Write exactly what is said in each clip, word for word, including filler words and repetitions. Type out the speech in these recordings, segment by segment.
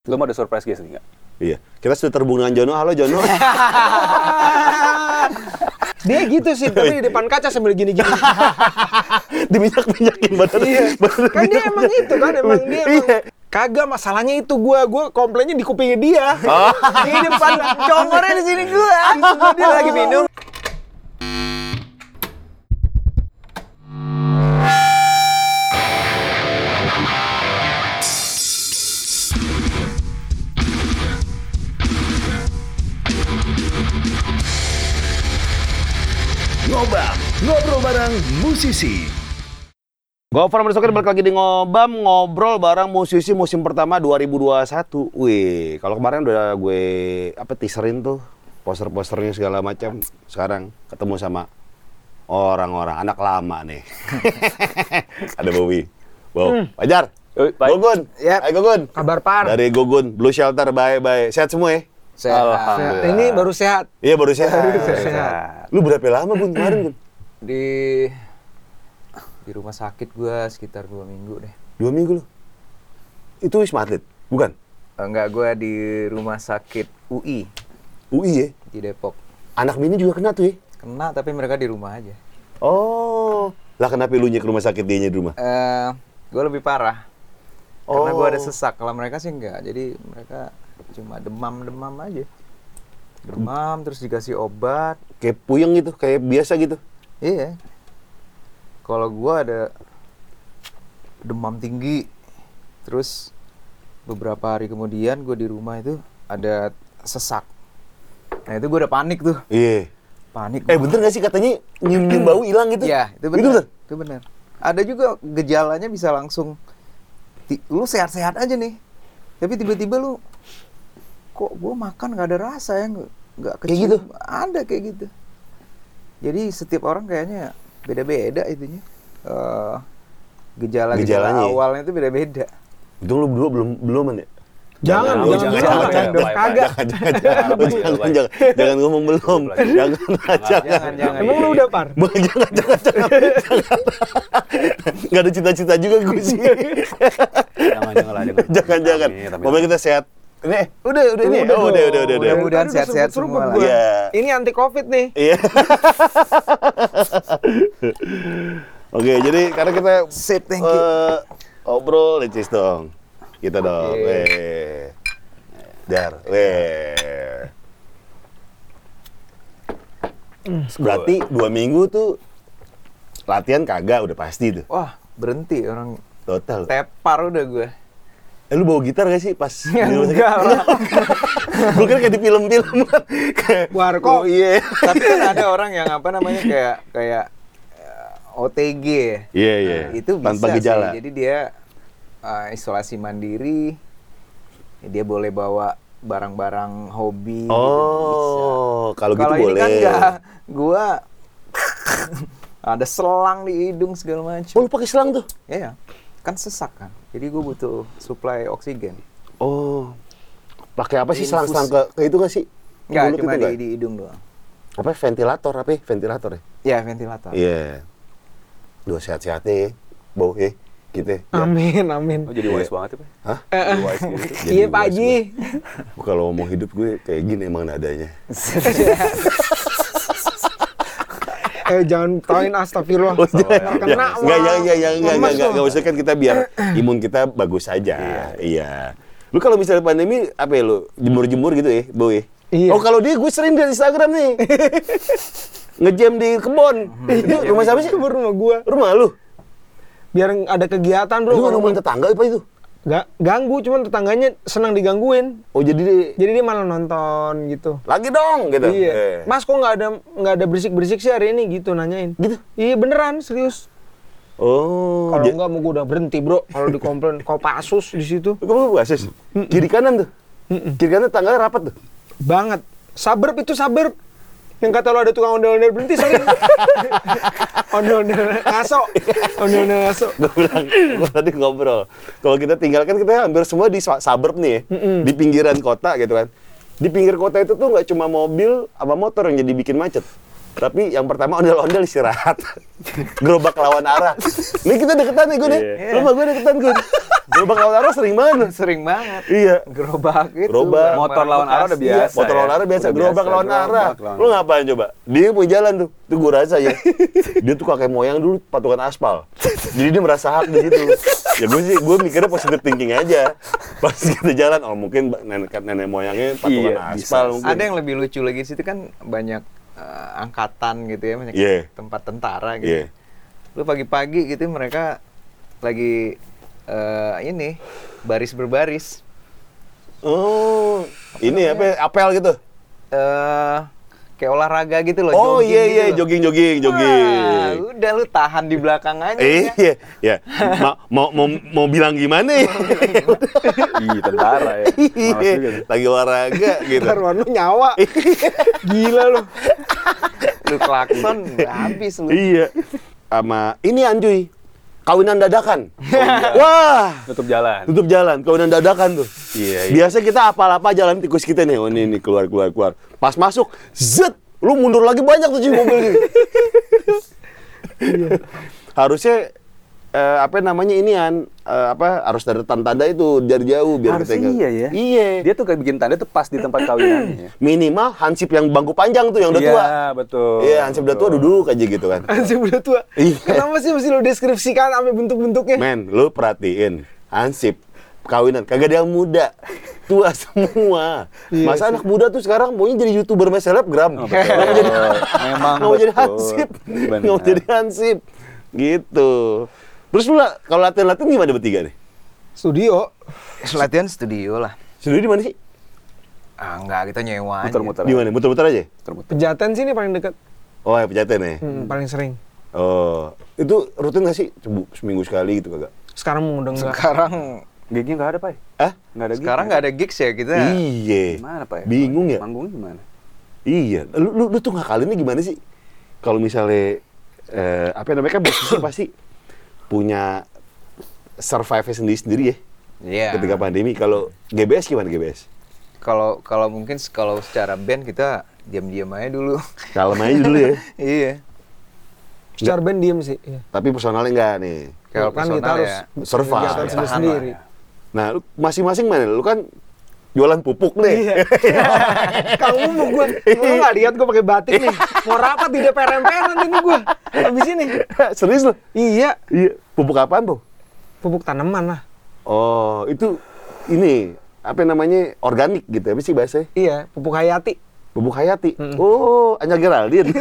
Lu mau ada surprise guest nggak? Iya. Kita sudah terhubung dengan Jono. Halo Jono. Dia gitu sih, tapi di depan kaca sambil gini-gini. Diminyak-minyakin badan. Iya. badan Kan dia emang itu kan, emang dia emang. Iya. Kagak, masalahnya itu gua, gua komplainnya di kupingnya dia. Oh. Di depan congornya di sini gua. Dia lagi minum. Ngobam, ngobrol bareng musisi. Gofar Merdeka balik lagi di Ngobam, ngobrol bareng musisi musim pertama dua ribu dua puluh satu. Wih, kalau kemarin udah gue apa teaserin tuh poster-posternya segala macam. Sekarang ketemu sama orang-orang anak lama nih. Ada Bowie, Bow, hmm. Fajar, Gogun, Yep. Hai Gogun. Kabar par. Dari Gogun, Blue Shelter, bye-bye. Sehat semua ya? Sehat. Alhamdulillah. Ini baru sehat. Iya baru sehat. Baru sehat. Lu berapa lama Gun kemarin Gun? Di di rumah sakit gua sekitar dua minggu deh. Dua minggu lu? Itu Wisma Atlet? Bukan? Enggak, gua di rumah sakit U I U I ya? di Depok. Anak bini juga kena tuh ya? Kena tapi mereka di rumah aja. Oh, lah kenapa lu ke rumah sakit dianya di rumah? Eh, gua lebih parah. Karena Oh. gua ada sesak. Kalau mereka sih enggak. Jadi mereka cuma demam-demam aja. Demam terus dikasih obat. Kayak puyeng gitu, kayak biasa gitu. Iya. Kalau gua ada demam tinggi. Terus beberapa hari kemudian gua di rumah itu ada sesak. Nah, itu gua udah panik tuh. Iya. Panik. Eh bener gak sih katanya nyium-nyium bau hilang gitu? Iya, itu Itu benar. bener? Itu benar. Ada juga gejalanya bisa langsung ti- lu sehat-sehat aja nih. Tapi tiba-tiba lu kok gua makan gak ada rasa ya, nggak nggak Kayak kecium. gitu? Ada kayak gitu. Jadi setiap orang kayaknya beda-beda itunya. Eh, gejala-gejala Gejalanya ya? awalnya itu beda-beda. Itu lu berdua belum belum ya? Jangan, lu, jangan, jangan, jangan, jangan, jangan, jangan, kagak. jangan, jangan, jangan, lu jangan, jangan, jangan ngomong belum, jangan, jangan, Jangan, jangan. Emang lu udah par? Bang, jangan, jangan, jangan, jangan. Nggak ada cita-cita juga gue sih. Jangan, jangan lah, jangan. Jangan, jangan. Pokoknya kita sehat. Ini, udah, udah ini. Udah, Oh, udah, udah, udah, udah. Mudah-mudahan Tadi udah sehat-sehat seruput-seruput semua lah. gua. Iya. Ini anti covid nih. Iya. Oke, jadi karena kita Sip, thank you. eh, ngobrol, lecis dong. Kita dong. Oke. Weh. Dar, weh. Berarti dua minggu tuh latihan kagak udah pasti tuh. Wah, berhenti orang Total. tepar udah gue. Eh lu bawa gitar gak sih pas di rumah sakit? Enggak lah. Gue kira kayak di film-film kan. Kayak, Warkop. oh iya. Tapi kan ada orang yang apa namanya kayak kayak eh, O T G ya. Iya, iya. Nah, itu bisa Tanpa gejala. sih. Jadi dia eh, isolasi mandiri. Dia boleh bawa barang-barang hobi gitu, bisa. Oh, kalau gitu Kalau ini boleh. kan enggak, gua ada selang di hidung segala macam. Oh, lu pakai selang tuh? Iya, kan sesak kan. Jadi gua butuh suplai oksigen. Oh. Pakai apa sih Infus. selang-selang ke, ke itu nggak sih? Ke Enggak, mulut cuma itu di, nggak? di hidung doang. Apa ventilator apa ya? Ventilator ya? Ya, ventilator. Iya. Dua sehat-sehatnya ya. Bau ya. Gitu ya. Amin, amin. Oh, jadi jadi wise wise banget ya, Pak. Hah? Jadi wise gitu. Jadi Iya Pak wise Haji. Gua kalau ngomong hidup gue kayak gini emang nadanya. Eh jangan tauin astagfirullah. Oh, jangan, Kena, jangan, wah. enggak, jangan, jangan, jangan, enggak, Lemes enggak, lu. enggak, maksudnya kan kita biar imun kita bagus aja, iya. Lu kalau misalnya pandemi, apa ya lu, jemur-jemur gitu ya, Boy? Iya. Oh kalau dia, gue sering di Instagram nih, ngejam di kebon. Itu rumah siapa sih? Itu rumah gua. Rumah lu? Biar ada kegiatan bro. Lu Kalau ngomongin tetangga apa itu? Gak ganggu, cuman tetangganya senang digangguin. Oh jadi dia, Jadi dia malah nonton gitu. lagi dong gitu? Iya. Eh. Mas kok nggak ada nggak ada berisik-berisik sih hari ini gitu nanyain. Gitu? Iya beneran serius. Oh. Kalau ja- enggak mau gua udah berhenti bro. Kalau dikomplain Kopassus di situ. Kamu basis? Kiri kanan tuh? Kiri kanan tetangganya rapat tuh? Banget. Suburb itu suburb. Yang kata lo ada tukang ondel-ondel berhenti sering. Ondel-ondel ngaso. Ondel-ondel ngaso. Gue bilang, gue tadi ngobrol. Kalau kita tinggal kan kita hampir semua di suburb nih ya. Di pinggiran kota gitu kan. Di pinggir kota itu tuh nggak cuma mobil sama motor yang jadi bikin macet. Tapi yang pertama ondel-ondel istirahat. Gerobak lawan arah. Ini kita deketan nih Gun ya. Rumah gue deketan Gun. Gerobak lawan arah sering banget. Sering banget. Iya. Gerobak itu. Gerobak. Motor lawan arah udah Iya, biasa. motor lawan ya. arah biasa, Udah gerobak lawan arah. gerobak lawan Lu ngapain coba? Dia punya jalan tuh, itu gua rasa ya. Dia tuh kakek moyang dulu patungan aspal. Jadi dia merasa hak di situ. Ya gue sih, gue mikirnya positive thinking aja. Pas kita jalan, oh mungkin nenek nenek moyangnya patungan Iya, aspal bisa. mungkin. Ada yang lebih lucu lagi di situ kan banyak eh, angkatan gitu ya, banyak Yeah. tempat tentara gitu. Iya. Lu pagi-pagi gitu mereka lagi eh, ini baris berbaris. Oh, ini apa? Apel gitu. eh kayak olahraga gitu loh. Oh jogging iya gitu iya, loh. jogging jogging Wah, jogging. udah lu tahan di belakang aja. Eh, ya. iya, ya. Ma- mau mau mau bilang gimana ya? Ih, tentara ya. Malas juga Iya, tuh. lagi olahraga gitu. Taruhan lu nyawa. Gila lu. Lu klakson habis lu. Iya. Sama ini Anjuy. Kawinan dadakan. Wah, Tutup jalan. tutup jalan, kawinan dadakan tuh. Iya, iya. Biasa kita apa-apa jalan tikus kita nih. Oh, ini ini keluar keluar keluar. Pas masuk, zet, lu mundur lagi banyak tuh cuy mobil gini. Harusnya eh, apa namanya inian eh, apa harus ada tanda-tanda itu dari jauh biar Harusnya kita iya ya. Iya. Dia tuh kayak bikin tanda tuh pas di tempat kawinannya ya. Minimal hansip yang bangku panjang tuh yang udah Iya, tua. betul. Iya, hansip udah tua duduk aja gitu kan. Hansip udah tua. Iya. Kenapa sih mesti lu deskripsikan sampai bentuk-bentuknya? Men, lu perhatiin hansip kawinan kagak ada yang muda. Tua semua. Masa anak muda tuh sekarang maunya jadi YouTuber sama selebgram. Oh, Nggak betul. mau jadi Memang nggak mau jadi betul. hansip. Benar. Nggak mau jadi hansip. Gitu. Terus lu lah, kalau latihan-latihan gimana bertiga nih? Studio. Latihan studio lah. Studio di mana sih? Ah enggak, kita nyewa aja. Muter-muter. Di mana? Muter-muter aja? Muter-muter. Pejaten sini paling dekat. Oh, ya pejaten ya. Hmm, paling sering. Oh, itu rutin nggak sih? Sembu- Seminggu sekali gitu kagak? Sekarang mau udah enggak. Sekarang Gignya nggak ada, Pak. Hah? Nggak ada gig. sekarang nggak ada gigs ya kita. Iya. Gimana, Pak? Bingung ya? Manggungnya gimana? Iya, lu, lu, lu tuh ngakalinnya gimana sih? Kalau misalnya, eh, apa namanya kan musisi pasti punya survive sendiri-sendiri ya Iya. ketika pandemi. Kalau G B S gimana G B S? Kalau kalau mungkin s- kalau secara band kita diam-diam aja dulu. Kalem aja dulu ya. Iya. Secara band diem sih. Iya. Tapi personalnya enggak nih. Kalau Kan personal kita harus ya. Survive. kegiatan Ya. sendiri. Nah, lu masing-masing mana? Lu kan jualan pupuk nih. Iya. Kang Umuk gua. Lu enggak lihat gua pakai batik nih. Mau rapat di D P R M P R nanti nih gua. Habis ini. Serius lu? Iya. Iya. Pupuk apaan tuh? Pupuk tanaman lah. Oh, itu ini apa namanya organik gitu ya? Apa sih bahasanya? Iya, pupuk hayati. Bubuk Hayati. Oh, Anya Geraldine.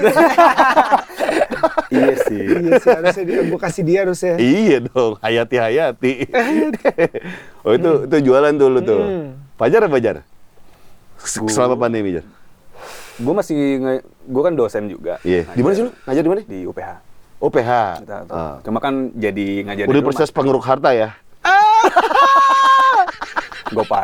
Iya sih. Iya sih, harusnya dia, gua kasih dia harusnya. Iya dong, Hayati Hayati. Oh itu itu jualan dulu tuh. Hmm. Pajar apa Pajar? S- Selama pandemi Jar. Gue masih, nge- gue kan dosen juga. Iya. Di mana sih lu? Ngajar di mana? Di U P H. O P H. Kita, Ah. Cuma kan jadi ngajar di Universitas Pengeruk Harta ya. Gopar.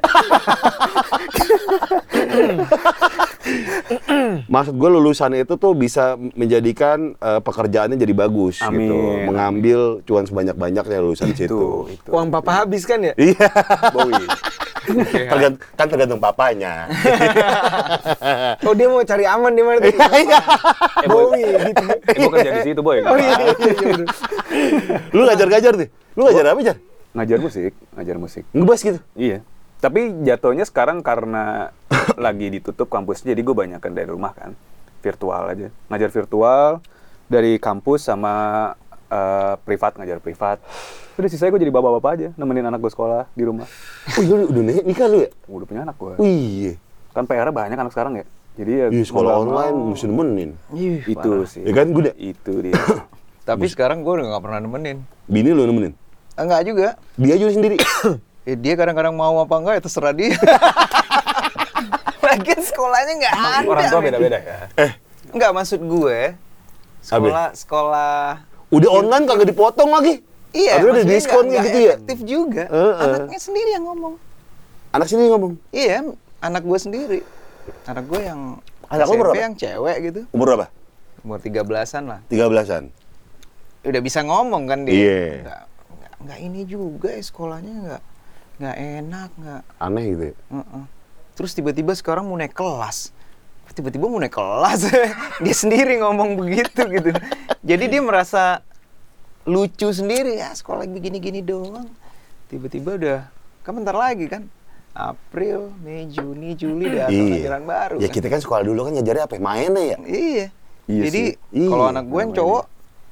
Maksud gue lulusan itu tuh bisa menjadikan eh, pekerjaannya jadi bagus Amin. gitu. Mengambil cuan sebanyak-banyaknya lulusan situ. Itu, itu. Uang papa habis kan ya? Iya. Bowie. Tergant- kan tergantung papanya. Oh dia mau cari aman di mana tuh? Iya. Bowie gitu. Eh, gue kerja di situ, Boy. Oh iya, iya, iya, bener. Lu ngajar-ngajar nih. Lu ngajar apa, Jar? Ngajar musik, ngajar musik. Ngebas gitu. Iya. Tapi jatuhnya sekarang karena lagi ditutup kampusnya, jadi gue banyakan dari rumah kan. Virtual aja. Ngajar virtual dari kampus sama eh, privat, ngajar privat. Udah sisanya gue jadi bapak-bapak aja, nemenin anak gue sekolah di rumah. Oh iya, lu udah nih- nikah lu ya? Udah punya anak gue. Wih, iya. Kan P R-nya banyak anak sekarang ya. Jadi ya Iya, sekolah mau nggak online mau. mesti nemenin. Ih, Itu parah. sih. Ya kan, gue udah- Itu dia. Tapi sekarang gue udah nggak pernah nemenin. Bini lu nemenin. Enggak juga. Dia aja sendiri. Ya, dia kadang-kadang mau apa enggak ya terserah dia. Lagian sekolahnya nggak ada. Orang tua men. beda-beda ya. Enggak, maksud gue sekolah sekolah Udah online kagak dipotong lagi. iya, Akhirnya ada maksudnya diskon nggak- gitu nggak ya. efektif juga. Heeh. Anaknya sendiri yang ngomong. Anak sini ngomong. Iya, anak gue sendiri. Anak gue yang Anak lu S M P berapa? yang cewek gitu. Umur berapa? Umur tiga belasan lah. tiga belasan. Udah bisa ngomong kan dia. Iya. Enggak, enggak, enggak ini juga ya sekolahnya enggak enggak enak, enggak. Aneh gitu ya. Heeh. Terus tiba-tiba sekarang mau naik kelas. Tiba-tiba mau naik kelas. Dia sendiri ngomong begitu gitu. Jadi dia merasa lucu sendiri ya, sekolah begini-gini doang. tiba-tiba udah kan bentar lagi kan. April, Mei, Juni, Juli udah Iya. pelajaran baru. Ya kan. kita kan sekolah dulu kan ngajarnya apa ya? Mainnya ya? Iya. Iya Jadi sih. kalau Iya, anak gue yang cowok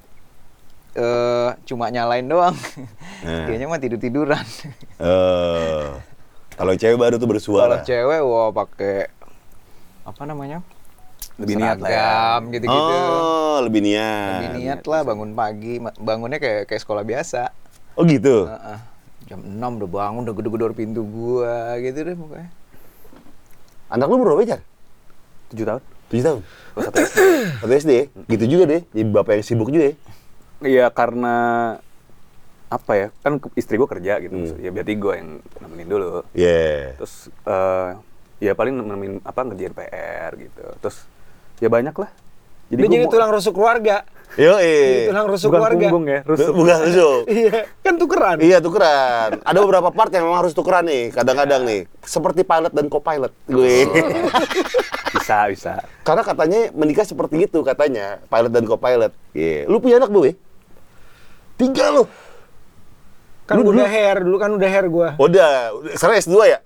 eh cuma nyalain doang. Nah. Dianya mah tidur-tiduran. Eh, kalau cewek baru tuh Kalau bersuara. cewek wah pakai apa namanya? Lebih niat lah ya. Seragam gitu-gitu. Oh, lebih niat. Lebih niat lah bangun pagi, ma- bangunnya kayak kayak sekolah biasa. Oh gitu. Heeh. Jam enam udah bangun, udah gedor-gedor pintu gua gitu deh pokoknya. Anak lu berapa, Jar? tujuh tahun. tujuh tahun. Kelas satu S D. Satu S D ya? Gitu juga deh. Jadi bapak yang sibuk juga ya? Iya, karena apa ya? Kan ke- istri gue kerja gitu. Hmm. Ya berarti gue yang nemenin dulu. Iya. Terus eh, ya paling nemenin apa ngerjain P R gitu. Terus ya banyak lah. Dia gua jadi mau- tulang rusuk keluarga. Yo, Jadi eh. tulang rusuk bukan keluarga. punggung ya, rusuk. Bukan rusuk. Iya, kan tukeran. Iya, tukeran. Ada beberapa part yang memang harus tukeran nih, kadang-kadang nih. Seperti pilot dan co-pilot. Gue. Bisa, bisa. Karena katanya menikah seperti itu katanya, pilot dan co-pilot. Iya. Lu punya anak, Bu? Ya? Tiga lu. Kan udah hair, dulu kan udah hair gua. Udah, sekarang S dua ya?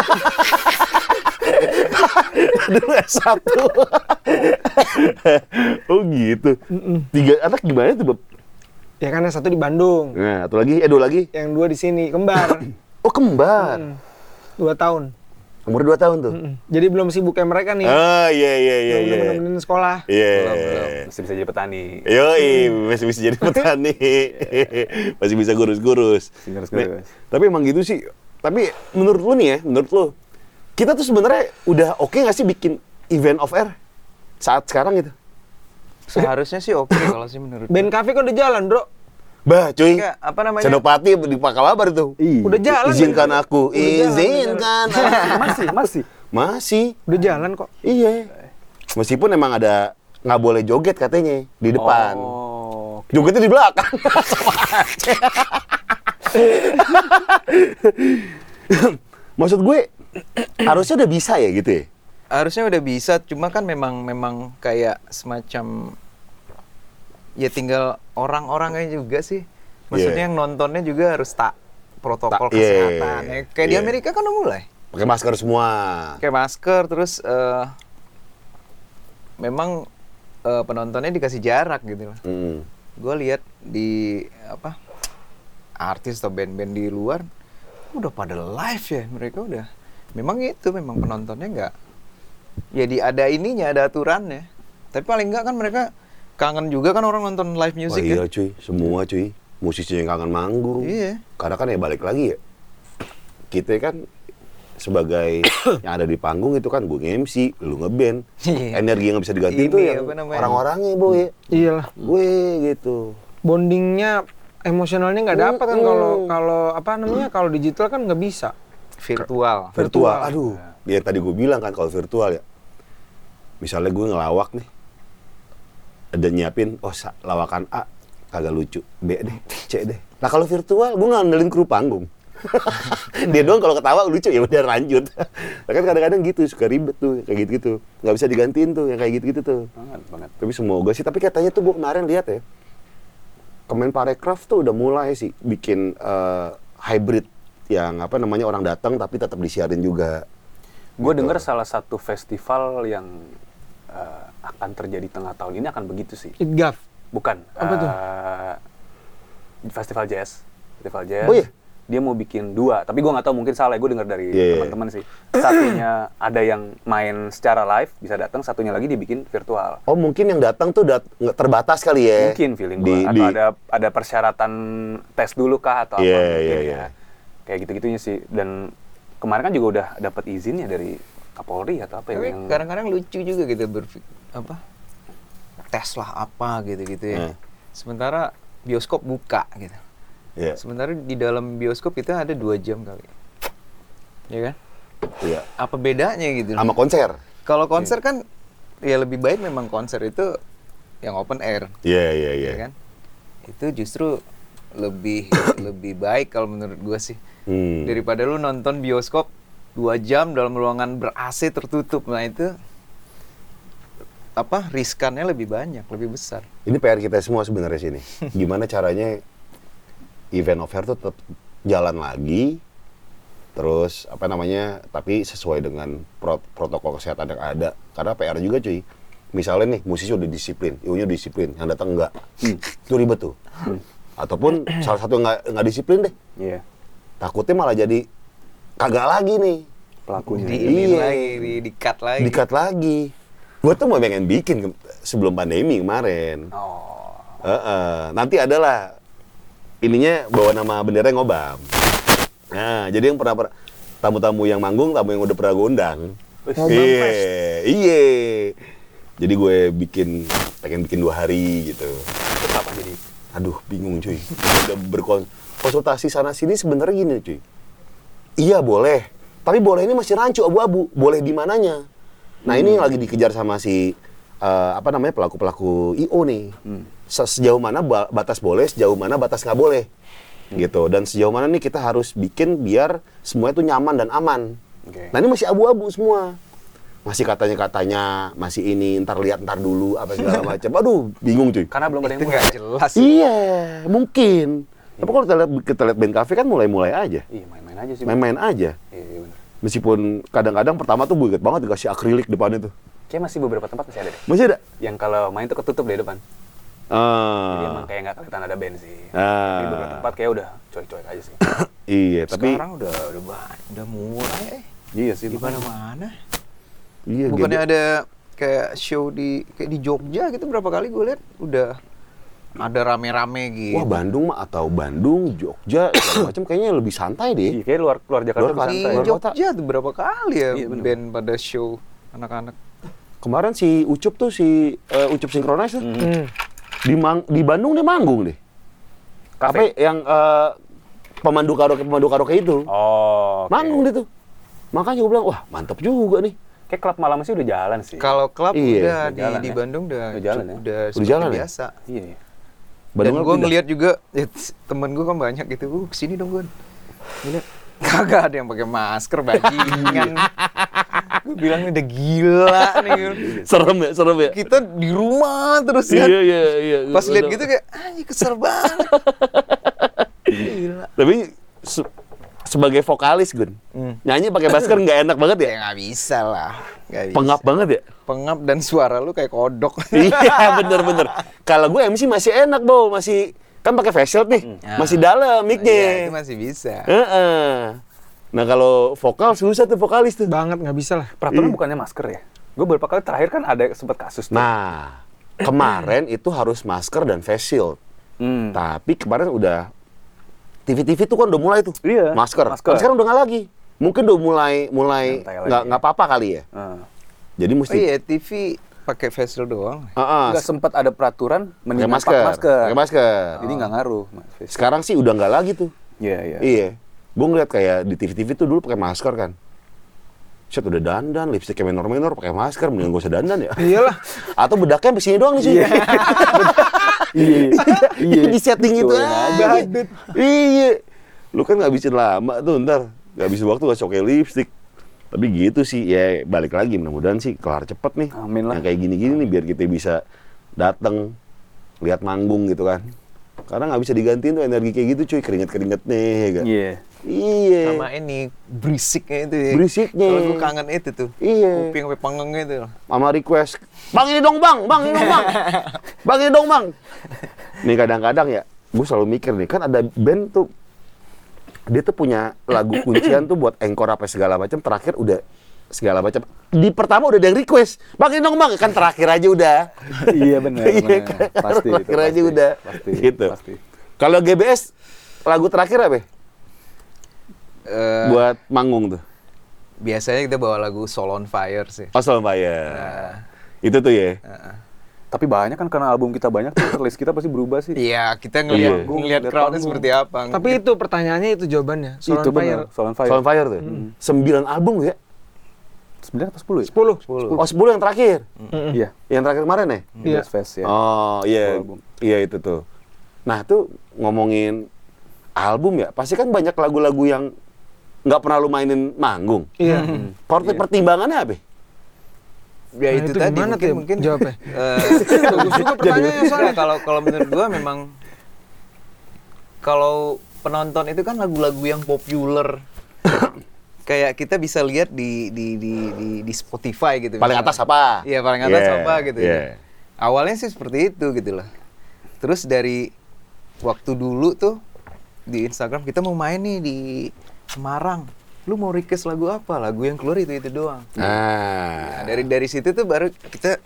Dulu S satu. Oh gitu. Tiga anak gimana tuh, Bob? Ya kan yang satu di Bandung, Nah, satu lagi, eh dua lagi. yang dua di sini, kembar. Oh, kembar. Hmm. Dua tahun. Umur dua tahun tuh. Mm. Jadi belum sibuk kayak mereka nih. Ah, iya, iya, iya, belum iya. nemenin sekolah. Iya. Belum, belum. Masih bisa jadi petani. Yoi, masih bisa jadi petani. Masih bisa gurus-gurus. Masih gurus-gurus. Me- Tapi emang gitu sih. Tapi menurut lu nih ya, menurut lu, kita tuh sebenarnya udah oke nggak sih bikin event off air saat sekarang gitu? Seharusnya sih oke kalau sih menurut Band gue. Cafe kan udah jalan, Bro. Bah, cuy. Kayak apa namanya? Senopati di Pakababar tuh. Udah jalan. Izinkan Band. aku, Udah jalan, izinkan aku. Masih, masih. Masih. Udah jalan kok. Iya. Meskipun emang ada nggak boleh joget katanya di depan. Oh, oke. Jogetnya di belakang. Sama aja. Maksud gue harusnya udah bisa ya gitu ya. Harusnya udah bisa, cuma kan memang memang kayak semacam ya tinggal orang-orangnya juga sih. Maksudnya Yeah. yang nontonnya juga harus tak protokol Tak- yeah, kesehatan. Ya, kayak di yeah. Amerika kan udah mulai. Pakai masker semua. Kayak masker, terus eh, memang eh, penontonnya dikasih jarak gitu loh. Mm. Gue lihat di apa artis atau band-band di luar udah pada live ya, mereka udah memang itu memang penontonnya nggak jadi ada ininya, ada aturannya, tapi paling nggak kan mereka kangen juga kan orang nonton live Wah music iya ya. cuy, semua cuy. Musisi yang kangen manggung. Iya. Karena kan ya balik lagi ya. Kita kan sebagai yang ada di panggung itu kan gue nge-M C, lu nge-band. Iya. Energi yang nggak bisa diganti Ini itu yang apa namanya? orang-orangnya, Boy. Iyalah. Gue gitu. Bondingnya emosionalnya nggak dapat kan Mm-mm. kalau kalau apa namanya kalau digital kan nggak bisa. Virtual. Virtual. Aduh, dia tadi gue bilang kan kalau virtual ya. Misalnya gue ngelawak nih. Ada nyiapin, oh sa- lawakan A kagak lucu, B deh, C deh. Nah kalau virtual gue ngandelin kru panggung. Dia doang kalau ketawa lucu ya udah lanjut. Nah, kan kadang-kadang gitu suka ribet tuh kayak gitu-gitu. Nggak bisa digantiin tuh yang kayak gitu-gitu tuh. Banget, banget. Tapi semoga sih. Tapi katanya tuh gue kemarin lihat ya. Kemenparekraf tuh udah mulai sih bikin eh, hybrid yang apa namanya orang datang tapi tetap disiarin juga. Gue Gitu. dengar salah satu festival yang eh, akan terjadi tengah tahun ini akan begitu sih. Itgaf. Bukan. Apa tuh? eh, Festival jazz. Festival jazz. Oh iya? Dia mau bikin dua, tapi gue nggak tahu mungkin salah. Gue dengar dari Iya, iya. teman-teman sih. Satunya ada yang main secara live bisa datang, satunya lagi dibikin virtual. Oh mungkin yang datang tuh dat- nggak terbatas kali ya? Mungkin feeling Di- gue. Atau di- ada ada persyaratan tes dulu kah atau apa Iya, mungkin iya, ya. iya. Kayak gitu-gitunya sih. Dan kemarin kan juga udah dapat izin ya dari Kapolri atau apa ya Tapi yang kadang-kadang lucu juga gitu berpikir apa tes lah apa gitu-gitu ya. Hmm. Sementara bioskop buka gitu. Iya. Sementara di dalam bioskop kita ada dua jam kali. Ya kan? Iya. Apa bedanya gitu? Sama konser. Kalau konser kan ya lebih baik memang konser itu yang open air, Iya iya iya. ya kan? Itu justru lebih lebih baik kalau menurut gua sih. Hmm. Daripada lu nonton bioskop dua jam dalam ruangan ber-A C tertutup. Nah itu apa riskannya lebih banyak, lebih besar. Ini P R kita semua sebenarnya sini. Gimana caranya event off air tuh tetap jalan lagi, terus apa namanya, tapi sesuai dengan pro- protokol kesehatan yang ada. Karena P R juga cuy. Misalnya nih, musisi udah disiplin, I U-nya disiplin, yang datang enggak. Hmm. Itu ribet tuh. Hmm. Ataupun salah satu nggak nggak disiplin deh. Iya. Takutnya malah jadi kagak lagi nih. Pelakunya. Di Iya. lagi, di, di cut lagi. Di-cut lagi. Gue tuh mau pengen bikin ke- sebelum pandemi kemarin. Oh. Heeh. Nanti adalah ininya bawa nama bendera Ngobam. Nah, jadi yang pernah pernah- tamu-tamu yang manggung, tamu yang udah pernah gue undang. Iya, iya. Jadi gue bikin, pengen bikin dua hari gitu. Terus apa jadi? Aduh, bingung cuy. Udah berkonsultasi sana sini sebenarnya gini cuy. Iya boleh, tapi boleh ini masih rancu abu-abu. Boleh di mananya? Nah ini yang lagi dikejar sama si uh, apa namanya pelaku-pelaku I O nih. Hmm. Se- Sejauh mana ba- batas boleh, sejauh mana batas nggak boleh, gitu. Dan sejauh mana nih kita harus bikin biar semuanya tuh nyaman dan aman. Oke. Nah ini masih abu-abu semua. Masih katanya-katanya, masih ini, ntar lihat, ntar dulu, apa segala macam. Aduh, bingung cuy. Karena belum ada yang Itu mulai. nggak jelas. Iya, mungkin. Tapi kalau kita lihat, kita lihat band cafe kan mulai-mulai aja. Iya, main-main aja sih. Main-main aja. Iya, iya benar. Meskipun kadang-kadang pertama tuh gue inget banget dikasih akrilik depannya tuh. Kayak masih beberapa tempat masih ada deh. Masih ada? Yang kalau main tuh ketutup di depan. Jadi emang Ah, kayak nggak kelihatan ada band sih. Ah. Di beberapa tempat kayak udah cuek-cuek aja sih. iya, tapi Sekarang udah udah banyak, udah mulai. eh. Iya sih. Di mana-mana. iya, Bukannya G B. ada kayak show di kayak di Jogja gitu berapa kali gue lihat udah ada rame-rame gitu. Wah, Bandung mah atau Bandung, Jogja, segala macam kayaknya lebih santai deh. Iya, kayak luar keluar Jakarta Luar lebih Di santai. luar kota. Jogja tuh berapa kali ya Iya, bener. band pada show anak-anak. Kemarin si Ucup tuh si eh, Ucup Synchronize tuh Hmm. di Mang- di Bandung dia manggung deh. Kafe. Apa yang eh, pemandu karaoke pemandu karaoke itu. Oh, oke. Manggung dia tuh. Makanya gue bilang, wah mantap juga nih. Kayak klub malam sih udah jalan sih. Kalau klub Iya, udah udah di, jalan di ya. Bandung udah Udah jalan ya. udah, Udah seperti jalan ya? biasa. Iya, iya. Dan Bandung gue pindah. ngeliat juga, ya, temen gue kan banyak gitu, uh, kesini dong gue. Ngeliat, kagak ada yang pakai masker, bajingan. Gue bilang ini udah gila nih. Serem ya, serem ya. Kita di rumah terus kan. Iya, iya, iya. Pas lihat Udah. gitu kayak, anjir kesel banget. Gila. Tapi se- sebagai vokalis Gun, Hmm. nyanyi pakai masker nggak enak banget ya? Ya nggak bisa lah. Nggak bisa. Pengap banget ya? Pengap dan suara lu kayak kodok. Iya, bener-bener. Kalau gue M C masih enak, Bo. Masih, kan pakai face shield nih. Ya. Masih dalam Iya, mic-nya. itu masih bisa. Heeh. Nah, kalau vokal susah tuh vokalis tuh. Banget nggak bisa lah. Peraturan Iya. bukannya masker ya? Gue beberapa kali terakhir kan ada sempat kasus tuh. Nah, kemarin itu harus masker dan face shield. Hmm. Tapi kemarin udah T V T V tuh kan udah mulai tuh. Iya, Masker. masker. Tapi sekarang udah nggak lagi. Mungkin udah mulai mulai Nyantai lagi. nggak nggak apa-apa kali ya. Ah. Jadi Oh mesti iya, T V pakai face shield doang. Heeh, Nggak sempat ada peraturan pakai mendingan masker. pakai masker. Pakai masker. Jadi nggak ngaruh. Mas. Sekarang sih udah nggak lagi tuh. Iya, iya. Iya. Gue ngeliat kayak di T V T V tuh dulu pakai masker kan. Set udah dandan, lipstiknya menor-menor, pakai masker, mendingan gue usah dandan ya. Iyalah. Atau bedaknya di sini doang nih sih. Iya. Iya. Di setting gitu Sesuaiin aja. aja. Iya. Lu kan ngabisin lama tuh ntar. Ngabisin waktu gak pakai lipstik. Tapi gitu sih, ya balik lagi mudah-mudahan sih kelar cepet nih. Amin lah. Yang kayak gini-gini nih biar kita bisa dateng, lihat manggung gitu kan. Karena nggak bisa digantiin tuh energi kayak gitu cuy, keringet-keringet nih ya kan. Iya. Iya. Sama ini berisiknya itu ya. Berisiknya. Kalau gue kangen itu tuh. Iya. Kuping sampai pengeng itu. Sama request, bang ini dong bang, bang ini dong bang, bang ini dong bang. Nih kadang-kadang ya, gue selalu mikir nih, kan ada band tuh, dia tuh punya lagu kuncian tuh buat encore apa segala macam, terakhir udah segala macam. Di pertama udah ada yang request, bang ini dong bang, kan terakhir aja udah. Iya benar. Iya benar. kan? Pasti itu. Terakhir aja pasti. udah. Pasti. Gitu. Pasti. Kalau G B S, lagu terakhir apa? ya? Eh, Buat manggung tuh. biasanya kita bawa lagu Soul on Fire sih. Oh, Soul Fire. Itu tuh ya. Tapi banyak kan karena album kita banyak tuh list kita pasti berubah sih. Iya, kita ngelihat Iya. ngelihat Lihat crowdnya panggung. seperti apa. Tapi itu pertanyaannya itu jawabannya. Soul Itu on Fire. benar. Soul on Fire. Soul Fire tuh. Sembilan album ya? sembilan atau sepuluh ya? sepuluh. Oh, sepuluh yang terakhir. Iya. Yang terakhir kemarin ya? Iya. Best Fest ya. Oh iya, Sepuluh album. iya itu tuh. Nah tuh ngomongin album ya, pasti kan banyak lagu-lagu yang nggak pernah lu mainin manggung. Iya. Port- Pertimbangannya apa? Ya Nah, itu, itu tadi gimana mungkin tuh mungkin jawabnya? eh, Bagus juga pertanyaannya soalnya. Enggak, kalau kalau menurut gua memang kalau penonton itu kan lagu-lagu yang populer. Kayak kita bisa lihat di di di di, di Spotify gitu. Paling misalnya. atas apa? Iya, paling atas Yeah, apa gitu yeah. ya. Awalnya sih seperti itu gitu loh. Terus dari waktu dulu tuh di Instagram kita mau main nih di Semarang. Lu mau request lagu apa? Lagu yang keluar itu itu doang. Ah. Nah, dari dari situ tuh baru kita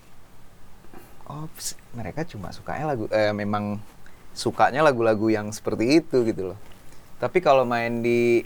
oh ps- mereka cuma sukanya lagu eh, memang sukanya lagu-lagu yang seperti itu gitu loh. Tapi kalau main di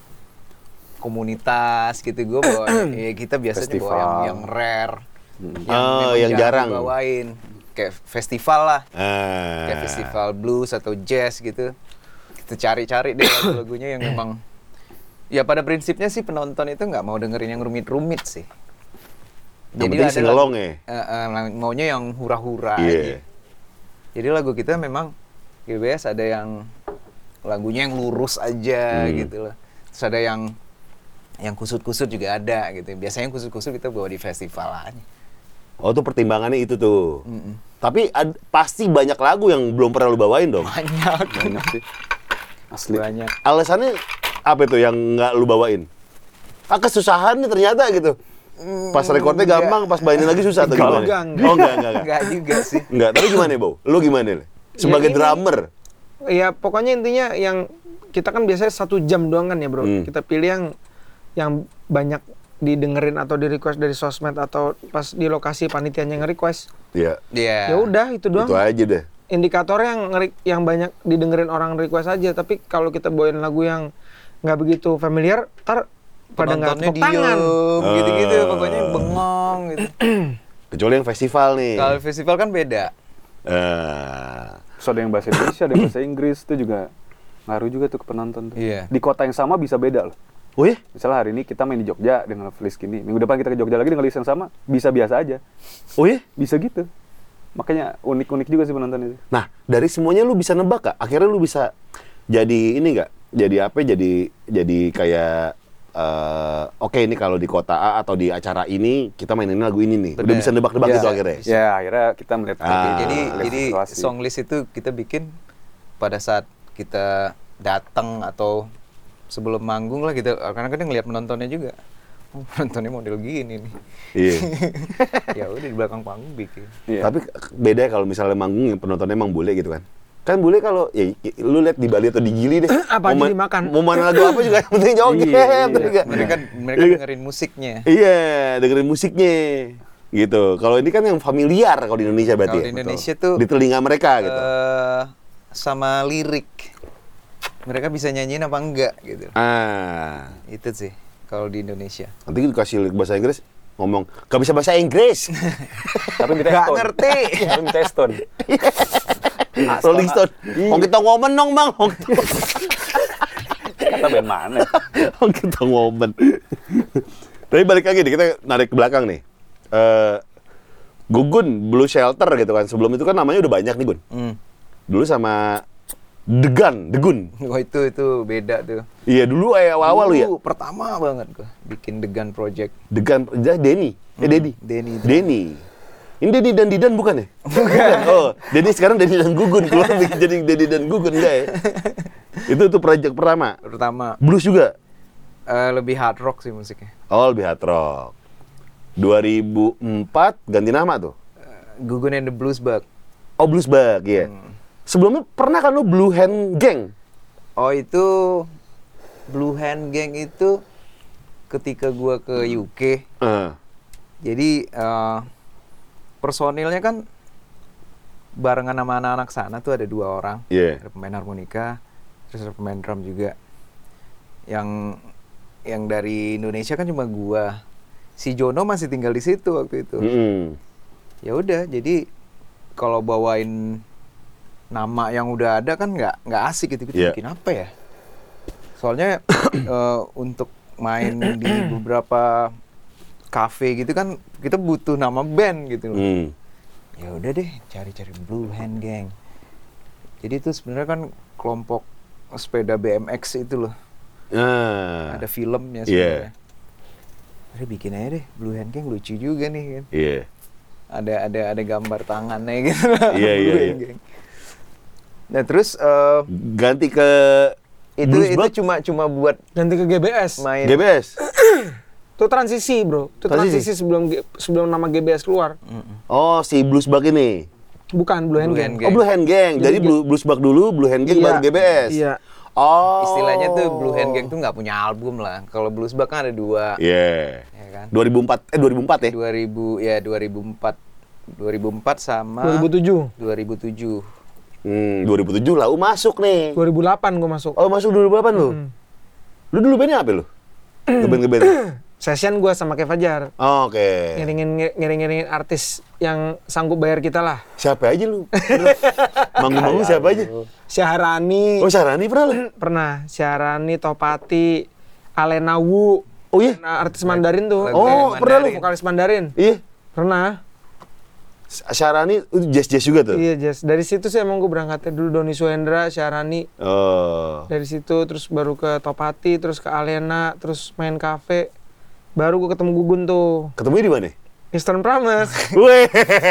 komunitas gitu gue bawa ya kita biasanya bawa yang, Festival. yang rare. Oh, memang yang jarang. dibawain kayak festival lah. Ah. Kayak festival blues atau jazz gitu. Kita cari-cari deh lagu-lagunya yang memang ya pada prinsipnya sih penonton itu nggak mau dengerin yang rumit-rumit sih. Yang penting ada singelong lagu- ya? eh, eh, maunya yang hura-hura Iya. aja. Jadi lagu kita memang G B S ada yang lagunya yang lurus aja Hmm. gitu loh. Terus ada yang yang kusut-kusut juga ada gitu. Biasanya yang kusut-kusut kita bawa di festival aja. Oh, tuh pertimbangannya itu tuh. Mm-mm. Tapi ad- pasti banyak lagu yang belum pernah lu bawain dong. Banyak. Banyak sih. Asli. Banyak. Alasannya apa itu yang nggak lu bawain? Ah, kesusahan nih ternyata gitu. Pas recordnya enggak. gampang, pas mainin lagi susah atau Enggak, gimana? enggak, enggak. Oh, enggak, enggak, enggak. Enggak juga sih. Enggak, tapi gimana, Bo? Lu gimana? Le? Sebagai Ya, ini- drummer. Ya pokoknya intinya yang kita kan biasanya satu jam doang kan ya bro. Hmm. Kita pilih yang yang banyak didengerin atau di request dari sosmed atau pas di lokasi panitianya nge-request. Iya. Iya. Ya udah itu doang. Itu aja deh. Indikator yang ngeri- yang banyak didengerin orang request aja. Tapi kalau kita bawain lagu yang nggak begitu familiar, ntar pada nggak Penontonnya tepuk tangan. diem, gitu-gitu, Ah. pokoknya bengong gitu. Kecuali yang festival nih. Kalau festival kan beda. Eh, Terus ada yang bahasa Indonesia, ada yang bahasa Inggris, itu juga ngaruh juga tuh ke penonton tuh. Iya. Di kota yang sama bisa beda loh. oh ya? Misalnya hari ini kita main di Jogja dengan list gini, minggu depan kita ke Jogja lagi dengan list yang sama, bisa biasa aja. Oh ya? Bisa gitu. Makanya unik-unik juga sih penonton itu. Nah, dari semuanya lu bisa nebak kak? Akhirnya lu bisa jadi ini nggak? Jadi apa? Jadi jadi kayak eh, oke ini kalau di kota A atau di acara ini kita mainin lagu ini nih. Udah Bener. bisa nebak-nebak Iya. gitu akhirnya. Ya akhirnya kita melihat Ah. jadi melihat jadi situasi. song list itu kita bikin pada saat kita datang atau sebelum manggung lah gitu. Karena kita ngelihat penontonnya juga. Oh, penontonnya model gini nih. Iya. Ya udah di belakang panggung bikin. Iya. Tapi beda ya kalau misalnya manggung yang penontonnya emang bule gitu kan. Kan bule kalau ya y- lu lihat di Bali atau di Gili deh. Apa aja mau ma- dimakan. Mau mana lagu apa juga yang penting joget. Iya, iya. bener nggak? Mereka mereka Iya. dengerin musiknya. Iya, dengerin musiknya. Gitu. Kalau ini kan yang familiar kalau di Indonesia berarti. Kalau ya? di Indonesia tuh Di telinga mereka gitu. eh, sama lirik. Mereka bisa nyanyiin apa enggak gitu. Ah. Itu sih kalau di Indonesia. Nanti dikasih lirik bahasa Inggris ngomong gak bisa bahasa Inggris. Tapi minta Nggak Stone. ngerti. Tapi minta Stone. Rolling Stone. Mau kita ngomong dong, Bang. Wong Kata band mana? Wong kita ngomong. Tapi balik lagi nih, kita narik ke belakang nih. Eh Gugun Blue Shelter gitu kan. Sebelum itu kan namanya udah banyak nih, Gun. Hmm. Dulu sama Degan, Degun. Wah itu itu beda tuh. Iya, dulu eh, awal-awal lu ya. Dulu pertama banget gua bikin The Gun Project. Degan, jadi Denny. Eh, Dedi. Denny. Denny. Ini Dedi dan Didan bukan ya? Bukan. Oh, Denny sekarang Dedi dan Gugun keluar bikin jadi Dedi dan Gugun enggak ya? Itu tuh project pertama. Pertama Blues juga. eh, lebih hard rock sih musiknya. Oh, lebih hard rock. dua ribu empat ganti nama tuh. Gugun and the Blues Bug. Oh, Blues Bug, iya. Sebelumnya pernah kan lu Blue Hand Gang? Oh itu Blue Hand Gang itu ketika gua ke U K. Eh. Jadi eh, personilnya kan barengan sama anak-anak sana tuh ada dua orang. Iya. Ada pemain harmonika, terus ada pemain drum juga. Yang yang dari Indonesia kan cuma gua. Si Jono masih tinggal di situ waktu itu. Mm-mm. Ya udah, jadi kalau bawain nama yang udah ada kan nggak nggak asik gitu gitu Iya. bikin apa ya? Soalnya eh, untuk main di beberapa cafe gitu kan kita butuh nama band gitu loh. Mm. Ya udah deh, cari-cari Blue Hand Gang. Jadi itu sebenarnya kan kelompok sepeda B M X itu loh. Ah. Ada filmnya Iya. sebenarnya. Udah bikin aja deh, Blue Hand Gang lucu juga nih kan. Iya. Ada ada ada gambar tangannya gitu. Iya, iya, Blue iya. Hand Gang. Nah terus eh, Ganti ke Itu Blues itu Bug? cuma cuma buat Ganti ke G B S. main. G B S. Itu transisi, Bro. Itu Transisi? transisi, sebelum G- sebelum nama G B S keluar. Oh, si Blues Bug ini. Bukan Blue Hand Blue Gang. Hand Oh, Blue Hand Gang. Jadi, Jadi Blue, Blues Bug dulu, Blue Hand Gang Iya. baru G B S. Iya. Oh. Istilahnya tuh Blue Hand Gang tuh nggak punya album lah. Kalau Blues Bug kan ada dua. Iya. Ya kan? dua ribu empat eh dua ribu empat ya? dua ribu ya dua ribu empat dua ribu empat sama dua ribu tujuh. dua ribu tujuh. Hmm, dua ribu tujuh lah, oh, masuk nih. dua ribu delapan gue masuk. Oh, masuk dua ribu delapan lu? Hmm. Lu dulu bandnya apa lu? Ngeband ngeband. Session gue sama Kev Fajar. Oh, Oke. Ngiringin ngiring-ngiringin artis yang sanggup bayar kita lah. Siapa aja lu? Manggung-manggung siapa aja? Syahrani. Oh, Sarani pernah lu? Pernah. Syahrani, Topati, Alena Wu. Oh iya? Nah, artis Mandarin tuh. Lagu Oh, Mandarin. pernah lu? Vokalis Mandarin. Iya. Pernah. Sarani itu jazz-jazz juga tuh? Iya, Jess. Dari situ sih emang gue berangkatnya dulu Doni Suhendra, Syahrani. Oh. Dari situ terus baru ke Topati, terus ke Alena, terus main kafe. Baru gue ketemu Gugun tuh. Ketemu di mana? Eastern Promise. Weh.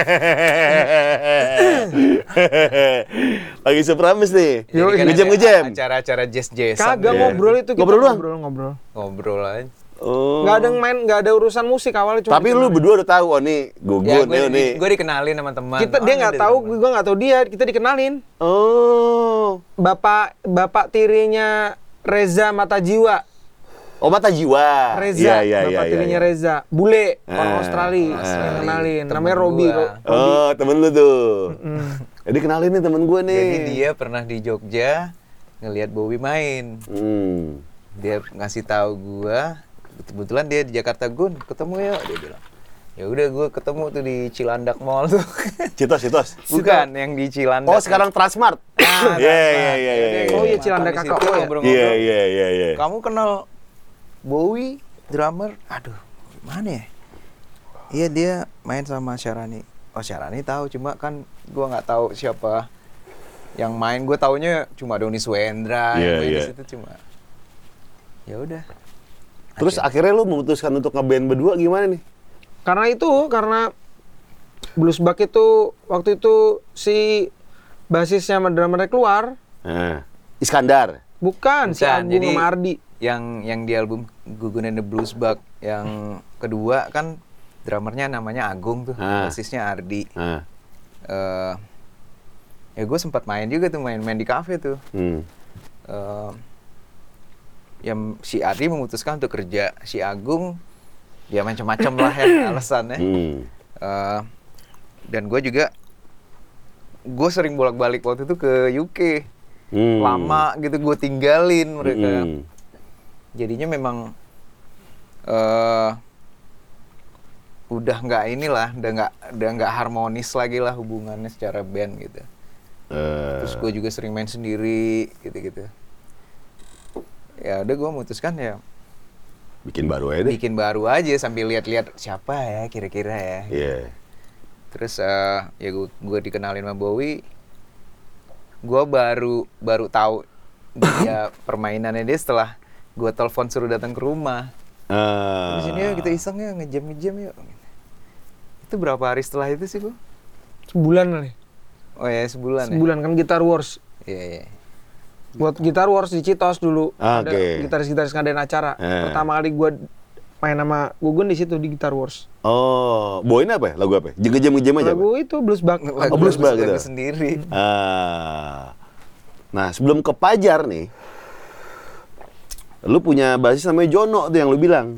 Lagi sepramis nih. Yo, Jadi kan ngejam ada ngejam. Acara-acara jazz-jazzan. Kagak Iya. ngobrol itu kita Ngobrol doang? ngobrol ngobrol. Ngobrol aja. Oh. Nggak ada yang main, nggak ada urusan musik awalnya cuma Tapi lu dikenalin. berdua udah tahu oh nih Ya, Gugun gue, nih nih. gue dikenalin sama teman. Kita Oh, dia ini nggak dari tahu, teman. gue nggak tahu dia. Kita dikenalin. Oh. Bapak bapak tirinya Reza Mata Jiwa. Oh, Mata Jiwa. Reza, Iya, iya, iya, bapak iya, tirinya iya. Reza. Bule, orang Ah, Australia. ah. Yang kenalin. Temen Namanya Robi. gua. Ro- Oh, temen lu tuh. Jadi kenalin nih temen gue nih. Jadi dia pernah di Jogja ngelihat Bowie main. Hmm. Dia ngasih tahu gua, kebetulan dia di Jakarta, Gun, ketemu yuk, dia bilang. Ya udah gue ketemu tuh di Cilandak Mall tuh. Citos, Citos. Bukan yang di Cilandak. Oh, sekarang Transmart. Ah, Iya, iya, iya, iya. Oh iya, Makan Cilandak di Kakak situ, O ya? ngobrol-ngobrol. Iya, iya, iya, iya. Kamu kenal Bowie, drummer? Aduh, gimana ya? Iya, dia main sama Syahrani. Oh, Syahrani tahu, cuma kan gua nggak tahu siapa yang main. Gue taunya cuma Doni Suhendra Iya, yang main iya. di situ cuma. Ya udah. Terus akhirnya lu memutuskan untuk ngeband berdua gimana nih? Karena itu, karena Blues Bug itu waktu itu si basisnya sama drummernya keluar. Nah, Iskandar. Bukan, si Bukan, Agung jadi- sama Ardi. Yang yang di album Gugun and the Blues Bug yang kedua kan drummernya namanya Agung tuh, Ah. basisnya Ardi. Nah, Eh, ya gue sempat main juga tuh, main-main di kafe tuh. hmm. Eh, yang si Ardi memutuskan untuk kerja, si Agung ya macam-macam lah ya alasannya. Hmm. Eh, dan gue juga gue sering bolak-balik waktu itu ke U K. Hmm. Lama gitu gue tinggalin mereka. Hmm. Jadinya memang eh udah nggak inilah, udah nggak udah nggak harmonis lagi lah hubungannya secara band gitu. Eh, Terus gue juga sering main sendiri gitu-gitu. Ya udah gue memutuskan ya bikin baru aja deh. bikin baru aja sambil lihat-lihat siapa ya kira-kira ya. Iya. Terus eh, ya gue gue dikenalin sama Bowie. Gue baru baru tahu dia permainannya dia setelah gue telepon suruh datang ke rumah. Ah. Di sini yuk kita iseng ya ngejam-ngejam yuk. Itu berapa hari setelah itu sih gue? Sebulan kali. Oh ya sebulan, Sebulan kan Guitar Wars. ya. Iya iya. Buat Guitar Wars di Citos dulu. Ah, Ada oke. gitaris-gitaris ngadain acara. Eh. Pertama kali gue main sama Gugun di situ di Guitar Wars. Oh, bawain apa ya? Lagu apa? ya? Ngejam-ngejam aja apa? Lagu itu Blues Bug. Oh, Blues Bug gitu. lagu sendiri. Ah. Nah, sebelum ke Pajar nih, lu punya basis namanya Jono tuh yang lu bilang.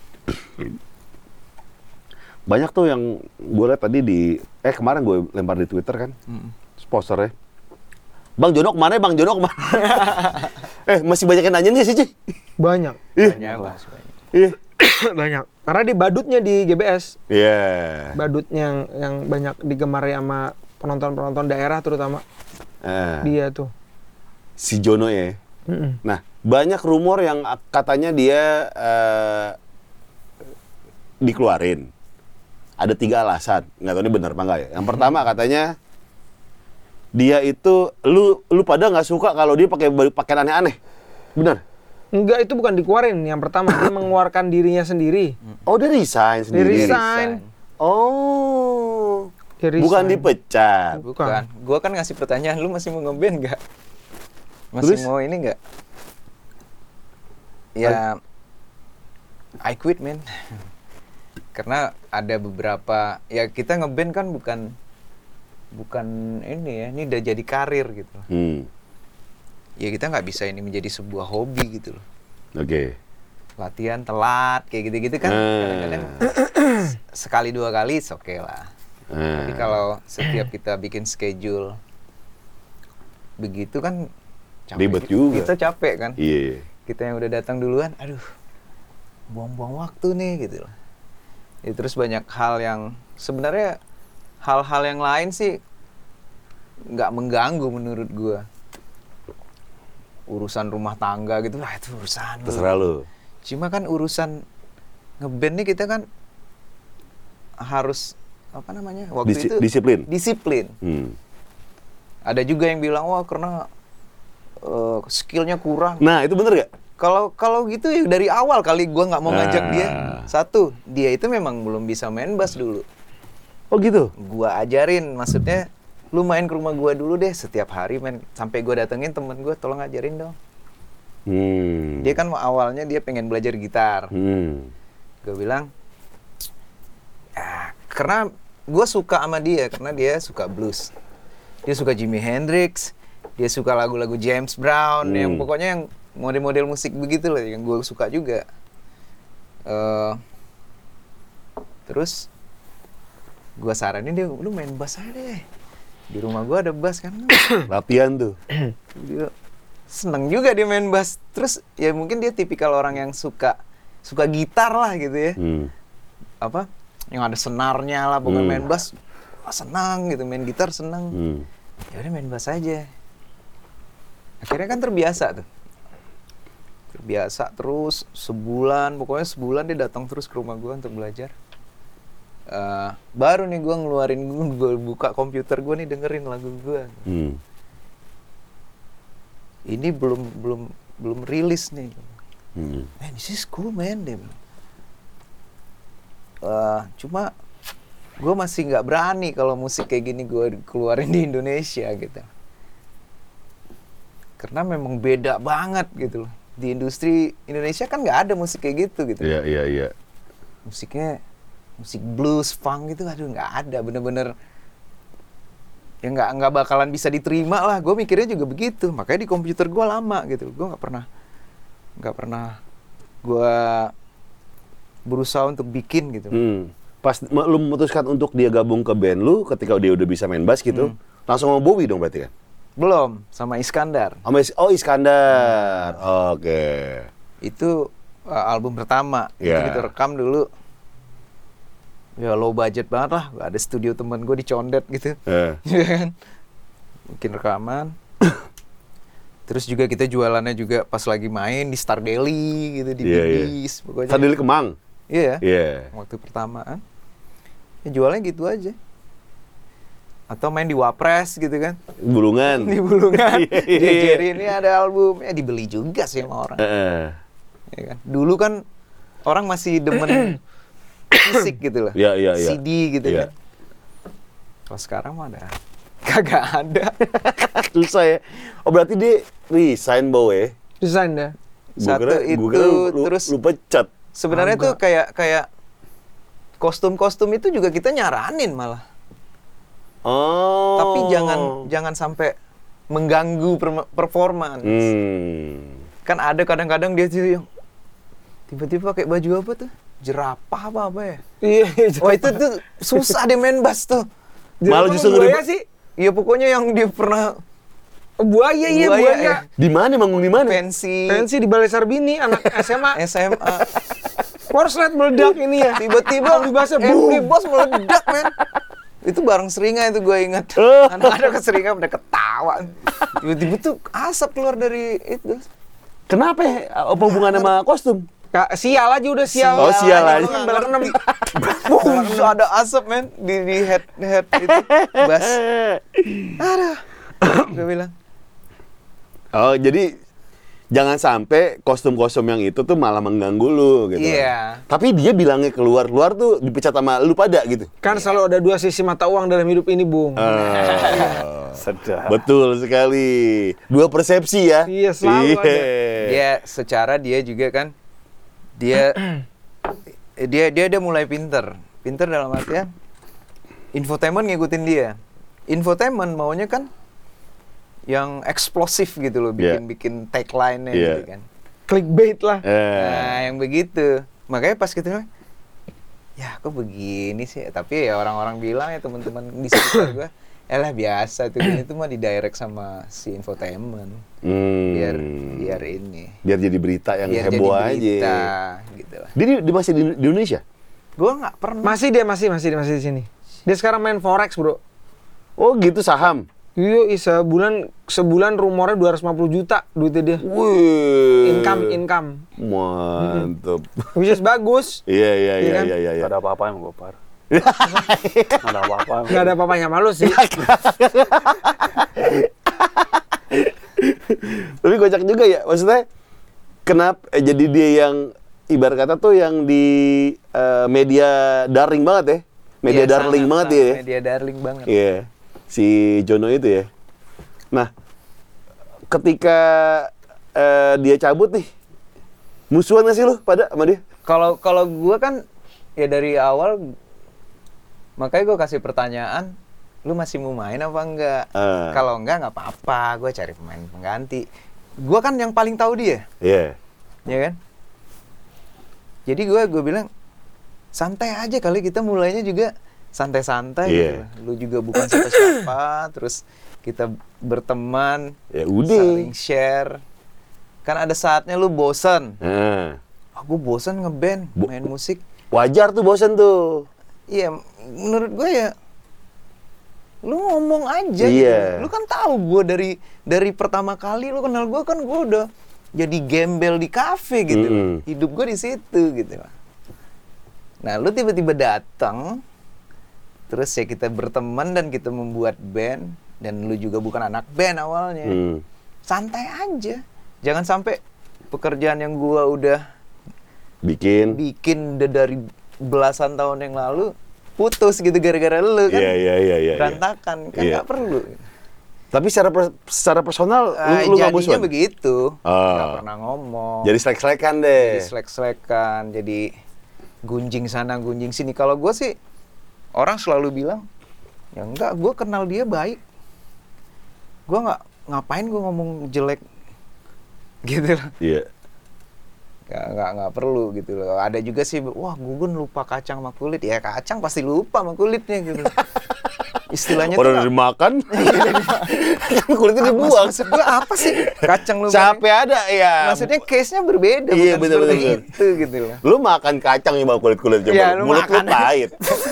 Banyak tuh yang gue liat tadi di, eh kemarin gue lempar di Twitter kan, posternya. Bang Jono kemana ya? Bang Jono kemana? eh, masih banyak yang nanya nih sih, Ci. Banyak. Ih, Banyak lah sebanyak. ih. Banyak. Karena di badutnya di G B S. Iya. Badutnya yang yang banyak digemari sama penonton-penonton daerah terutama. Ah, Dia tuh. si Jono ya. Mm-mm. Nah, banyak rumor yang katanya dia eh, dikeluarin. Ada tiga alasan, nggak tahu ini benar apa enggak ya. Yang pertama katanya dia itu, lu lu pada nggak suka kalau dia pakai baju- pakaian aneh-aneh, benar? Enggak, itu bukan dikeluarin. Yang pertama dia mengeluarkan dirinya sendiri. Oh, dia resign Dia sendiri. resign. Oh, Dia resign. bukan dipecat. Bukan. Gua kan ngasih pertanyaan, lu masih mau ngeband nggak? Masih Terus? mau ini nggak? Ya, I quit man. Karena ada beberapa, ya kita ngeband kan bukan bukan ini ya, ini udah jadi karir gitu. Hmm. Ya kita nggak bisa ini menjadi sebuah hobi gitu loh. Oke. Latihan telat kayak gitu-gitu kan, Ah. kadang-kadang sekali dua kali oke okay lah. Ah. Tapi kalau setiap kita bikin schedule begitu kan capek. Ribet juga. Kita capek kan. Iya. Kita yang udah datang duluan, aduh, buang-buang waktu nih gitu loh. Ya, terus banyak hal yang sebenarnya hal-hal yang lain sih nggak mengganggu menurut gua. Urusan rumah tangga gitu lah itu urusan. Terserah lu. Cuma kan urusan ngeband nih kita kan harus apa namanya waktu Disi- itu disiplin. Disiplin. Hmm. Ada juga yang bilang wah karena uh, skillnya kurang. Nah, itu bener gak? Kalau kalau gitu ya dari awal kali gua nggak mau ngajak Ah. dia. Satu, dia itu memang belum bisa main bass dulu. Oh gitu? Gua ajarin, maksudnya lu main ke rumah gua dulu deh setiap hari main sampai gua datengin temen gua tolong ajarin dong. Hmm. Dia kan awalnya dia pengen belajar gitar. Hmm. Gue bilang, ya, karena gue suka sama dia, karena dia suka blues. Dia suka Jimi Hendrix, dia suka lagu-lagu James Brown, Hmm. yang pokoknya yang model-model musik begitu loh, yang gue suka juga. Eh, terus, gue saranin dia, lu main bass aja deh. Di rumah gue ada bass kan. Latihan tuh. Dia seneng juga dia main bass. Terus ya mungkin dia tipikal orang yang suka suka gitar lah gitu ya. Hmm. Apa yang ada senarnya lah pokoknya Hmm. main bass wah, senang gitu, main gitar senang. Hmm. Ya udah main bass aja. Akhirnya kan terbiasa tuh. Terbiasa terus sebulan, pokoknya sebulan dia datang terus ke rumah gua untuk belajar. Eh, baru nih gua ngeluarin, gua buka komputer gua nih dengerin lagu gua. Hmm. Ini belum belum belum rilis nih. Hmm. Man, this is cool man, dia bilang. Eh, cuma gue masih nggak berani kalau musik kayak gini gue keluarin di Indonesia gitu. Karena memang beda banget gitu loh. Di industri Indonesia kan nggak ada musik kayak gitu gitu. Iya, iya, iya. Musiknya musik blues, funk gitu, aduh nggak ada, bener-bener ya nggak nggak bakalan bisa diterima lah. Gue mikirnya juga begitu, makanya di komputer gue lama gitu. Gue nggak pernah nggak pernah gue berusaha untuk bikin gitu. Hmm. Pas ma- lu memutuskan untuk dia gabung ke band lu, ketika dia udah bisa main bass gitu, langsung sama Bowie dong berarti kan? Belum, sama Iskandar. Sama Is- oh Iskandar, oke. Itu uh, album pertama. Iya. Itu kita rekam dulu. Ya low budget banget lah. Ada studio temen gue di Condet gitu. Eh. Ya kan? Bikin rekaman. Terus juga kita jualannya juga pas lagi main di Star Daily gitu, di Iya, iya. Bibis. Pokoknya. Sadil Kemang. Iya. Iya. Waktu pertama kan. Ya jualnya gitu aja. Atau main di Wapres gitu kan. Bulungan. Di Bulungan. Iya, iya, Dia iya. Jerry ini ada album. Ya dibeli juga sih sama orang. Heeh. Ya kan? Dulu kan orang masih demen fisik gitu loh. Iya, iya, iya. C D gitu Iya. kan. Kalau sekarang mah ada. Kagak ada. Susah ya. Oh berarti dia resign Bowie. Desain dah. Gua Satu kira- itu, gua kira lu, lu, terus lu pecat. sebenarnya tuh kayak kayak kostum-kostum itu juga kita nyaranin malah. Oh. Tapi jangan jangan sampai mengganggu per- performance. Hmm. Kan ada kadang-kadang dia tuh yang tiba-tiba pakai baju apa tuh? Jerapah apa apa ya? Iya. Wah itu tuh susah deh main bass tuh. Malah justru buaya ngeri- sih. Iya pokoknya yang dia pernah Buaya iya Buaya, buaya. ya. Di mana manggung di mana? pensi Pensi di Balai Sarbini anak S M A. S M A. Korslet meledak ini ya. Tiba-tiba Ambil bassnya, M D boom. Boss meledak men. Itu bareng Seringa itu gue ingat. Oh. Anak-anak ke Seringa pada ketawa. Tiba-tiba tuh asap keluar dari itu. Kenapa ya? Apa hubungannya sama kostum? Kak, sial aja udah sial. Oh, sial aja. Kan balak enam. Boom, ada asap men di, di head head itu bass. Ada. Gue bilang. Oh, jadi jangan sampai kostum-kostum yang itu tuh malah mengganggu lu gitu. Iya. Tapi dia bilangnya keluar-luar tuh dipecat sama lu pada gitu. Kan selalu ada dua sisi mata uang dalam hidup ini, Bung. Ah, Sedap. betul sekali. Dua persepsi ya. Iya, selalu ada. Dia secara dia juga kan dia dia dia dia mulai pinter. Pinter dalam artian infotainment ngikutin dia. Infotainment maunya kan yang eksplosif gitu loh, Yeah. bikin-bikin tagline-nya Yeah. gitu kan. Clickbait lah. Eh. Nah, yang begitu. Makanya pas gitu, ya kok begini sih? Tapi ya orang-orang bilang ya teman-teman di sekitar gue, elah biasa tuh ini tuh mah di direct sama si infotainment. Hmm. Biar biar ini. Biar jadi berita yang biar heboh jadi berita, aja. gitu lah. Dia, di- dia masih di, di Indonesia? Gue nggak pernah. Masih dia masih masih masih di sini. Dia sekarang main forex, Bro. Oh gitu, saham? Iya, sebulan sebulan rumornya dua ratus lima puluh juta duitnya dia. Wih. Income income. Mantep. Which is bagus. Iya, iya, Iya iya, kan? iya, iya. Gak ada apa-apa yang Gopar. Gak ada apa-apa. Gak ada apa-apanya malu sih. Tapi kocak juga ya, maksudnya kenapa eh, jadi dia yang ibarat kata tuh yang di eh, media daring banget ya, media Iya, darling sangat, banget sangat ya. Media darling banget. Iya, si Jono itu ya. Nah, ketika eh, dia cabut nih, musuhan gak sih lu pada sama dia? Kalau kalau gue kan ya dari awal, makanya gue kasih pertanyaan, lu masih mau main apa enggak? Ah. Kalau enggak nggak apa-apa, gue cari pemain pengganti. Gue kan yang paling tahu dia, Iya. ya kan? Jadi gue gue bilang santai aja kali, kita mulainya juga santai-santai. Iya. Gitu. Lu juga bukan siapa-siapa, terus kita berteman, Ya udah. saling share. Kan ada saatnya lu bosan. Nah, Aku bosan ngeband, Bo- main musik. wajar tuh bosen tuh. Iya, menurut gue ya, lu ngomong aja Iya. gitu. Lu kan tahu gue dari dari pertama kali lu kenal gue kan gue udah jadi gembel di kafe gitu. Mm-mm. Hidup gue di situ gitu. Nah, lu tiba-tiba datang, terus ya kita berteman dan kita membuat band, dan lu juga bukan anak band awalnya. Hmm. Santai aja. Jangan sampai pekerjaan yang gue udah Bikin. bikin udah dari belasan tahun yang lalu putus gitu gara-gara lu kan. Iya, iya, iya, iya. Berantakan, kan Iya. nggak perlu. Tapi secara per- secara personal Ah, lu lu nggak jadinya musuhan? begitu, Ah. nggak pernah ngomong. Jadi selek-selekan deh. Jadi selek-selekan, jadi gunjing sana gunjing sini. Kalau gue sih orang selalu bilang, ya enggak, gue kenal dia baik. Gue nggak ngapain gue ngomong jelek gitu loh. Iya. Nggak, nggak, nggak perlu gitu loh. Ada juga sih, wah Gugun lupa kacang sama kulit. Ya kacang pasti lupa sama kulitnya gitu. Istilahnya Orang tuh udah dimakan, kan kulitnya dibuang. Maksud gue apa sih? Kacang lupa. Capek ada ya. Maksudnya case-nya berbeda, Iya, bukan bener, seperti bener, itu gitu loh. Lu makan kacang yang bawa kulit-kulit coba. Iya, lu Mulut makan. lu pahit.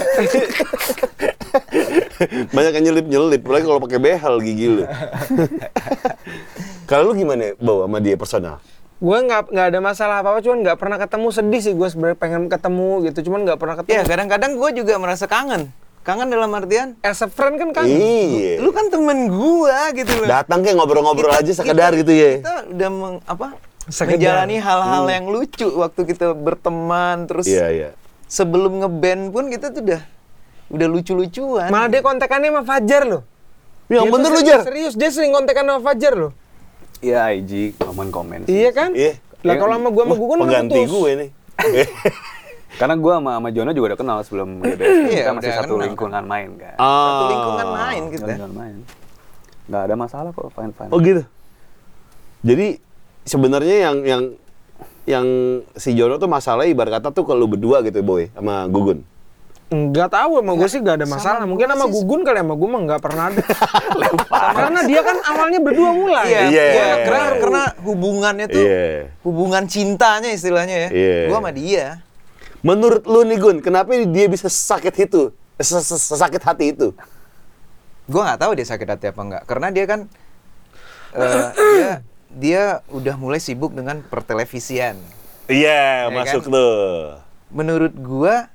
Banyak yang nyelip-nyelip, apalagi kalau pakai behel gigi lu. Kalau lu gimana bawa sama dia personal? Gue nggak nggak ada masalah apa apa, cuman nggak pernah ketemu. Sedih sih gue sebenarnya, pengen ketemu gitu, cuman nggak pernah ketemu. Ya kadang-kadang gue juga merasa kangen. Kangen dalam artian, As a friend kan kan. Iya. lu kan temen gua gitu loh. Datang kayak ngobrol-ngobrol Kita- aja sekedar kita- gitu ya. Kita udah meng, apa? Sekedar. Menjalani hal-hal yang lucu waktu kita berteman, terus Iya, iya. sebelum ngeband pun kita tuh udah udah lucu-lucuan. Malah dia kontekannya sama Fajar loh. Yang Dia bener tuh lu, serius- Jar. Serius, dia sering kontekan sama Fajar loh. Iya, I G, komen-komen. Iya kan? Iya. Lah kalau sama gue sama Gugun udah Pengganti putus. gue nih. Karena gue sama, sama Jono juga udah kenal sebelum G B S. Iya, Kita masih udah satu kenal. lingkungan main kan. Satu Ah. lingkungan main kita. Lingkungan main. Nggak ada masalah kok, fine-fine. Oh gitu. Jadi sebenarnya yang yang yang si Jono tuh masalahnya ibarat kata tuh kalau berdua gitu boy sama Gugun. Enggak tahu, sama gue sih gak ada Sama masalah. gua Mungkin sama sih- Gugun kali, sama gue mah nggak pernah ada. Karena dia kan awalnya berdua mulai. Iya, Iya. gua karena, karena hubungannya tuh Iya. hubungan cintanya istilahnya ya. Iya. Gua sama dia. Menurut lu nih Gun, kenapa dia bisa sakit itu? Ses- ses- Sakit hati itu? Gua nggak tahu dia sakit hati apa enggak. Karena dia kan eh, dia dia udah mulai sibuk dengan pertelevisian. Iya, Ya masuk kan? tuh. Menurut gua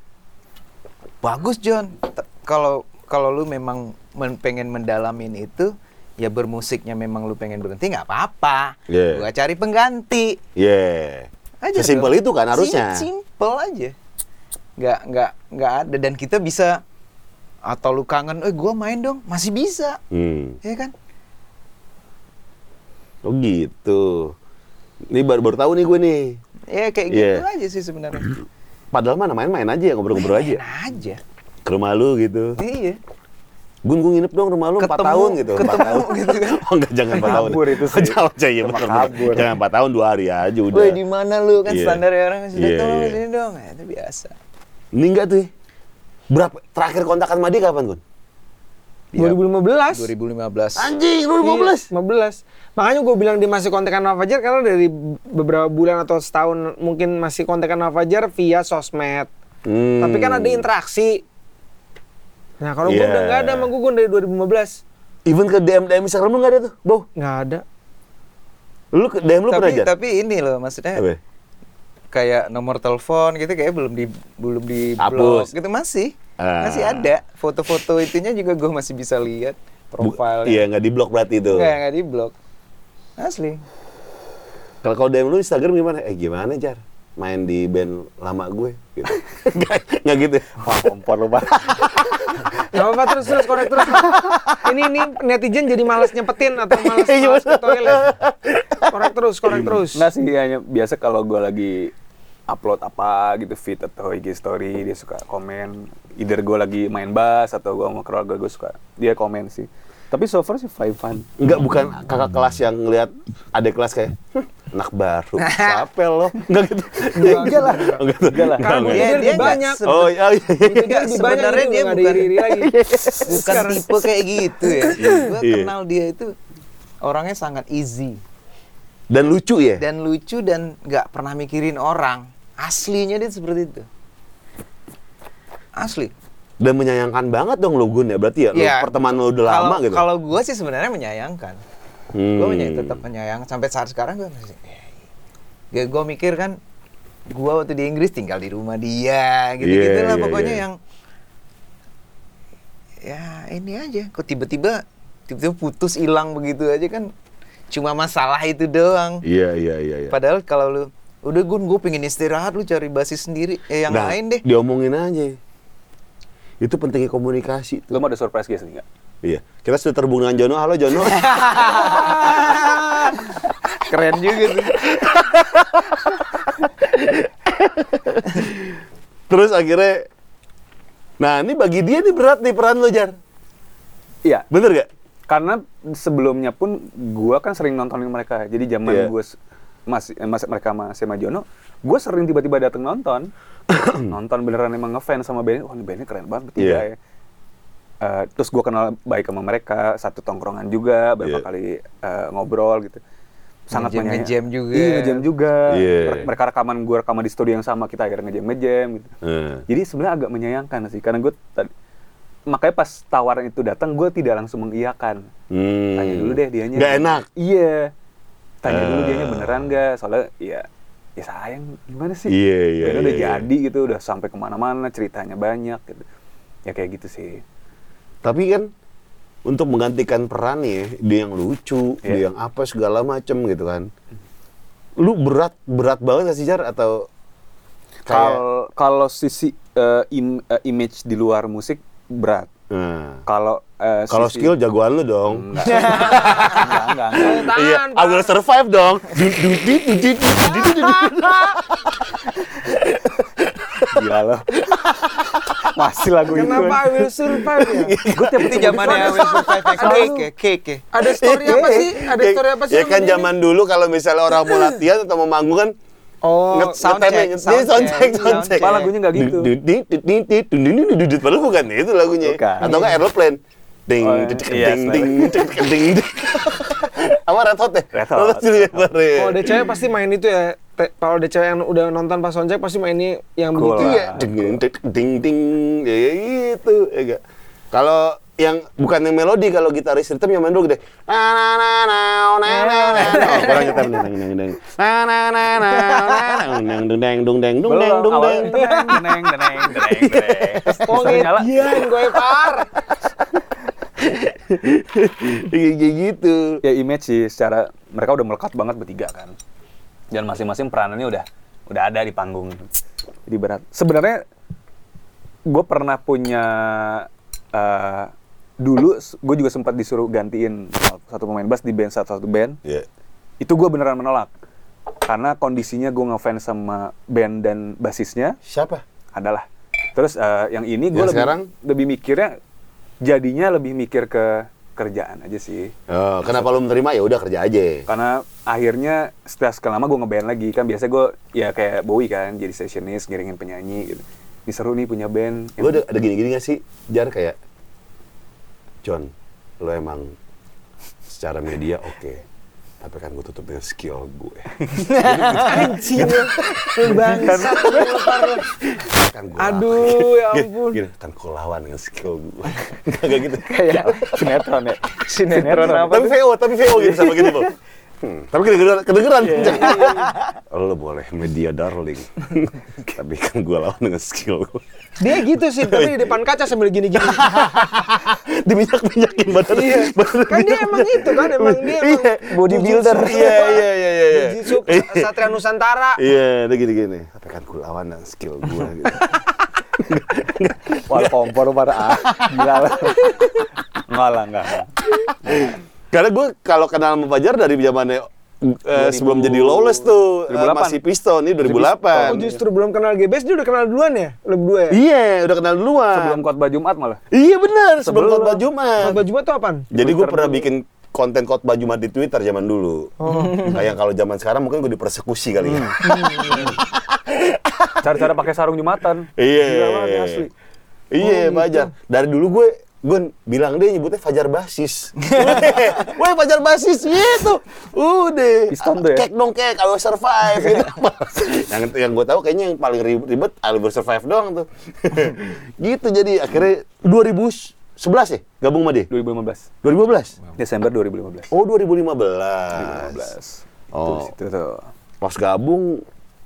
bagus John. T- Kalau kalau lu memang men- pengen mendalamin itu, ya bermusiknya memang lu pengen berhenti nggak apa-apa. Yeah. Gua cari pengganti. Iya. Aja Sesimpel tuh. itu kan harusnya. Sim- Simple aja. Nggak nggak nggak ada dan kita bisa atau lu kangen, eh gua main dong, masih bisa. Hmm. Ya kan? Oh gitu. Ini baru baru tahu nih gue nih. Ya kayak Yeah. gitu aja sih sebenarnya. Padahal mana main-main aja, ngobrol-ngobrol aja. Main aja. Ke rumah lu gitu. Iya. Gun, gue nginep dong rumah lu empat Ketemu- tahun gitu. empat ketemu tahun. gitu kan. Oh enggak, jangan empat tahun. Kabur itu sih. Jangan, jangan, iya, Cuma bener, bener. kabur. Jangan empat tahun, dua hari aja udah. Woi di mana lu kan Iya. standar ya orang sudah Iya, tolong iya. sini dong. Nah, itu biasa. Ini enggak tuh. Berapa terakhir kontakan sama dia kapan, Gun? dua ribu lima belas. dua ribu lima belas. Anjing, dua ribu lima belas. lima belas. Makanya gue bilang dia masih kontekan sama Fajar karena dari beberapa bulan atau setahun mungkin masih kontekan sama Fajar via sosmed. Hmm. Tapi kan ada interaksi. Nah kalau gue Yeah. udah nggak ada sama Gugun dari dua ribu lima belas. Even ke D M D M Instagram lu enggak ada tuh, Bow? Nggak ada. Lu ke D M lu pernah Tapi aja? tapi ini loh maksudnya Apa? kayak nomor telepon gitu kayak belum di belum di Hapus. blok gitu masih. Ah. Masih ada. Foto-foto itunya juga gue masih bisa lihat Bu- profilnya. Iya, enggak di blok berarti itu. Enggak, enggak di blok. Asli. Kalau kalau D M lu Instagram gimana? Eh gimana, Jar? Main di band lama gue gitu. Enggak enggak gitu. Wah, kompor lu, Bang. Gak apa-apa, terus terus korek terus. Ini ini netizen jadi malas nyempetin atau malas Iya, malas ke betul. toilet. Korek terus, korek terus. Nggak sih, hanya biasa kalau gue lagi upload apa gitu, feed atau I G story, dia suka komen. Either gue lagi main bass atau gue sama keluarga gue suka, dia komen sih. Tapi so far sih fine fun. Enggak, bukan kakak kelas yang ngelihat adik kelas kayak "Hm, anak baru, siapa lo?" Enggak gitu. Enggak lah. Enggak gitu. Enggak lah. Karena Enggak, gue enggak. dia lebih nggak banyak. sebe- Oh iya iya. Itu dia Enggak, lebih banyak, sebenarnya jadi dia nggak ada bukan- iri-iri lagi. Bukan Sekarang- tipe kayak gitu ya. Gue Iya. kenal dia itu orangnya sangat easy Dan lucu ya? dan lucu dan nggak pernah mikirin orang. Aslinya dia seperti itu. Asli. Dan menyayangkan banget dong lo Gun ya. Berarti ya, lo Ya, pertemanan lo udah kalau, lama gitu. Kalau gue sih sebenarnya menyayangkan. Hmm. Gue menyay- tetap menyayang sampai saat sekarang gue masih. Ya, gue mikir kan, gue waktu di Inggris tinggal di rumah dia, gitu-gitu Iya, lah iya, pokoknya iya. yang. Ya ini aja, kok tiba-tiba tiba-tiba putus hilang begitu aja kan, cuma masalah itu doang. Iya iya iya iya. Padahal kalau lu udah Gun, gue pengen istirahat, lu cari basis sendiri, eh yang Nah, lain deh. diomongin aja. Itu pentingnya komunikasi tuh. Lu mau ada surprise guys nih nggak? Iya. Kita sudah terhubung dengan Jono. Halo Jono. Keren juga tuh. Terus akhirnya, nah ini bagi dia nih berat nih peran lo Jar. Iya. Bener gak? Karena sebelumnya pun gua kan sering nontonin mereka. Jadi zaman Iya. gua s- masih eh, masih mereka masih sama Jono, gua sering tiba-tiba datang nonton. Nonton beneran emang ngefans sama bandnya. Wah, ini bandnya keren banget bertiga Iya. ya. Eh, terus gua kenal baik sama mereka, satu tongkrongan juga, beberapa Iya. kali eh, ngobrol gitu. Sangat Ngejam- menyayang- ngejam juga. Iya, ngejam juga. Iya. Mer- Mereka rekaman, gua rekaman di studio yang sama, kita akhirnya ngejam-ngejam gitu. Eh. Jadi sebenarnya agak menyayangkan sih, karena gue tadi makanya pas tawaran itu datang, gue tidak langsung mengiyakan. Hmm. Tanya dulu deh dianya. Gak enak. Iya. Tanya dulu Eh. dianya beneran gak? Soalnya ya, ya sayang gimana sih? Iya, iya, Bandnya udah iya, iya. jadi gitu, udah sampai kemana-mana, ceritanya banyak gitu. Ya kayak gitu sih. Tapi kan untuk menggantikan peran ya, dia yang lucu, Iya. dia yang apa segala macem gitu kan. Lu berat berat banget gak sih Jar atau kayak Kalau kalau sisi eh, im- eh, image di luar musik berat. nah, Kalau eh, kalau sisi- skill jagoan lu dong. enggak, enggak, enggak, enggak. Iya, I will survive dong. Dut, dut, dit, dut, dit, dut, dit, dut, dit. Gila lo. Masih lagu itu. Kenapa I will survive ya? Gue tiap Itu zamannya Will Survive yang cake ya, cake ya. Ada story apa sih? Ada Ya- story apa sih? Ya sama kan dia zaman dulu kalau misalnya orang mau latihan atau mau manggung kan nih? Oh, nge- soundcheck, ngetemnya, soundcheck, ini soundcheck, soundcheck. soundcheck. Malah lagunya nggak gitu. Dut, dit, dut, dit, dit, dut, dit, dut, dit. Padahal bukan itu lagunya. Bukan. Atau nggak aeroplane. Ding, Oh, ding, iya, ding, ding, ding, ding, ding. Apa Red Hot ya? Red Hot. Julia Barre. kalau ada cewek pasti main itu ya. Te- Kalau ada cewek yang udah nonton pas soundcheck pasti main ini yang Cool begitu lah. ya. Ding, ding, ding, ding, ding. Ya ya gitu. Ya nggak? Kalau yang bukan yang melodi, kalau gitaris rhythm yang main dulu gede. Na na na na na na na. Oh, orang gitar nih, deng deng deng. Na na na na na deng deng deng dung deng dung deng dung deng. Deneng, deneng, deneng, deneng, deneng. Oh, Bisa nyala. iya, gue par. Kayak gitu. Ya image sih, secara mereka udah melekat banget bertiga kan. Dan masing-masing peranannya udah udah ada di panggung. Jadi berat. Sebenarnya gue pernah punya uh, dulu gue juga sempat disuruh gantiin satu pemain bass di band satu satu band. Iya. Itu gue beneran menolak. Karena kondisinya gue ngefans sama band dan basisnya Siapa? adalah. Terus uh, yang ini gue Yang lebih sekarang? lebih mikirnya jadinya lebih mikir ke kerjaan aja sih. Oh, kenapa lu menerima? Ya udah kerja aja. Karena akhirnya setelah sekian lama gue ngeband lagi kan, biasa gue ya kayak Bowie kan, jadi sessionis, ngiringin penyanyi gitu. Ini seru nih punya band. Lu ada, ada gini-gini gak sih? Jar kayak John, lu emang secara media oke. Tapi kan gue tutup dengan skill gue. Anjing. Bangsat lu. Kan gue Aduh, ya ampun. Gini, kan gue lawan dengan skill gue. Kayak gitu. Kayak sinetron ya. Sinetron apa Tapi V O, tapi V O gitu sama gitu, Bang. Hmm, tapi kedengeran, kedengeran. Lo boleh media darling. Tapi kan gue lawan dengan skill gue. Dia gitu sih, tapi di depan kaca sambil gini-gini. Diminyak-minyakin badan. Iya. Kan dia emang itu kan, emang dia emang bodybuilder. Iya, iya, iya, iya. iya. Jujitsu Satria Nusantara. Iya, dia gini-gini. Tapi kan gue lawan dengan skill gue gitu. Wah, kompor pada ah. Gila lah. Enggak lah, enggak. Karena gue kalau kenal sama Fajar dari zamannya eh, sebelum jadi Lawless tuh, dua ribu delapan. eh, masih Piston, ini dua ribu delapan. Oh, justru belum kenal G B S, dia udah kenal duluan ya? Lo berdua ya? Iya, udah kenal duluan. Sebelum khotbah Jumat malah. Iya benar, sebelum Sebelum. khotbah Jumat. Khotbah Jumat tuh apaan? Jadi gue pernah bikin konten khotbah Jumat di Twitter zaman dulu. Oh. Kayak kalau zaman sekarang mungkin gue dipersekusi kali ya. Cara-cara pakai sarung Jumatan. Iya. Gila banget, asli. Iya, Oh, Fajar. Dari dulu gue gue bilang dia nyebutnya Fajar Basis. Woi, Fajar Basis gitu. Udah. Piston tuh ya? Kek dong kek, I will survive gitu. yang yang gue tahu kayaknya yang paling ribet I will survive doang tuh. Gitu jadi akhirnya dua ribu sebelas ya gabung sama dia. dua ribu lima belas. dua ribu lima belas. Desember dua ribu lima belas. Oh, dua ribu lima dua ribu lima belas. belas. Oh. Itu tuh. Pas gabung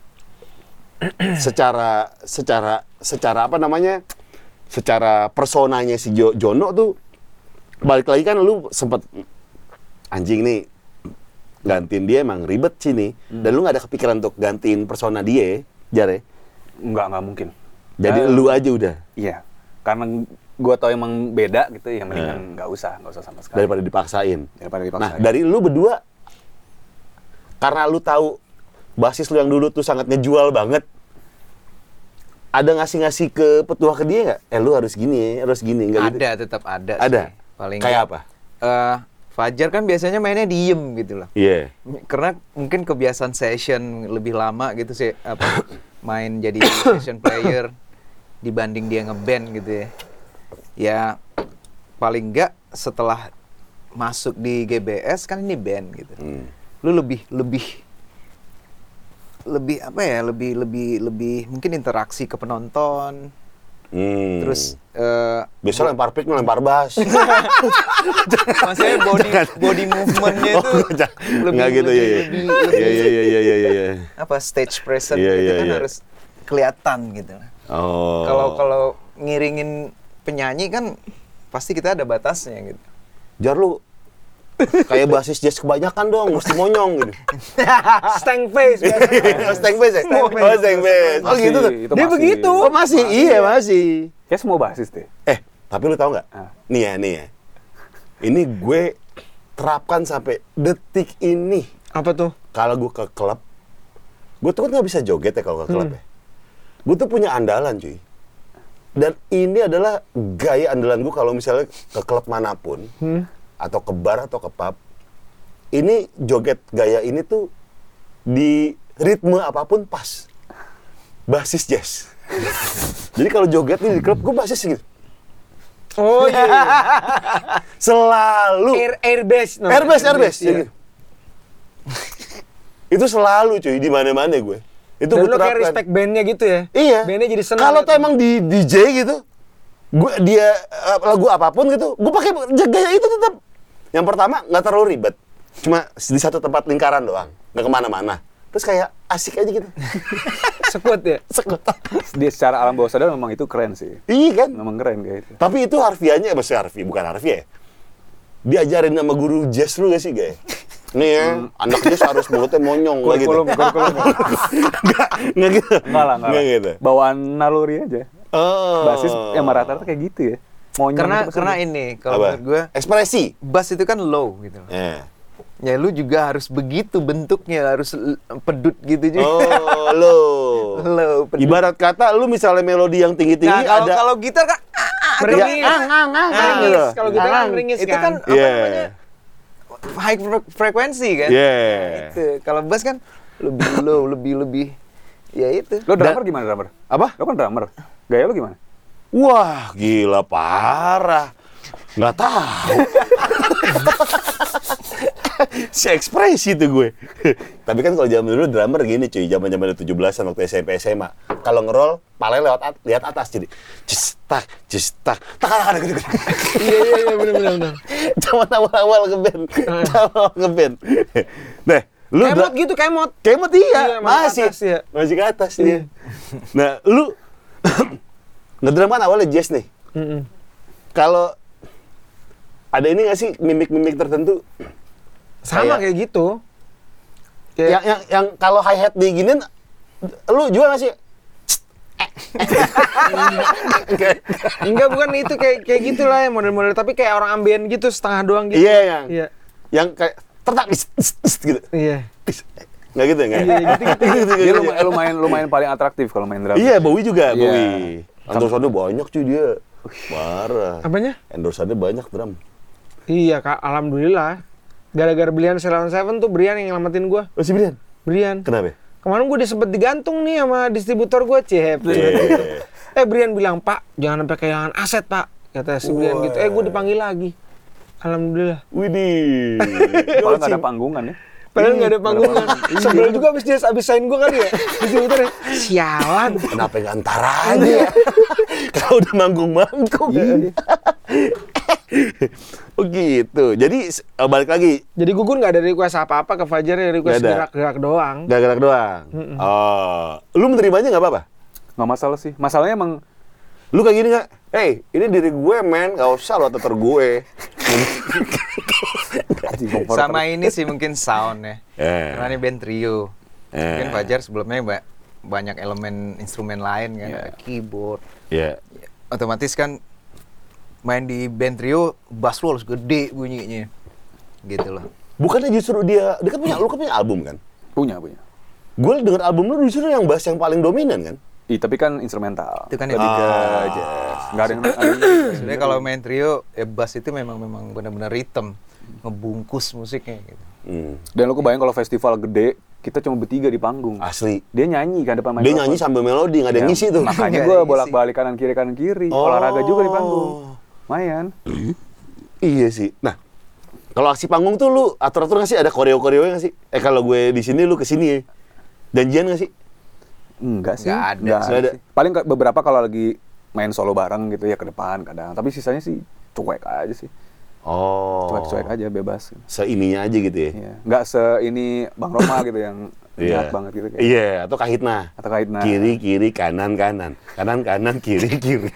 secara secara secara apa namanya? Secara personanya si Jo- Jono tuh balik lagi kan lu sempet anjing nih gantiin dia emang ribet sih nih dan lu nggak ada kepikiran untuk gantiin persona dia Jare. Enggak, enggak mungkin. Jadi Eh, lu aja udah Iya. Karena gua tau emang beda gitu, ya mendingan nggak usah, nggak usah sama sekali. daripada dipaksain. Daripada Nah, dipaksain. dari lu berdua karena lu tahu basis lu yang dulu tuh sangat ngejual banget. Ada ngasih-ngasih ke petua ke dia nggak? Eh lu harus gini, harus gini, nggak gitu? Ada, tetap ada. Ada? sih. Paling Kayak nggak, apa? eh, Fajar kan biasanya mainnya diem gitu loh. Iya. Karena mungkin kebiasaan session lebih lama gitu sih, apa main jadi session player dibanding dia ngeband gitu ya. Ya paling enggak setelah masuk di G B S kan ini band gitu. Hmm. Lu lebih lebih lebih apa ya? Lebih lebih lebih mungkin interaksi ke penonton. Hmm. Terus eh biasa lempar pick, lempar bas. maksudnya body body movementnya itu lebih Nggak gitu, lebih, iya, iya. lebih, Iya, lebih iya, iya, iya, iya, iya, iya. apa stage presence Iya, itu iya, kan iya. harus kelihatan gitu. Oh. Kalau kalau ngiringin penyanyi kan pasti kita ada batasnya gitu. Jar lu kayak basis jazz kebanyakan dong, mesti monyong gitu. Stank face biasanya. Stank bass ya? Stank Oh, bass. stank bass. Oh Masih, gitu tuh. itu Dia masih. begitu. Oh masih, iya masih. Kayak semua basis deh. Eh, tapi lu tahu nggak? Ah. Nih ya, nih ya. Ini gue terapkan sampai detik ini. Apa tuh? Kalau gue ke klub, gue tuh kan nggak bisa joget ya kalau ke klub ya. Gue tuh punya andalan cuy. Dan ini adalah gaya andalan gue kalau misalnya ke klub manapun, Hmm. atau ke bar atau ke pub. Ini joget gaya ini tuh di ritme apapun pas. Basis jazz. Jadi kalau joget nih di klub gue basis gitu. Oh iya. iya. Selalu. Air air bass. namanya. Airbase, airbase. Iya. Gitu. Itu selalu cuy di mana-mana gue. Itu Dan gue lo kayak terapkan. respect bandnya gitu ya? Iya. Bandnya jadi senang. Kalau gitu. tuh emang di D J gitu, gue dia eh, lagu apapun gitu, gue pakai gaya itu tetap. Yang pertama nggak terlalu ribet, cuma di satu tempat lingkaran doang, nggak kemana-mana. Terus kayak asik aja gitu. Sekut ya? Sekut. Dia secara alam bawah sadar memang itu keren sih. Iya kan? Memang keren kayak itu. Tapi itu harfiahnya, eh, maksudnya harfi, bukan harfiah ya. diajarin sama guru jazz lu gak sih, Gay? Nih ya, anak jazz harus mulutnya monyong, nggak gitu? Kurikulum, kurikulum. Nggak, nggak gitu? Enggak lah, enggak Nggak lah. gitu? Bawaan naluri aja. Oh. Basis yang rata-rata kayak gitu ya. Monyong Karena itu pasti karena gitu. ini kalau Apa? menurut gue Ekspresi? Bass itu kan low gitu loh. Eh. Ya lu juga harus begitu bentuknya, harus l- pedut gitu juga. Oh, lo. Low, pedut. Ibarat kata lu misalnya melodi yang tinggi-tinggi Nah, kalau ada kalau gitar kan meringis. Ya, ang, ang, ang, ang, Meringis. gitu. Kalau kita kan Ang. meringis itu kan kan. apa Iya. namanya? High fre- frekuensi kan? Yeah. Itu. Kalau bass kan lebih low, lebih lebih ya itu. Lo drummer gimana drummer? Apa? Lo kan drummer. Gaya lo gimana? Wah, gila parah. Nggak tahu. Si ekspresi tuh gue. Tapi kan kalau zaman dulu drummer gini cuy, zaman-zaman tujuh belasan waktu S M P S M A. Kalau ngerol, palanya lewat at- lihat atas jadi cis tak, cis tak. Tak tak gitu. Iya iya iya benar benar benar. Zaman awal-awal ngeband. Awal ngeband. Nah, lu Kemot dra- gitu kemot. Kemot iya, Iya, masih masih. ke atas, ya. Masih ke atas dia. Nah, lu ngedrum kan awalnya jazz nih. Mm-mm. Kalau ada ini nggak sih mimik-mimik tertentu? Sama Kayak- kayak gitu. Yang Kayak yang, yang kalau hi hat diginin, lu juga nggak sih? enggak bukan itu kayak kayak gitulah ya model-model tapi kayak orang ambien gitu setengah doang gitu. Iya yang Iya. yang kayak tertak is, is, is, gitu. Iya. Nggak gitu nggak? Iya, gitu-gitu. Dia lum- lumayan lumayan paling atraktif kalau main drum. Iya, Bowie juga, Iya. Bowie. Endorsannya banyak cuy dia. Parah. Apanya? Endorsannya banyak drum. Iya, Kak, alhamdulillah. Gara-gara Brian Ceylon Seven tuh Brian yang nyelamatin gua. Oh, si Brian? Brian. Kenapa? Kemarin gue disempet digantung nih sama distributor gue, Cep. Iya. Eh, Brian bilang, Pak, jangan sampai kehilangan aset, Pak. Kata si Brian gitu. Eh, gue dipanggil lagi. Alhamdulillah. Widih. Padahal nggak ada panggungan ya. Padahal nggak ada panggungan. Sebel juga abis dia abis sign gue kali ya. Distributornya, sialan. Kenapa nggak antar aja ya? Kalau udah manggung-manggung. Oh gitu. Jadi s- eh, balik lagi, Jadi Gugun nggak ada request apa-apa ke Fajar, ya request Nggak ada. gerak-gerak doang. gak gerak doang. Oh, lu menerimanya nggak apa-apa? Nggak masalah sih. Masalahnya emang Lu kayak gini nggak? Hey, ini diri gue men, gak usah lo teter gue. Sama ini sih mungkin sound ya. Eh. Karena ini band trio. Eh. Mungkin Fajar sebelumnya ba- banyak elemen instrumen lain kan, Iya. ada keyboard. Ya. Otomatis kan main di band trio bass lu harus gede bunyinya. Gitu loh. Bukannya justru dia, dia kan punya, lu kan punya album kan? punya punya. Gue denger album lu justru yang bass yang paling dominan kan? Ih, tapi kan instrumental. Itu kan lebih ke Ah. jazz. Nggak ada yang ada yang- Sebenarnya kalau main trio, ya bass itu memang memang benar-benar rhythm, ngebungkus musiknya gitu. Hmm. Dan lo kebayang kalau festival gede, kita cuma bertiga di panggung. Asli. Dia nyanyi kan depan Dia mikrofon. nyanyi sambil melodi, gak ada yang Ya, ngisi tuh. Makanya Nggak gue ada yang bolak-balik kanan kiri kanan kiri, Oh. olahraga juga di panggung. Lumayan. Iya sih. Nah, kalau aksi panggung tuh lu atur-atur nggak sih? Ada koreo-koreo nggak sih? Eh kalau gue di sini, lu kesini ya. Janjian nggak sih? Enggak sih. Nggak ada. Nggak Nggak ada. sih. Paling ke- beberapa kalau lagi main solo bareng gitu ya ke depan kadang. Tapi sisanya sih cuek aja sih. Oh. Cuek-cuek aja bebas. Seininya aja gitu ya? Iya. Nggak se ini Bang Roma gitu yang jahat banget gitu kayak. Iya, atau Kahitna. Atau Kahitna. Kiri, kiri, kanan, kanan. Kanan, kanan, kiri, kiri.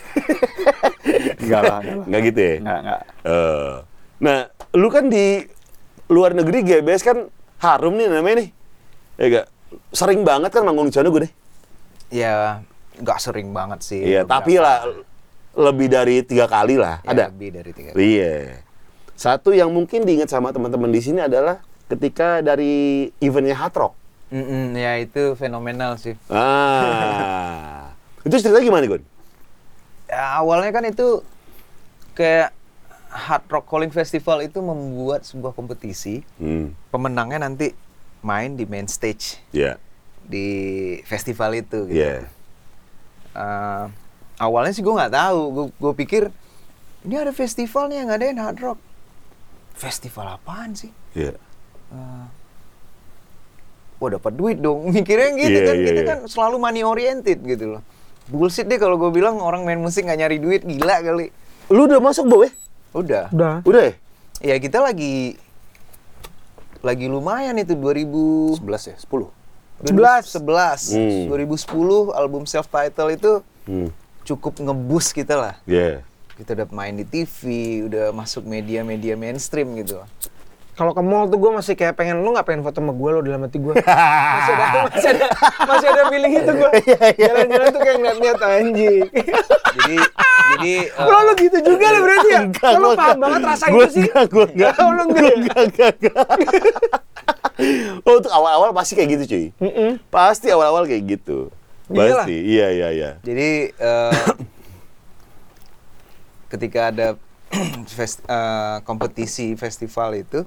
Enggak lah, enggak lah. Nggak gitu ya? Enggak, enggak. Eh, nah, lu kan di luar negeri G B S kan harum nih namanya nih. Ya gak? Sering banget kan manggung di sana gue deh. Ya nggak sering banget sih. Iya, beberapa. tapi lah lebih dari tiga kali lah. Ya, Ada? lebih dari tiga. Iya. Satu yang mungkin diingat sama teman-teman di sini adalah ketika dari eventnya Hard Rock. Mm-mm, ya itu fenomenal sih. Ah. Itu ceritanya gimana, Gun? Ya, awalnya kan itu kayak Hard Rock Calling Festival itu membuat sebuah kompetisi. Hmm. Pemenangnya nanti main di main stage Iya. di festival itu. Gitu. Iya. Eh, awalnya sih gue nggak tahu. Gue pikir ini ada festival nih yang ngadain Hard Rock. Festival apaan sih? Iya. Eh, wah dapat duit dong. Mikirnya gitu Iya, kan. iya, Kita iya. kan selalu money oriented gitu loh. Bullshit deh kalau gue bilang orang main musik nggak nyari duit, gila kali. Lu udah masuk, Bow, ya? Udah. Udah. Udah ya? Ya kita lagi lagi lumayan itu dua ribu sebelas ya, sepuluh. sebelas. sebelas Hmm. dua ribu sepuluh album self title itu Hmm. cukup ngebus kita lah. Iya. kita udah main di T V, udah masuk media-media mainstream gitu. Kalau ke mall tuh gue masih kayak pengen, lu nggak pengen foto sama gue lo dalam hati gue. Masih ada, masih ada, masih ada feeling itu gue. Jalan-jalan tuh kayak ngeliat-ngeliat anjing. Jadi jadi eh, Lo lo gitu juga lo berarti ya? Enggak, Lo gua paham enggak. banget rasa Gua itu sih? enggak, gua enggak. Oh, lo enggak Gua ya? enggak, enggak, enggak. Oh, untuk awal-awal pasti kayak gitu, cuy. Mm-mm. Pasti awal-awal kayak gitu. Iyalah. Pasti. Iya, iya, iya. jadi eh, ketika ada fest, eh, kompetisi festival itu,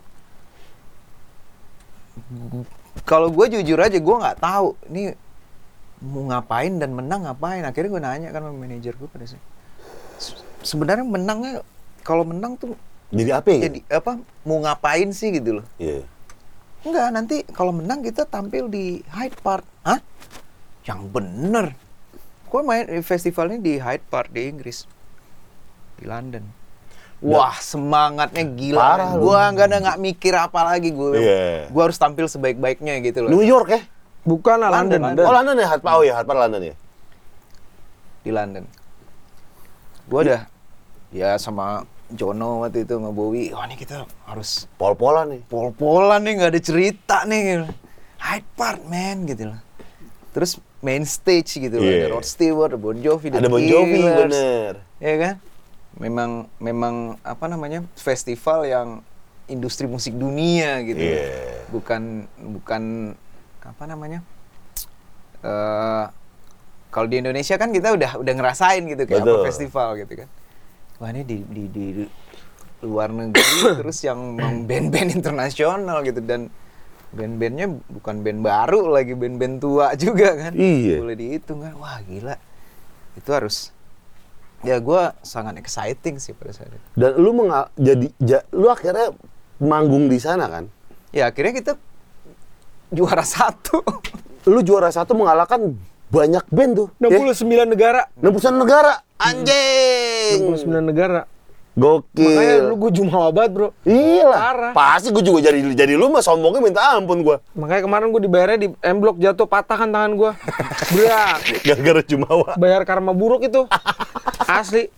kalau gue jujur aja gue nggak tahu ini mau ngapain dan menang ngapain. Akhirnya gue nanya kan sama manajer gue pada saat Se- sebenarnya menangnya, kalau menang tuh Jadi apa ya? jadi apa, mau ngapain sih gitu loh. Iya. Enggak, nanti kalau menang kita tampil di Hyde Park. Hah? Yang bener. Gue main di festival ini di Hyde Park di Inggris, di London. Wah, semangatnya gila. Parah lu. Gue nggak ada nggak mikir apa lagi. Gue Iya. gue harus tampil sebaik-baiknya gitu loh. New York ya? Bukan lah, London, London. London. Oh, London ya? Hard oh ya, Hard Park London ya? Di London. Gue udah ya sama Jono waktu itu sama Bowie. Wah, ini kita harus Pol-polan nih. pol-polan nih, nggak ada cerita nih gitu. Hyde Park man gitu loh. Terus main stage gitu loh, Iya. ada Rod Stewart, ada Bon Jovi, The Ada Bon Jovi, Killers. bener. Ya kan? Memang memang apa namanya? Festival yang industri musik dunia gitu. Iya. Bukan bukan apa namanya? Eh kalau di Indonesia kan kita udah udah ngerasain gitu kayak Betul. apa festival gitu kan. Wah, ini di di di, di luar negeri terus yang mem- band-band internasional gitu, dan band-bandnya bukan band baru lagi, band-band tua juga kan. Iya. Boleh dihitung kan. Wah, gila. Itu harus, ya gue sangat exciting sih pada saat itu. Dan lu menga- jadi ja- lu akhirnya manggung di sana kan? Ya akhirnya kita juara satu. Lu juara satu mengalahkan banyak band tuh. enam puluh sembilan negara. enam puluh sembilan negara. enam Anjing. puluh sembilan negara. Gokil. Makanya lu gue jumawa banget, bro. Iya lah. Parah. Pasti gue juga jadi jadi lu mah sombongnya minta ampun gue. Makanya kemarin gue dibayarnya di M-Block, jatuh patah kan tangan gue. Berat. Gara-gara Jumawa. Bayar karma buruk itu. Asli.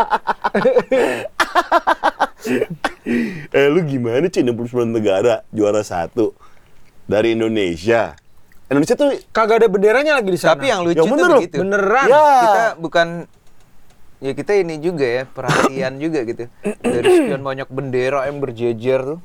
Eh lu gimana cuy, enam puluh sembilan negara juara satu dari Indonesia. Indonesia tuh Kagak ada benderanya lagi di sana. Tapi yang lucu Yang tuh bener loh, begitu. beneran. Ya. Kita bukan, ya kita ini juga ya, perhatian juga gitu. Dari sekian banyak bendera yang berjejer tuh.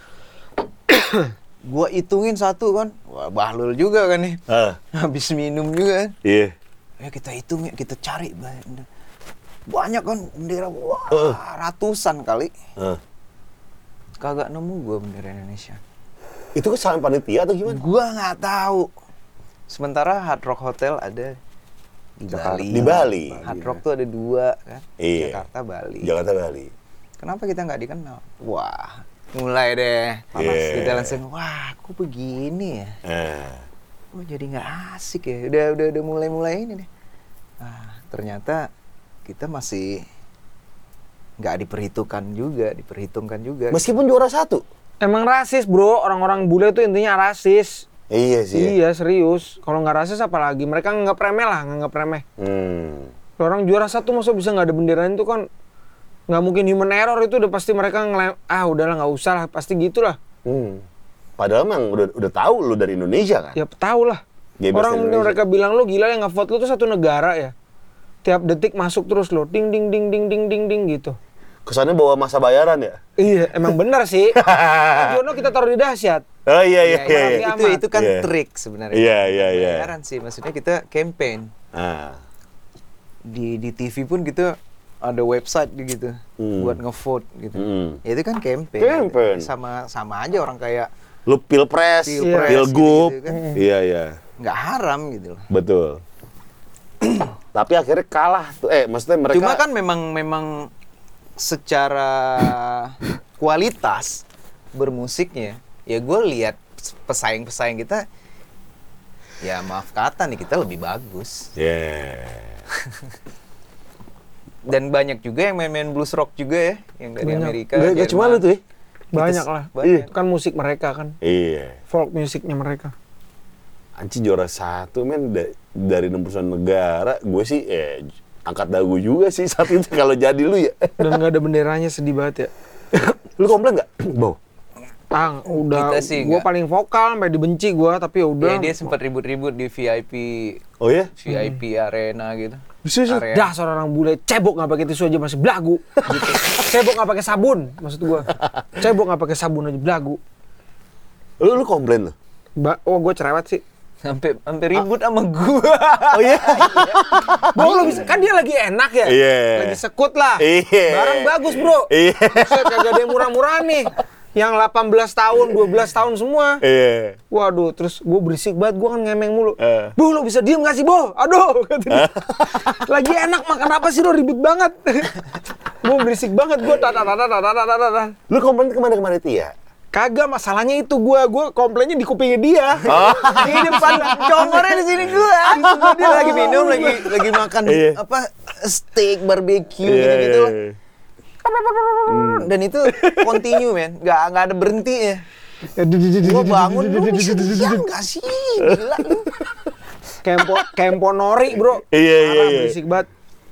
Gua hitungin satu kan. Wah, bahlul juga kan nih. ah, Habis minum juga kan. iya. Ya kita hitung ya, kita cari banyak. Banyak kan bendera, wah, Uh. ratusan kali. Ah. Kagak nemu gua bendera Indonesia. Itu kesalahan panitia atau gimana? Gua nggak tahu. Sementara Hard Rock Hotel ada di Jakarta. Bali. Di Bali. Hard Rock tuh ada dua kan. Iya. Jakarta, Bali. Jakarta Bali. Kenapa kita nggak dikenal? Wah, mulai deh. Panas. Iya. Kita langsung, wah, kok begini ya? Ah. Oh, jadi nggak asik ya. Udah, udah, udah mulai-mulai ini nih. Ah, ternyata kita masih nggak diperhitungkan juga, diperhitungkan juga. Meskipun juara satu. Emang rasis, bro. Orang-orang bule itu intinya rasis. Iya sih. ya. Iya, serius. Kalau nggak rasis apalagi. Mereka nganggap remeh lah, nganggap remeh. Hmm. Orang juara satu masa bisa nggak ada benderanya itu kan nggak mungkin human error, itu udah pasti mereka ngelem, ah udahlah nggak usah lah, pasti gitulah. Hmm. Padahal emang udah udah tahu lu dari Indonesia kan? Ya tau lah. Dia bahasa Orang Indonesia. mereka bilang lu gila yang nge-vote lu tuh satu negara ya. Tiap detik masuk terus lo, ding ding ding ding ding ding ding gitu. Kesannya bawa masa bayaran ya? Iya, emang benar sih. Kan Jono kita taruh di dahsyat. Oh iya iya Ya, iya. itu, iya. itu, itu kan Iya. trik sebenarnya. Iya, iya, iya. Bayaran sih, maksudnya kita campaign. Ah. Di di T V pun kita ada website gitu Hmm. buat nge-vote gitu. Hmm. Ya, itu kan campaign. Campaign. Sama sama aja orang kayak Lu pilpres, Pilpres pilgub. gitu-gitu kan. Iya iya. nggak haram gitu loh. Betul. Tapi akhirnya kalah tuh. Eh, maksudnya mereka Cuma kan memang memang secara kualitas bermusiknya, ya gue lihat pesaing-pesaing kita, ya maaf kata nih, kita lebih bagus. Yeah. Dan banyak juga yang main-main blues rock juga ya, yang dari Banyak. Amerika. Nggak nggak cuma lu tuh ya? Banyak lah. Banyak. Kan musik mereka kan, Iya. folk musiknya mereka. Anci juara satu men da- dari enam puluh sembilan negara. Gue sih eh angkat dagu juga sih saat itu kalau jadi lu ya. Dan nggak ada benderanya, sedih banget ya. Lu komplain nggak? Bau. Tang, udah Kita sih gue nggak. paling vokal sampai dibenci gue, tapi ya udah. Ya dia sempat ribut-ribut di V I P Oh ya? V I P arena gitu. Bisa Area. Dasar orang bule, cebok nggak pakai tisu aja masih belagu. Gitu. Cebok nggak pakai sabun, maksud gue. Cebok nggak pakai sabun aja belagu. Lu lu komplain lu? Ba oh gue cerewet sih. Sampai sampai ribut sama gua. Oh iya? Bro, lo bisa, kan dia lagi enak ya? Iya. Lagi sekut lah. Iya. Barang bagus bro. Iya. Buset, kagak ada yang murah-murah nih. Yang delapan belas tahun, dua belas tahun semua. Iya. Waduh, terus gue berisik banget, gue kan ngemeng mulu. Eh. Bu, lo bisa diem gak sih, Bu? Aduh, kata dia. Lagi enak makan apa sih lo, ribut banget. Gue berisik banget, gue tata tata tata tata tata. Lu komplain kemana-kemana itu ya? Kagak, masalahnya itu gue, gue komplainnya di kupingnya dia. Di depan congornya di sini gua. Dia lagi minum, lagi lagi makan Iya. apa steak barbecue Iya, gitu-gitu iya, lah. iya. Dan itu continue men, nggak nggak ada berhenti ya. Gua bangun, lu bisa diam nggak sih? Gila lu. Kempo, kempo nori bro. Iya, iya, Parah, iya. berisik banget.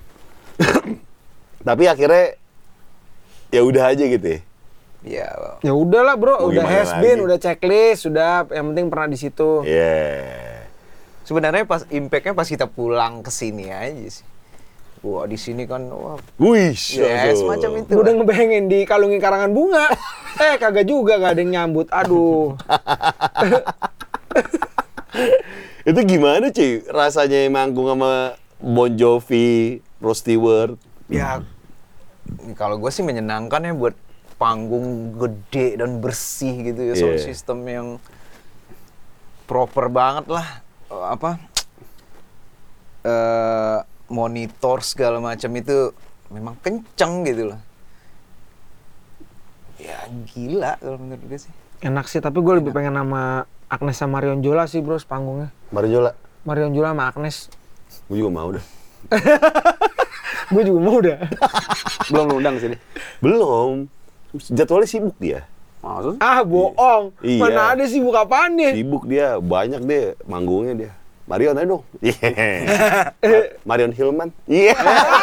Tapi akhirnya ya udah aja gitu ya. Ya, Ya udahlah bro, Mau udah gimana has been, lagi? udah checklist, sudah yang penting pernah di situ. Iya. sebenarnya pas impactnya pas kita pulang ke sini aja sih. Wah di sini kan, wah, Wih, ya semacam itu. Gue udah lah. ngebayangin di kalungin karangan bunga. Eh kagak juga, gak ada yang nyambut. Aduh. Itu gimana cuy rasanya manggung sama Bon Jovi, Rod Stewart? Ya, kalau gue sih menyenangkan ya buat panggung gede dan bersih gitu ya, sound Iya. system yang proper banget lah. Eh, apa? Eh monitor segala macam itu memang kenceng gitu loh. Ya gila kalau menurut gue sih. Enak sih, tapi gue lebih pengen sama Agnes sama Marion Jola sih bro, sepanggungnya. Marjola, Marion Jola sama Agnes. gue juga mau dah. Gue juga mau dah. Belum lu undang sini. Belum, jadwalnya sibuk dia. Maksud? Ah bohong. Iya. Mana ada sih buka apaan nih? Sibuk dia, banyak deh manggungnya dia. Marion aja dong. Iya. Marion Hillman. Iya.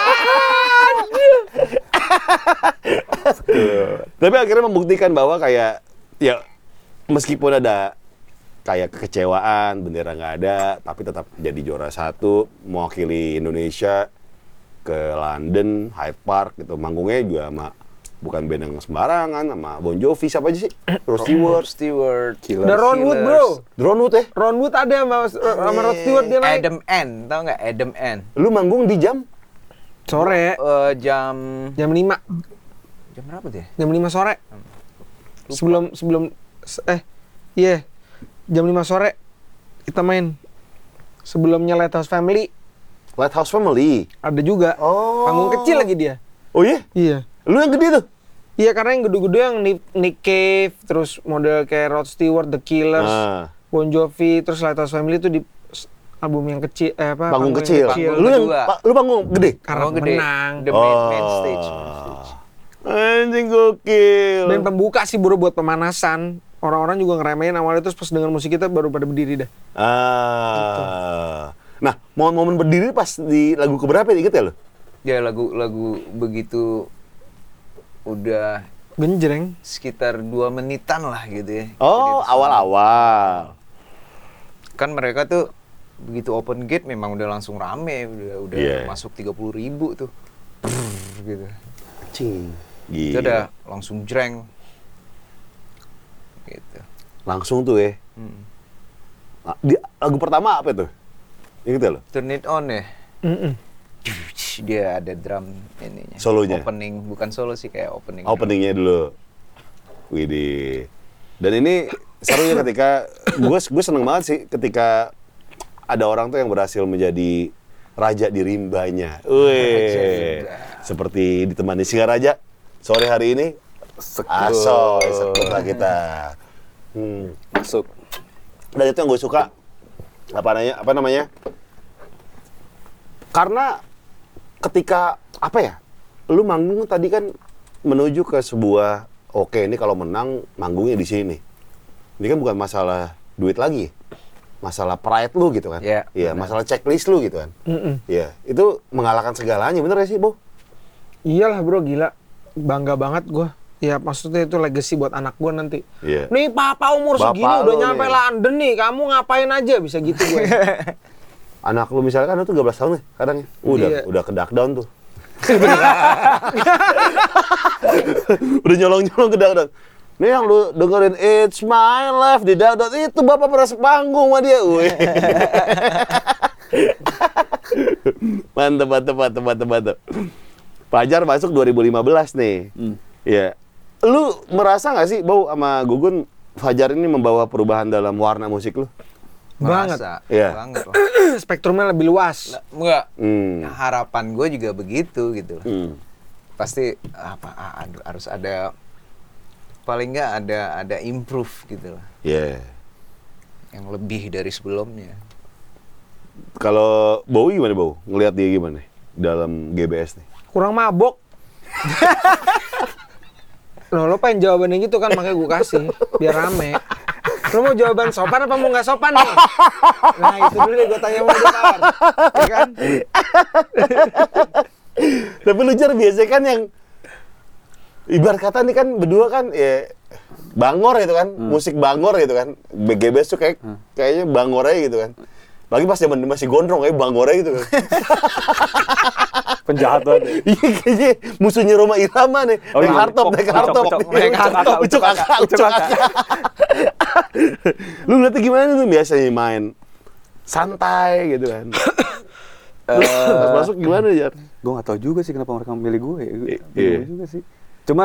Tapi akhirnya membuktikan bahwa kayak ya meskipun ada kayak kekecewaan, bendera nggak ada, tapi tetap jadi juara satu, mewakili Indonesia ke London, Hyde Park gitu. Manggungnya juga sama bukan band yang sembarangan, sama Bon Jovi, siapa aja sih? Rod Stewart, Stewart, Killers. Ada Ron Wood bro. Ron Wood ya? Ron Wood ada sama, sama Rod Stewart dia naik. Adam N, tau nggak Adam N? Lu manggung di jam? Sore. Eh, jam Jam lima. jam berapa tuh ya? Jam lima sore. Sebelum, sebelum, eh, iya. Jam lima sore kita main. Sebelumnya Lighthouse Family Lighthouse Family. ada juga. Oh. Panggung kecil lagi dia. Oh iya? Iya. Lu yang gede tuh? Iya karena yang gede-gede yang Nick, Nick Cave, terus model kayak Rod Stewart, The Killers, Ah. Bon Jovi, terus Lighthouse Family itu di s- album yang kecil, eh apa? Panggung yang kecil. Panggung Lu yang kedua. pa- lu panggung gede? Karena Oh, gede. menang. The main, main stage. Oh. Anjing gokil. Dan pembuka sih bro buat pemanasan. Orang-orang juga ngeremehin awalnya, terus pas denger musik kita baru pada berdiri dah. Ah. Nah, momen-momen berdiri pas di lagu keberapa inget ya lu? Ya lagu-lagu begitu udah Genjreng. sekitar dua menitan lah gitu ya. Oh, Jadi, awal-awal. kan mereka tuh begitu open gate memang udah langsung rame, udah udah Iya. masuk tiga puluh ribu tuh. Brrr, gitu. Cing. Itu Gila. udah langsung jreng. Gitu. Langsung tuh ya. Hmm. Nah, di lagu pertama apa tuh? Ingat ya lo? Turn it on ya. Mm-mm. Dia ada drum ininya. Solonya? Opening, bukan solo sih kayak opening. Openingnya dulu. Widih. Dan ini serunya ketika gue gue seneng banget sih ketika ada orang tuh yang berhasil menjadi raja di rimbanya. Wih. Seperti ditemani Singaraja sore hari ini. Asoy, sekut lah kita. Hmm. Masuk. Dan itu yang gue suka. Apa namanya? Apa namanya? Karena ketika apa ya? Lu manggung tadi kan menuju ke sebuah oke ini kalau menang manggungnya di sini. Ini kan bukan masalah duit lagi. masalah pride lu gitu kan. Iya, Iya, benar. masalah checklist lu gitu kan. Mm-mm. Iya, itu mengalahkan segalanya, bener gak sih, Bo? Iyalah bro, gila. Bangga banget gue. Ya maksudnya itu legacy buat anak gue nanti. Iya. Nih papa umur Bapak segini udah lu nyampe nih. London nih, kamu ngapain aja bisa gitu gue. Anak lu misalkan lu tuh tiga belas tahun nih, kadang ya. Udah, Iya. udah ke dark down tuh. Udah nyolong-nyolong ke dark down. Nih yang lu dengerin It's My Life di dark down, itu bapak pernah sepanggung sama dia. Wih. Mantap, mantap, mantap, mantap, mantap. Fajar masuk dua ribu lima belas nih. Hmm. Iya. Lu merasa nggak sih, Bau, sama Gugun, Fajar ini membawa perubahan dalam warna musik lu? Banget. Merasa, Iya. banget loh. Spektrumnya lebih luas. Enggak. Hmm. Harapan gue juga begitu gitu loh. Hmm. Pasti apa ah, aduh, harus ada paling nggak ada ada improve gitu loh. Iya. Yang lebih dari sebelumnya. Kalau Bau gimana, Bau? Ngelihat dia gimana nih dalam G B S nih? Kurang mabok. Loh, lo pengen jawabannya gitu kan, makanya gue kasih biar rame. Lo mau jawaban sopan apa mau nggak sopan nih? Nah itu dulu deh gue tanya sama dia, Par. Ya kan? Tapi lu Jar biasanya kan yang ibarat kata nih kan berdua kan ya bangor gitu kan, musik bangor gitu kan. G B S tuh kayak kayaknya bangor aja gitu kan. Lagi pas zaman masih gondrong kayak bangor aja gitu kan. Penjahat banget. Iya kayaknya musuhnya Roma Irama nih. Oh, naik iya. hardtop, naik Ucok, hardtop. ucok, Naik ucok, hardtop, ucok, ucok ucok, akak, ucok, ucok akak. akak. Lu ngeliatnya gimana tuh biasanya main? Santai gitu kan. Pas masuk gimana, Jar? Gue nggak tahu juga sih kenapa mereka memilih gue. Gue I- nggak tahu iya. juga sih. Cuma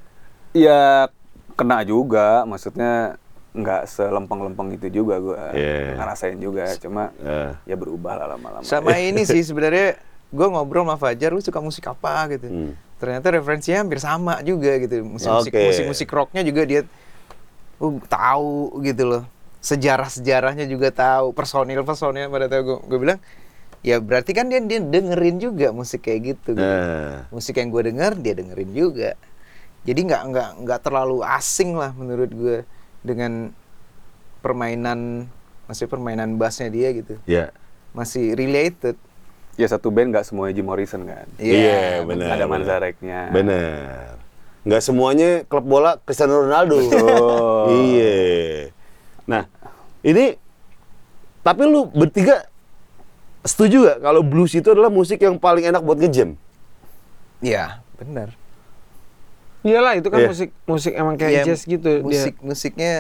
ya kena juga, maksudnya nggak selempeng-lempeng itu juga gue Iya. ngerasain juga. Cuma Eh. ya berubah lah lama-lama. Sama ini sih sebenarnya gue ngobrol sama Fajar, lu suka musik apa gitu. Hmm. Ternyata referensinya hampir sama juga gitu. Musik-musik Oke. musik-musik rocknya juga dia uh, tahu gitu loh. Sejarah-sejarahnya juga tahu, personil-personil pada tahu. Gue gue bilang, ya berarti kan dia dia dengerin juga musik kayak gitu. gitu. Nah. Musik yang gue denger dia dengerin juga. Jadi nggak nggak nggak terlalu asing lah menurut gue dengan permainan, maksudnya permainan bassnya dia gitu. Ya. Masih related. Ya satu band nggak semuanya Jim Morrison kan. Iya, benar. Ada benar. Manzareknya. Bener. Nggak semuanya klub bola Cristiano Ronaldo. Betul. Iya. Nah, ini tapi lu bertiga setuju gak kalau blues itu adalah musik yang paling enak buat ngejam? Iya, benar. Iyalah itu kan Iya. musik musik emang kayak Iya, jazz gitu. Musik Dia. musiknya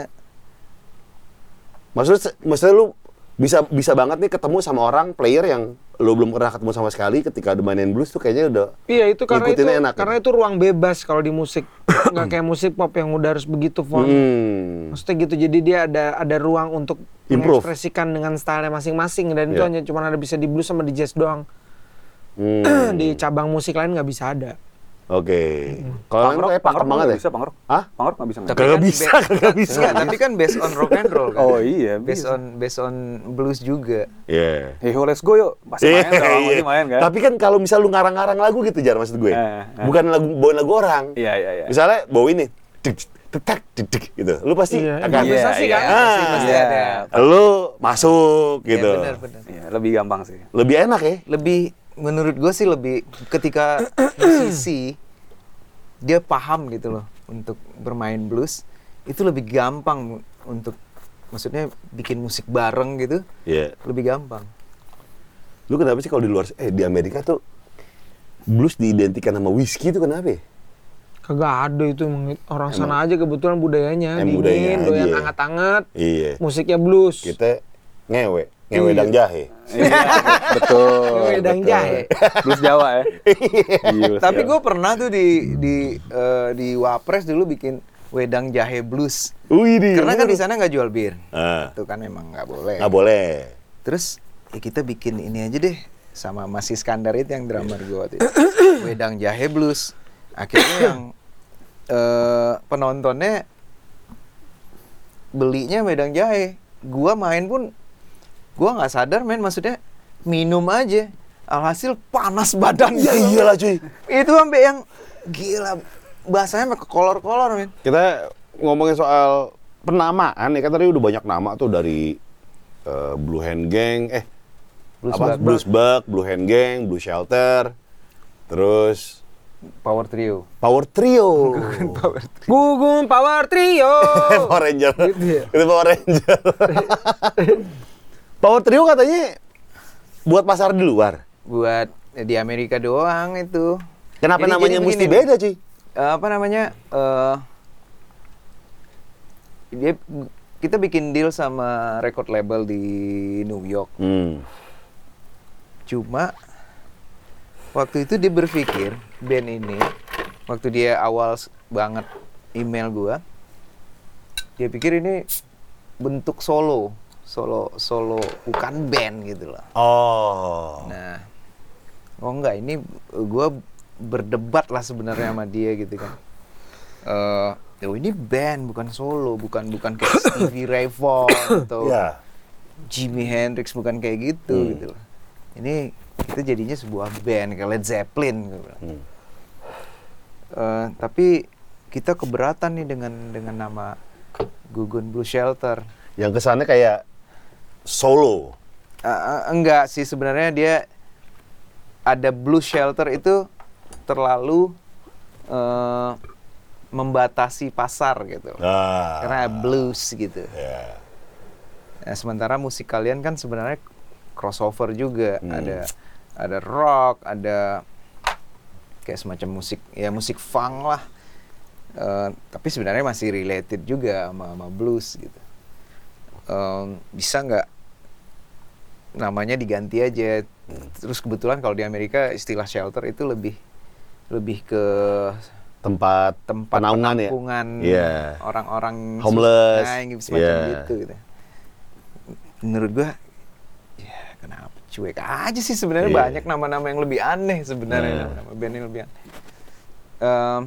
Maksudnya, maksudnya lu bisa bisa banget nih ketemu sama orang player yang lu belum pernah ketemu sama sekali ketika udah mainin blues tuh kayaknya udah Iya itu karena itu ngikutinnya enak, karena ya? itu ruang bebas kalau di musik. Nggak kayak musik pop yang udah harus begitu form. Hmm. Maksudnya gitu, jadi dia ada ada ruang untuk Improve. mengekspresikan dengan style masing-masing dan itu Iya. hanya cuma ada bisa di blues sama di jazz doang. Hmm. Di cabang musik lain nggak bisa ada. Oke. Kalau lain Pangrok, kayak pakem pangrok banget nggak ya? bisa, pangrok. Hah? Pangrok nggak bisa nggak? Kagak bisa, be- kagak bisa. Enggak, tapi kan based on rock and roll kan. Oh iya, based bisa. on based on blues juga. Iya. Hey ho, let's go yuk. Pasti main dong, pasti main kan? Tapi kan kalau misal lu ngarang-ngarang lagu gitu, Jar, maksud gue. Eh, eh. Bukan lagu bawain lagu orang. Iya, iya, iya. Misalnya bawa ini, dik, tetek, dik, dik, gitu. Lu pasti Iya, akan improvisasi Iya, kan? iya. Pasti, Ah. pasti Iya. ada. lu masuk gitu. Ya, benar, benar. Iya, lebih gampang sih. Lebih enak ya. Lebih menurut gue sih lebih ketika musisi dia paham gitu loh untuk bermain blues, itu lebih gampang untuk maksudnya bikin musik bareng gitu, Iya. lebih gampang. Lu kenapa sih kalau di luar eh di Amerika tuh blues diidentikan sama whisky itu kenapa ya? Kagak ada itu emang orang sana aja kebetulan budayanya Em, budayanya dingin, doyan aja. hangat-hangat, Iya. musiknya blues. Kita ngewe, ngewe Iya. dang jahe. Iya, betul. Wedang betul. jahe. Blues Jawa ya. Iya, blues Tapi Jawa. gue pernah tuh di di eh, di Wapres dulu bikin wedang jahe blues. Wih, di. Karena kan di sana nggak jual bir, Ah, itu kan memang nggak boleh. nggak boleh. Terus ya kita bikin ini aja deh sama Mas Iskandar itu yang drummer gue waktu itu. Wedang jahe blues. Akhirnya yang eh, penontonnya belinya wedang jahe. Gua main pun gua nggak sadar men, maksudnya minum aja. Alhasil panas badan. Ya iyalah cuy. Itu sampai yang gila bahasanya sampai ke kolor-kolor men. Kita ngomongin soal penamaan ya kan tadi udah banyak nama tuh dari uh, Blue Hand Gang, eh Blues apa? Bug. Blues Bug, Blue Hand Gang, Blue Shelter, terus Power Trio. Power Trio. Gugun Power Trio. Power Ranger. Gitu ya? Itu Power Ranger. Power Trio katanya buat pasar di luar. Buat eh, di Amerika doang itu. Kenapa Jadi- namanya jadi mesti begini, beda, cuy? Eh, apa namanya? eh dia kita bikin deal sama record label di New York. Hmm. Cuma waktu itu dia berpikir band ini waktu dia awal s- banget email gua, dia pikir ini bentuk solo, solo solo bukan band gitu loh. Oh. Nah, oh enggak, ini gua berdebat lah sebenarnya sama dia gitu kan. Eh, oh ini band bukan solo, bukan bukan kayak Stevie Ray Vaughan atau Iya. Jimi Hendrix, bukan kayak gitu Hmm. gitu loh. Ini kita jadinya sebuah band kayak Led Zeppelin gitu. Hmm. Eh, tapi kita keberatan nih dengan dengan nama Gugun Blue Shelter. Yang kesannya kayak solo. Eh, eh, enggak sih, sebenarnya dia ada Blue Shelter itu terlalu eh, membatasi pasar gitu. Nah. Karena blues gitu. Ya. Nah, sementara musik kalian kan sebenarnya crossover juga. Hmm. Ada ada rock, ada kayak semacam musik ya musik funk lah. Eh, tapi sebenarnya masih related juga sama, sama blues gitu. Em, bisa nggak namanya diganti aja? Terus kebetulan kalau di Amerika istilah shelter itu lebih lebih ke Tempat, tempat penaungan ya? penampungan Iya. orang-orang Homeless. nah, yang semacam Iya. gitu gitu. Menurut gua ya kenapa cuek aja sih sebenarnya. Iya. Banyak nama-nama yang lebih aneh sebenarnya, Nah. nama-nama band yang lebih aneh. Em,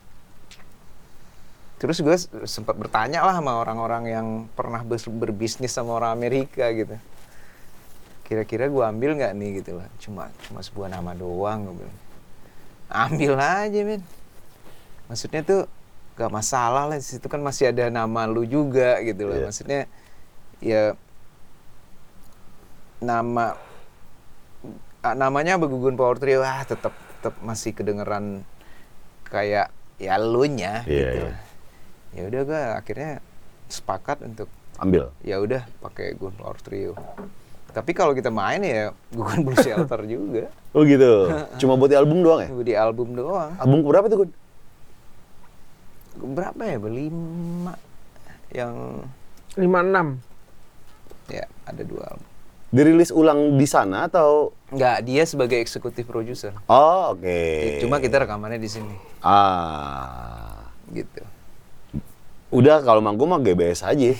terus gue sempat bertanya lah sama orang-orang yang pernah bers- berbisnis sama orang Amerika gitu. Kira-kira gue ambil nggak nih gitu lah. Cuma cuma sebuah nama doang gue bilang. Ambil aja men. Maksudnya tuh gak masalah lah, di situ kan masih ada nama lu juga gitu loh. Iya. Maksudnya ya nama ah, namanya Gugun Power Trio, ah tetap tetap masih kedengeran kayak ya elunya Iya, gitu. iya. Ya udah gue akhirnya sepakat untuk Ambil. ya udah pakai Gugun Power Trio. Tapi kalau kita main ya Gugun Blue Shelter juga. Oh gitu. Cuma buat di album doang ya? Di album doang. Album berapa tuh, Gun? Berapa ya? Berlima yang lima enam. ya ada dua album. Dirilis ulang di sana atau? Enggak, dia sebagai eksekutif produser. Oh, oke. Cuma kita rekamannya di sini Ah. gitu. Udah kalau manggung mah G B S aja.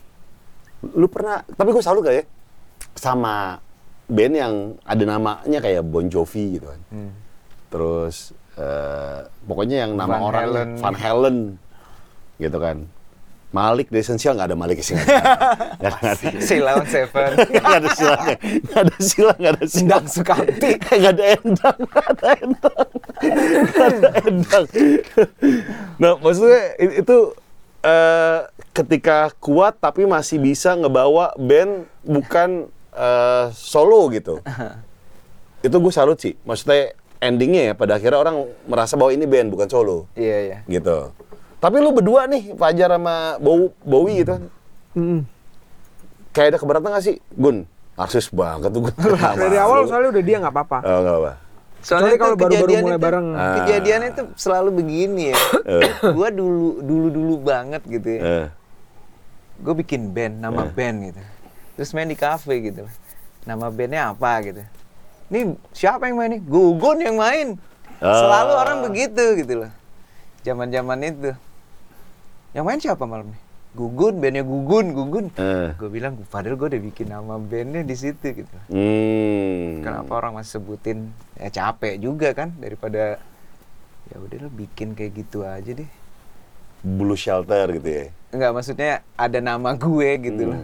Lu pernah, tapi gue salut gak ya? Sama band yang ada namanya kayak Bon Jovi gitu kan. Hmm. Terus eh, pokoknya yang nama Van orangnya Halen. Van Halen gitu kan. Malik The Essential nggak ada Malik sih. Nggak ada. Ceylon Seven. Nggak ada silang, nggak ada silang, nggak ada silang. Endang Sukamti. Nggak ada endang, nggak ada endang, nggak ada endang. Nah maksudnya i- itu eh, ketika kuat tapi masih bisa ngebawa band bukan eh, solo gitu. Itu gue salut sih. Maksudnya endingnya ya pada akhirnya orang merasa bahwa ini band bukan solo Iya, iya. gitu. Tapi lu berdua nih, Fajar sama Bow- Bowie gitu kan. Mm. Kayak ada keberatan gak sih? Gun, narsis banget tuh Gun. Dari awal soalnya udah dia nggak apa-apa. Oh, nggak apa. Kecuali itu kalau baru-baru kejadian mulai itu- bareng. Ah. Kejadiannya itu selalu begini ya. Eh, Gua dulu dulu dulu banget gitu ya. eh, Gue bikin band, nama band gitu. Terus main di kafe gitu. Nama bandnya apa gitu. Ini siapa yang main nih? Gugun yang main. Selalu Ah. orang begitu gitu loh. Zaman-zaman itu. Yang main siapa malam nih? Gugun, bandnya Gugun, Gugun. eh. Gue bilang, padahal gue udah bikin nama bandnya di situ gitu. Hmm. Kenapa orang masih sebutin? Ya capek juga kan daripada ya udah lo bikin kayak gitu aja deh. Blue Shelter gitu ya. Enggak, maksudnya ada nama gue gitu loh.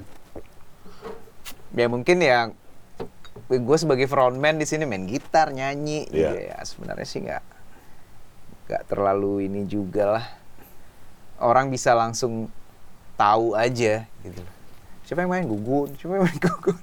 Ya mungkin ya gue sebagai frontman di sini main gitar, nyanyi Iya. gitu ya. Sebenarnya sih nggak nggak terlalu ini juga lah. Orang bisa langsung tahu aja gitu loh. Siapa yang main Gugun? Siapa yang main Gugun?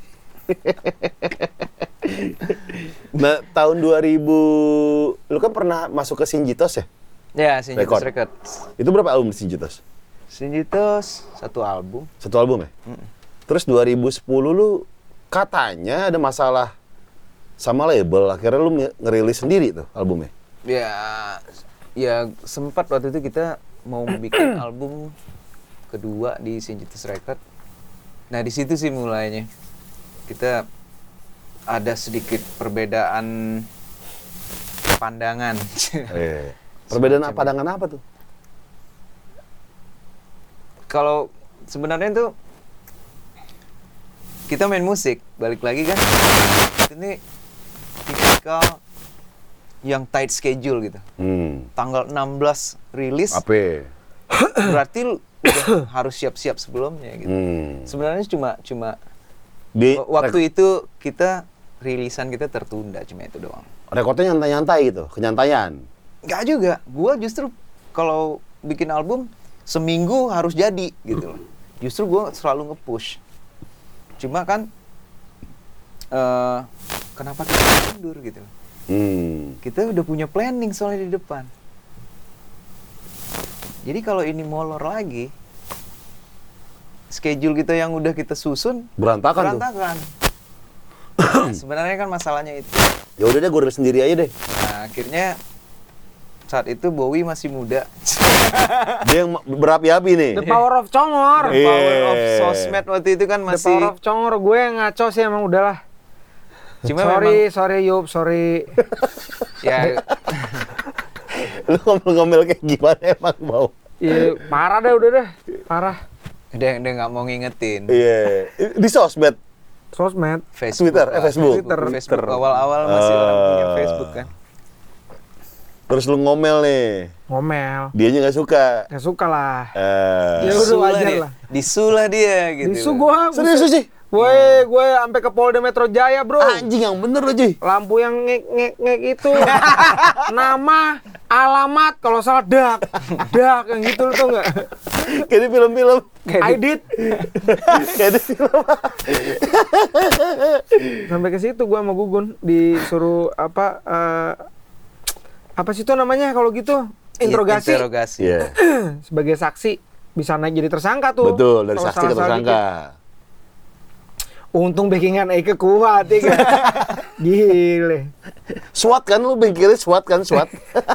Nah, tahun dua ribu lu kan pernah masuk ke Sinjitos ya? Ya, Sinjitos Record. Records. Itu berapa album di Sinjitos? Sinjitos satu album. Satu album ya? Mm. Terus dua ribu sepuluh lu katanya ada masalah sama label, akhirnya lu nge- ngerilis sendiri tuh albumnya. Ya, ya sempat waktu itu kita mau bikin album kedua di Sinjitos Record. Nah, di situ sih mulainya. Kita ada sedikit perbedaan pandangan. Eh, perbedaan Semacam pandangan apa tuh? Kalau sebenarnya tuh kita main musik, balik lagi kan. Ini tipikal yang tight schedule gitu. Hmm. Tanggal enam belas rilis, Apa? berarti lu udah harus siap-siap sebelumnya gitu. Hmm. Sebenarnya cuma cuma Di waktu itu kita rilisan kita tertunda, cuma itu doang. rekodnya nyantai-nyantai gitu, kenyantaian. Enggak juga. Gua justru kalau bikin album seminggu harus jadi gitu loh. Justru gua selalu nge-push. Cuma kan eh kenapa kita mundur gitu loh. Hmm. Kita udah punya planning soalnya di depan. Jadi kalau ini molor lagi, schedule kita yang udah kita susun Berantakan tuh. berantakan. Nah, sebenarnya kan masalahnya itu. Ya udah deh, gue rilis sendiri aja deh. Nah, akhirnya saat itu Bowie masih muda. Dia yang berapi-api nih. The power of congor. Iya. Power of sosmed waktu itu kan The masih. power of congor. Gue yang ngaco sih emang udahlah. Cuma sorry, memang sorry Yup, sorry. ya Lu ngomel-ngomel kayak gimana emang mau? Iya, parah deh udah deh. Parah. udah udah nggak mau ngingetin. Iya. Di sosmed. Sosmed. Facebook, Twitter, eh, lah. Facebook. Twitter. Facebook awal-awal masih orang punya Ah. Facebook kan. Terus lu ngomel nih. Ngomel. Dianya nggak suka. Gak suka lah. Eh. Ya udah Disulah wajar dia. lah. Disulah dia gitu. Disu loh. gua. Serius sih? Gue, gue sampai ke Polda Metro Jaya, bro. Anjing yang bener lo, Cuy. Lampu yang ngek ngek ngek itu. Nama, alamat, kalau salah dak. Dak yang gitu lu tau nggak? Kayak di film-film. I did. Kayak di film. Sampai ke situ gua sama Gugun disuruh apa eh, apa sih itu namanya kalau gitu? Interogasi. Interogasi. Iya. Sebagai saksi bisa naik jadi tersangka tuh. Betul, dari Kalau saksi ke salah-salah tersangka. dikit. Untung backingan Eike kuat ya kan. Gile. SWAT kan lu bengkelnya SWAT kan, SWAT.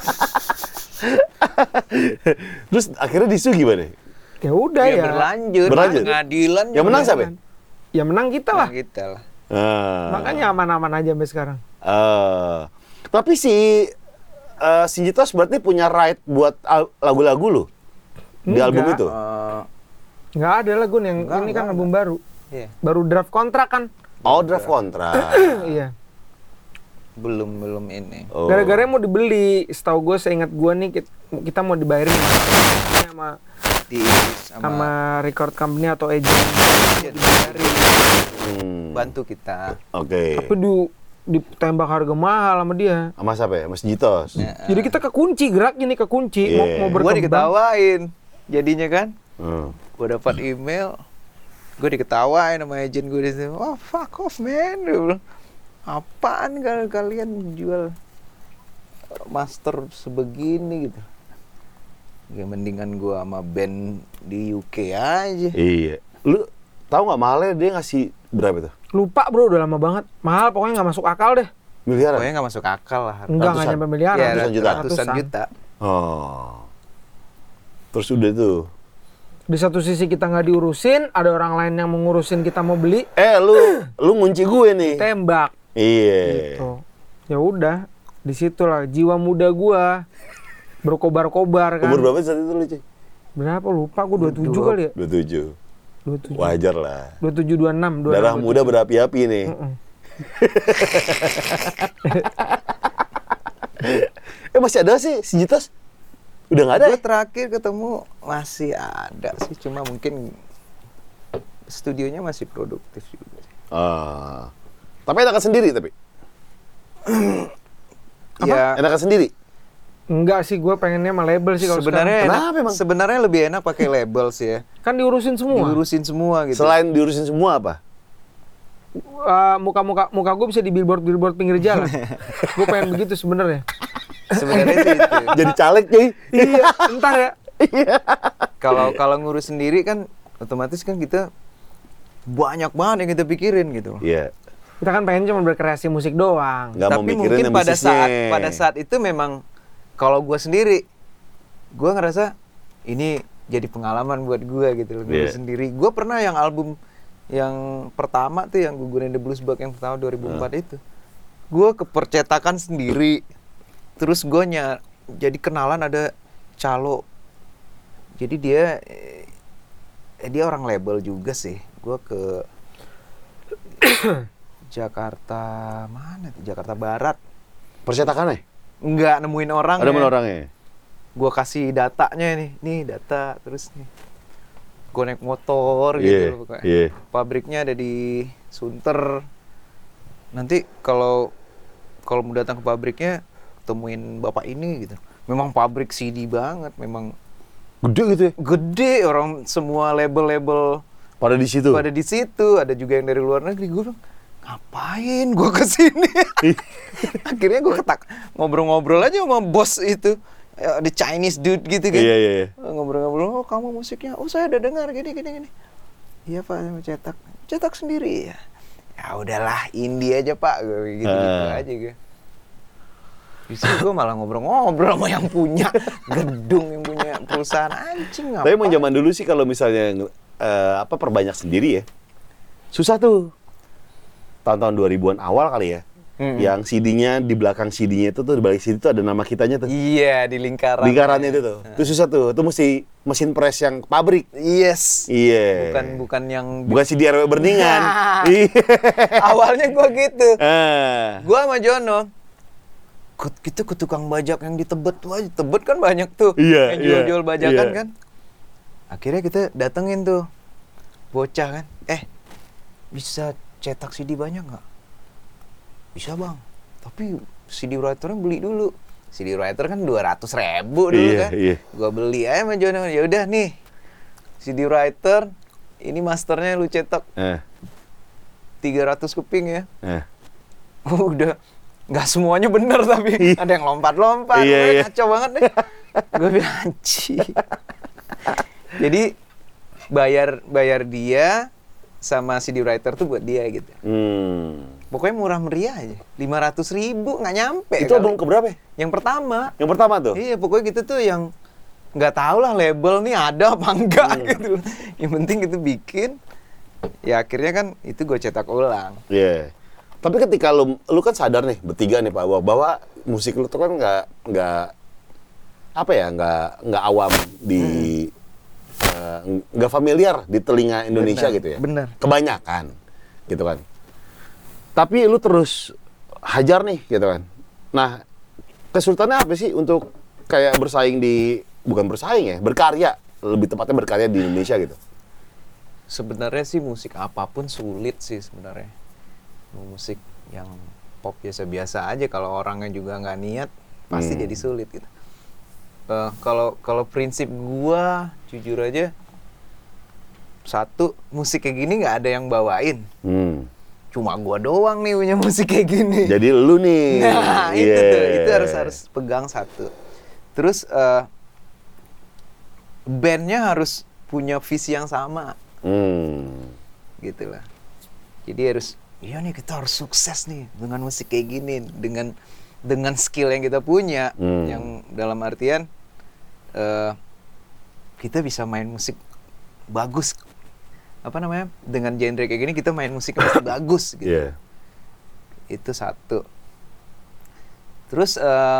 Terus akhirnya disu gimana? Ya udah Ya, ya. berlanjut. Berlanjut. Pengadilan. Yang menang juga. siapa? Ya menang kita lah. Nah, kita lah. Ah. Makanya aman-aman aja sampai sekarang. Eh, tapi si uh, Sinjitos berarti punya right buat al- lagu-lagu lu di Enggak. album itu. Eh, Nggak ada lah Gun yang Enggak, ini enggak, kan album baru. iya. Baru draft kontrak kan. Oh, draft kontrak. Iya. Belum belum ini. Oh. Gara-gara mau dibeli, setahu gue seingat gue nih kit- kita mau dibayarin sama Di sama sama record company atau agent dibayarin. Hmm. bantu kita. Oke. Tapi di ditembak harga mahal sama dia. Sama siapa ya? Mas Jitos. Ya. Jadi kita kekunci, gerak gini kekunci, mau Yeah. mau Gua berkembang. diketawain jadinya kan. Hmm. Gue dapat email, gue diketawain sama agent gue di situ. Oh fuck off man, dia bilang. Apaan kal- kalian jual master sebegini gitu. Ya mendingan gue sama band di U K aja. Iya. Lu tahu nggak mahalnya dia ngasih berapa itu? Lupa bro, udah lama banget. Mahal, pokoknya nggak masuk akal deh. Miliaran? Pokoknya nggak masuk akal lah. Enggak, nggak Ratusan. nyampe miliaran. Ya, Ratusan juta. Ratusan juta. Oh. Terus udah tuh. Di satu sisi kita nggak diurusin, ada orang lain yang mengurusin kita mau beli, Eh lu lu ngunci gue nih. tembak. Iya. Gitu. Ya udah, disitulah jiwa muda gua berkobar-kobar kan. Umur berapa saat itu lu, Cuy? Berapa lupa gua dua puluh tujuh kali ya. dua puluh tujuh. dua puluh tujuh. Wajar lah. dua puluh tujuh dua puluh enam, dua puluh enam, Darah dua puluh muda tujuh. berapi-api nih. Mm-mm. Eh masih ada sih si Jitos? Udah nggak ada Gue ya? terakhir ketemu masih ada sih, cuma mungkin studionya masih produktif juga sih. Ah. Tapi enakan sendiri tapi. Ya, Enakan sendiri. Enggak sih, gue pengennya sama label sih kalau Sebenarnya sekarang. enak, Kenapa emang? sebenarnya lebih enak pakai label sih ya. Kan diurusin semua. Diurusin semua gitu. Selain diurusin semua apa? Uh, muka-muka muka gue bisa di billboard-billboard pinggir jalan. Gue pengen begitu sebenarnya. Sebenarnya sih itu. Jadi caleg cuy. Iya, entar ya. Kalau kalau ngurus sendiri kan otomatis kan kita banyak banget yang kita pikirin gitu. Iya. Kita kan pengen cuma berkreasi musik doang. Nggak mau Tapi mikirin mungkin yang pada bisnisnya. saat pada saat itu memang kalau gue sendiri, gue ngerasa ini jadi pengalaman buat gue gitu loh, ngurus Iya. sendiri. Gue pernah yang album yang pertama tuh yang Gugurin the Blues Bug yang pertama dua ribu empat itu, gue ke percetakan sendiri. Terus gue nya jadi kenalan ada calo. Jadi dia eh, dia orang label juga sih. Gue ke Jakarta mana tuh? Jakarta Barat. Percetakan ya? Enggak nemuin orang. Ada mana orangnya? Gue kasih datanya nih, nih data, terus nih gue naik motor Iya, gitu loh pokoknya. iya. Pabriknya ada di Sunter. Nanti kalau kalau mau datang ke pabriknya temuin bapak ini gitu. Memang pabrik C D banget, memang Gede gitu ya? gede, orang semua label-label Pada di situ. pada di situ. Ada juga yang dari luar negeri. Gue bilang, ngapain gue kesini? Akhirnya gue ketak ngobrol-ngobrol aja sama bos itu, the Chinese dude gitu kan. Iya, iya, iya. Ngobrol-ngobrol, oh kamu musiknya, oh saya udah dengar gini gini gini. Iya pak, saya mau cetak, cetak sendiri ya. Ya udahlah, indie aja pak, gue gitu gitu Ah. aja gue. Bisa gue malah ngobrol-ngobrol sama yang punya gedung, yang punya perusahaan, anjing apa? Tapi emang zaman dulu sih kalau misalnya eh, apa perbanyak sendiri ya, susah tuh. Tahun-tahun dua ribuan awal kali ya. Mm-mm. Yang C D-nya di belakang C D-nya itu tuh di balik C D itu ada nama kitanya tuh. Iya, di lingkaran. Lingkarannya itu tuh. Itu susah tuh. Itu mesti mesin press yang pabrik. Yes. Iya. Bukan bukan yang Bukan C D R W Berningan. Iya. awalnya gua gitu. Ah. Gua sama Jono Kut- kita ke tukang bajak yang di Tebet tuh aja. Tebet kan banyak tuh Iya, yang jual-jual iya, bajakan iya. kan. Akhirnya kita datengin tuh bocah kan. Eh, bisa cetak C D banyak nggak? Bisa bang. Tapi C D writernya beli dulu. C D writer kan dua ratus ribu dulu Iya, kan. iya. Gua beli aja sama Jono. Ya udah nih. C D writer, ini masternya lu cetak Eh, tiga ratus keping ya. eh. Udah nggak semuanya bener tapi ada yang lompat-lompat. Iya, Wah, iya. kacau banget deh. Gue bilang anjing. Jadi bayar bayar dia sama C D writer tuh buat dia gitu. Hmm. Pokoknya murah meriah aja. lima ratus ribu nggak nyampe. Itu kali. album keberapa ya? Yang pertama. Yang pertama tuh? Iya, pokoknya gitu tuh yang nggak tahu lah label nih ada apa enggak Hmm. gitu. Yang penting itu bikin. Ya akhirnya kan itu gue cetak ulang. Iya. Tapi ketika lu lu kan sadar nih bertiga nih Pak bahwa, bahwa musik lu tuh kan nggak nggak apa ya nggak nggak awam di eh, nggak familiar di telinga Indonesia Benar, gitu ya. benar. Kebanyakan gitu kan. Tapi lu terus hajar nih gitu kan. Nah kesulitannya apa sih untuk kayak bersaing di bukan bersaing ya berkarya lebih tepatnya berkarya di Indonesia gitu. Sebenarnya sih musik apapun sulit sih sebenarnya. Musik yang pop biasa-biasa aja kalau orangnya juga nggak niat pasti Hmm. jadi sulit gitu. Eh, kalau kalau prinsip gua jujur aja satu musik kayak gini nggak ada yang bawain. Hmm. Cuma gua doang nih punya musik kayak gini. Jadi lu nih. Nah, itu Yeah. tuh, itu harus harus pegang satu. Terus eh, bandnya harus punya visi yang sama, Hmm. gitu lah. Jadi harus, iya nih kita harus sukses nih dengan musik kayak gini, dengan dengan skill yang kita punya, Hmm. yang dalam artian eh, kita bisa main musik bagus. Apa namanya? Dengan genre kayak gini kita main musik pasti bagus, gitu. Iya. Itu satu. Terus eh,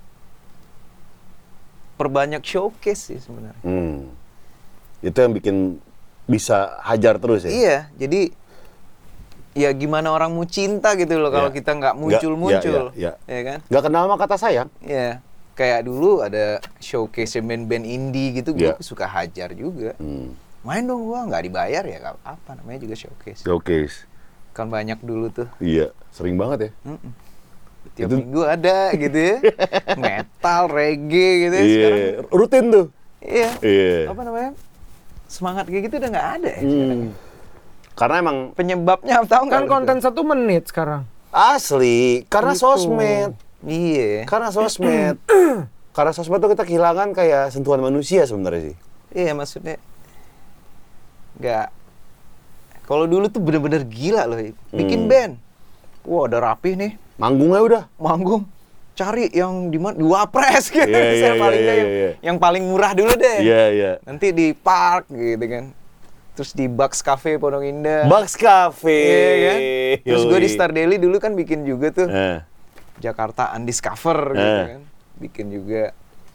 perbanyak showcase sih sebenarnya. Hmm. Itu yang bikin bisa hajar terus ya? Iya, jadi ya gimana orang mau cinta gitu loh kalau Iya. kita nggak muncul-muncul, Iya, iya, ya kan? Gak kenal sama kata sayang? Iya, kayak dulu ada showcase band-band indie gitu, gue Iya. suka hajar juga. Hmm. Main dong gua, nggak dibayar ya, nggak apa, namanya juga showcase. Showcase. Kan banyak dulu tuh. Iya, sering banget ya. Mm-mm. Tiap Itu- minggu ada gitu ya. Metal, reggae gitu ya Iya, sekarang. rutin tuh. Iya. Iya. Apa namanya? Semangat kayak gitu udah nggak ada ya sekarang. Hmm. Karena emang Penyebabnya tahu nggak? Kan lu? konten satu menit sekarang. asli, karena Gitu. sosmed. Iya. Karena sosmed. Karena sosmed tuh kita kehilangan kayak sentuhan manusia sebenarnya sih. Iya maksudnya nggak. Kalau dulu tuh bener-bener gila loh, bikin Hmm. band. Wah udah rapih nih, Manggungnya udah. manggung. Cari yang di mana? Di Wapres gitu. Iya, iya, Saya paling iya, deh iya, yang, iya. yang paling murah dulu deh. Iya, iya. Nanti di park gitu kan. Terus di Bugs Cafe Pondok Indah. Bugs Cafe. Iya kan? Terus gue di Yoi. Star Daily dulu kan bikin juga tuh Eh. Jakarta Undiscover gitu Eh. kan. Bikin juga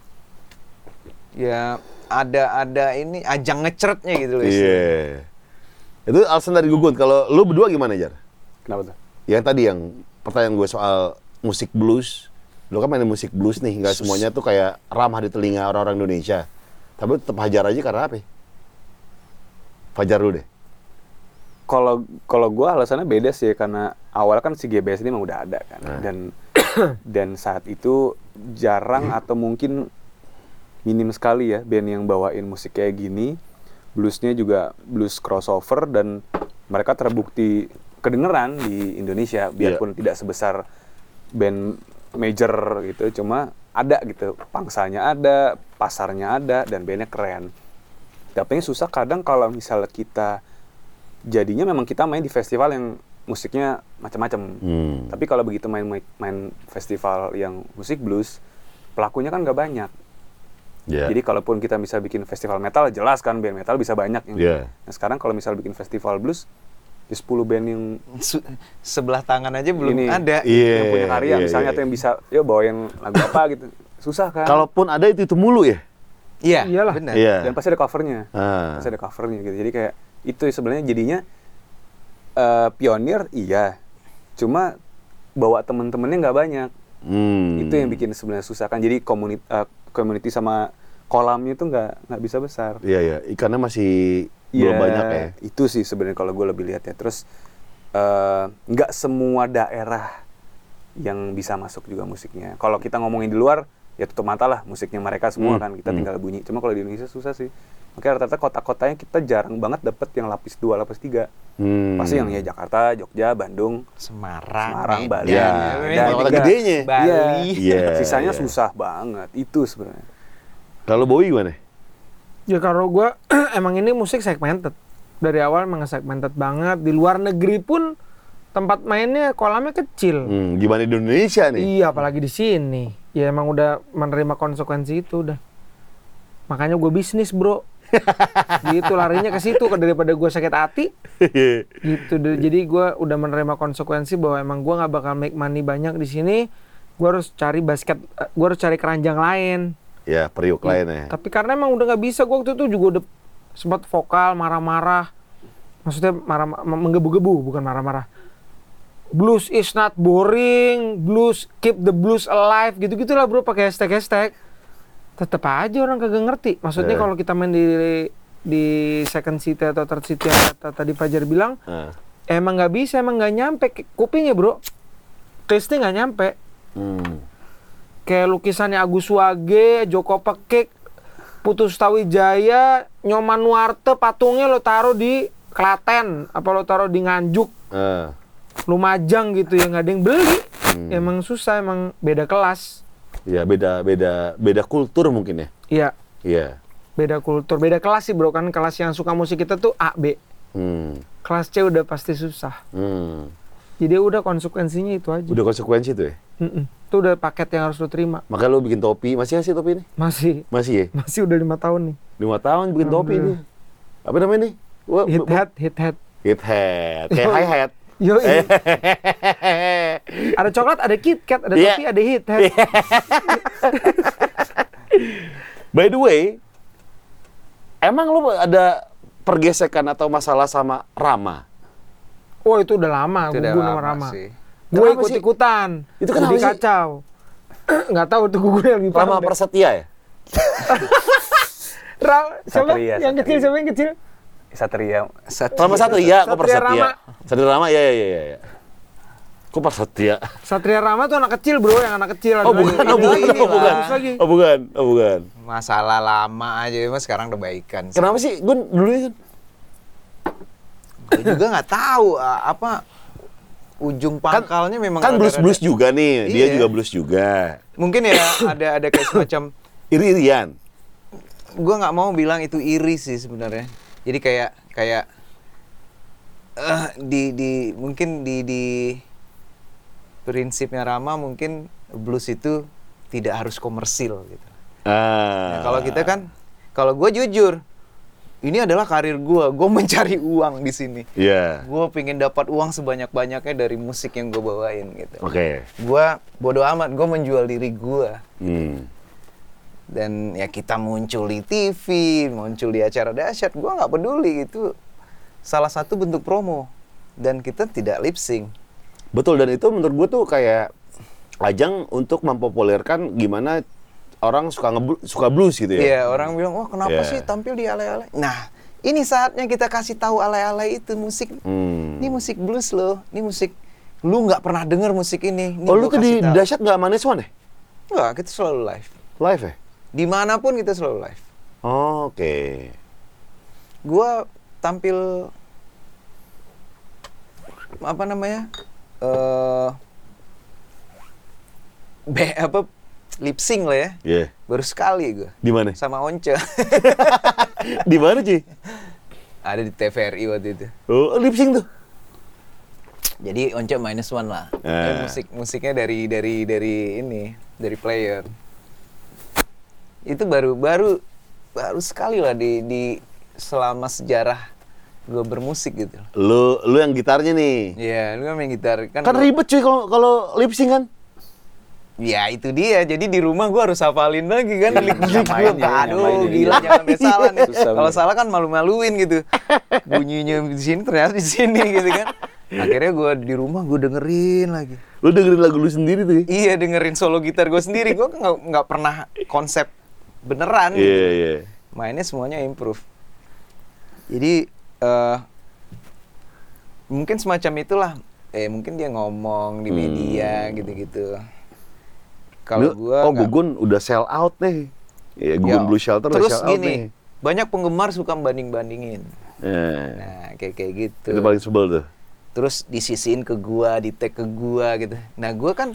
ya ada ada ini ajang ngecretnya gitu loh. istilahnya. Iya. Itu alasan dari Gugun. Kalau lu berdua gimana, Jar? Kenapa tuh? Yang tadi yang pertanyaan gue soal musik blues. Lu kan main musik blues nih, nggak semuanya tuh kayak ramah di telinga orang-orang Indonesia. Tapi tetap hajar aja karena apa? Fajar lu deh. Kalau kalau gue alasannya beda sih karena awal kan si G B S ini emang udah ada kan Nah. dan dan saat itu jarang atau mungkin minim sekali ya band yang bawain musik kayak gini, bluesnya juga blues crossover dan mereka terbukti kedengeran di Indonesia biarpun tidak sebesar band major gitu, cuma ada gitu, pangsanya ada, pasarnya ada dan bandnya keren. Tapi yang susah kadang kalau misalnya kita jadinya memang kita main di festival yang musiknya macam-macam. Hmm. Tapi kalau begitu main main festival yang musik blues, pelakunya kan nggak banyak. Iya. Jadi kalaupun kita bisa bikin festival metal, jelas kan band metal bisa banyak. Yang Iya. Nah sekarang kalau misal bikin festival blues, di sepuluh band yang Su- sebelah tangan aja belum ini ada. Iya. yang punya karya iya, misalnya iya. atau yang bisa, yuk bawain lagu apa gitu, susah kan? Kalaupun ada itu itu mulu ya. Iya, Iyalah. benar. Iya. Dan pasti ada covernya, Ah. pasti ada covernya gitu. Jadi kayak itu sebenarnya jadinya eh, pionir iya, cuma bawa temen-temennya nggak banyak. Hmm. Itu yang bikin sebenarnya susah kan. Jadi community, eh, community sama kolamnya itu nggak nggak bisa besar. Iya ya, ikannya masih belum Iya, banyak ya. Itu sih sebenarnya kalau gue lebih lihat ya. Terus eh, nggak semua daerah yang bisa masuk juga musiknya. Kalau kita ngomongin di luar, ya tutup mata lah musiknya mereka semua Hmm, kan. Kita hmm. tinggal bunyi. Cuma kalau di Indonesia susah sih. Makanya rata-rata kota-kotanya kita jarang banget dapet yang lapis dua, lapis tiga. Hmm. Pasti yang ya Jakarta, Jogja, Bandung, Semarang, Semarang, Medan, Bali. Ya, ya, kota-kota tiga. gedenya. Bali. Iya, Sisanya iya. susah banget. Itu sebenarnya. Kalau Bowie gimana? Ya kalau gue emang ini musik segmented. Dari awal emang segmented banget. Di luar negeri pun tempat mainnya kolamnya kecil. Hmm, gimana di Indonesia nih? Iya, apalagi di sini. Ya emang udah menerima konsekuensi itu udah. Makanya gue bisnis, bro. Gitu larinya ke situ daripada gue sakit hati. Gitu. deh. Jadi gue udah menerima konsekuensi bahwa emang gue nggak bakal make money banyak di sini. Gue harus cari basket, gue harus cari keranjang lain. Ya, periuk lainnya. Tapi karena emang udah nggak bisa, gue waktu itu juga udah sempat vokal marah-marah. Maksudnya marah, menggebu-gebu, bukan marah-marah. Blues is not boring, blues keep the blues alive, gitu-gitulah bro, pakai hashtag-hashtag. Tetep aja orang kagak ngerti. Maksudnya Yeah. kalau kita main di di second city atau third city yang kata tadi Fajar bilang, Nah. emang nggak bisa, emang nggak nyampe ke kupingnya bro. Taste-nya nggak nyampe. Hmm. Kayak lukisannya Agus Wage, Joko Pekik, Putus Tawijaya, Nyoman Nuarte, patungnya lo taruh di Klaten, apa lo taruh di Nganjuk, Ah. Lumajang gitu ya, nggak ada yang beli. Hmm. Emang susah, emang beda kelas. Ya, beda beda beda kultur mungkin ya. Iya, Iya. beda kultur, beda kelas sih bro, kan kelas yang suka musik kita tuh A, B. Hmm. Kelas C udah pasti susah. Hmm. Jadi udah konsekuensinya itu aja. Udah konsekuensi tuh ya. Mm-mm. Itu udah paket yang harus lo terima. Makanya lo bikin topi, masih nggak sih topi ini? Masih, Masih ya? masih udah lima tahun nih. Lima tahun bikin topi ini. Apa namanya nih? Wah, Hit bu- bu- head, hit head. Hit head. Kayak hi hat. Yo, ada coklat, ada KitKat, ada Iya. topi, ada hit head. By the way, emang lo ada pergesekan atau masalah sama Rama? Oh itu udah lama, Itu udah gugun sama lama Rama. sih. Gue Kenapa ikut sih? ikutan. Itu kenapa Jadi sih? kacau. Nggak tahu tuh gugun yang lebih Rama paham deh. Prasetya ya? Ra- siapa? Satria, yang kecil Satria. siapa yang kecil? Satria. Satu. Rama Satria, kok Satria Prasetya? Rama. Satria Rama, ya ya ya ya. Kok Pak Satria? Satria Rama tuh anak kecil bro, yang anak kecil. Oh ada bukan, lagi. oh bukan, Ada oh bukan, bagus lagi. oh bukan, oh bukan. Masalah lama aja, mas sekarang udah baikan. Kenapa sih? Gue dulu kan. Gue juga nggak tahu a- apa ujung pangkalnya memang Kan rada-rada- blues-blues juga nih, dia Iya. juga blues juga. Mungkin ya ada ada kayak semacam Iri-irian. gue nggak mau bilang itu iri sih sebenarnya. Jadi kayak kayak eh di di mungkin di di prinsipnya Rama mungkin blues itu tidak harus komersil gitu. Ah. Nah, kalau kita kan, kalau gue jujur, ini adalah karir gue. Gue mencari uang di sini. Iya. Gue pengen dapat uang sebanyak-banyaknya dari musik yang gue bawain gitu. Oke. Gue bodoh amat. Gue menjual diri gue. Hmm. Dan ya kita muncul di T V, muncul di acara dahsyat. Gue nggak peduli, itu salah satu bentuk promo. Dan kita tidak lip sync. Betul, dan itu menurut gue tuh kayak ajang untuk mempopulerkan gimana orang suka ngeblu- suka blues gitu ya. Iya, orang bilang, wah kenapa Iya. sih tampil di alay-alay? Nah, ini saatnya kita kasih tahu alay-alay itu musik. Hmm. Ini musik blues loh, ini musik lu nggak pernah denger musik ini. Ini Oh lu gua tuh di kasih tahu. dahsyat nggak manis one ya? Enggak, kita selalu live. Live ya? Dimanapun kita selalu live. Oh, Oke. Gua tampil apa namanya? Eh be apa lip sync lah ya. Iya. Baru sekali gua Di mana? sama Once. Di mana cuy? Ada di T V R I waktu itu. Oh lip sync tuh. Jadi Once minus one lah. Eh. Eh, musik musiknya dari dari dari ini dari player. Itu baru baru baru sekali lah di di selama sejarah gue bermusik gitu. Lu lu yang gitarnya nih. Iya, lu kan main gitar kan. Kan gua- ribet cuy kalau kalau lip sync kan. Ya itu dia. Jadi di rumah gue harus hafalin lagi kan lirik-lirik gue. Nyamain ya, Aduh, nyamain ya. gila jangan sampai salah nih. Susah Kalau banget. salah kan malu-maluin gitu. Bunyinya di sini ternyata di sini gitu kan. Akhirnya gue di rumah gue dengerin lagi. Lu dengerin lagu lu sendiri tuh. Ya? Iya, dengerin solo gitar gue sendiri. Gue nggak nggak pernah konsep beneran. Iya gitu. iya. Mainnya semuanya improve. Jadi eh mungkin semacam itulah. Eh mungkin dia ngomong di media gitu-gitu. Kalau Lu- gua oh nggak- Gugun udah sell out nih. Iya, Gugun Ya, Blue Shelter udah terus sell out gini, nih. banyak penggemar suka banding-bandingin. Eh, Nah, kayak kayak gitu. itu paling sebel tuh. Terus disisiin ke gua, di tag ke gua gitu. Nah, gua kan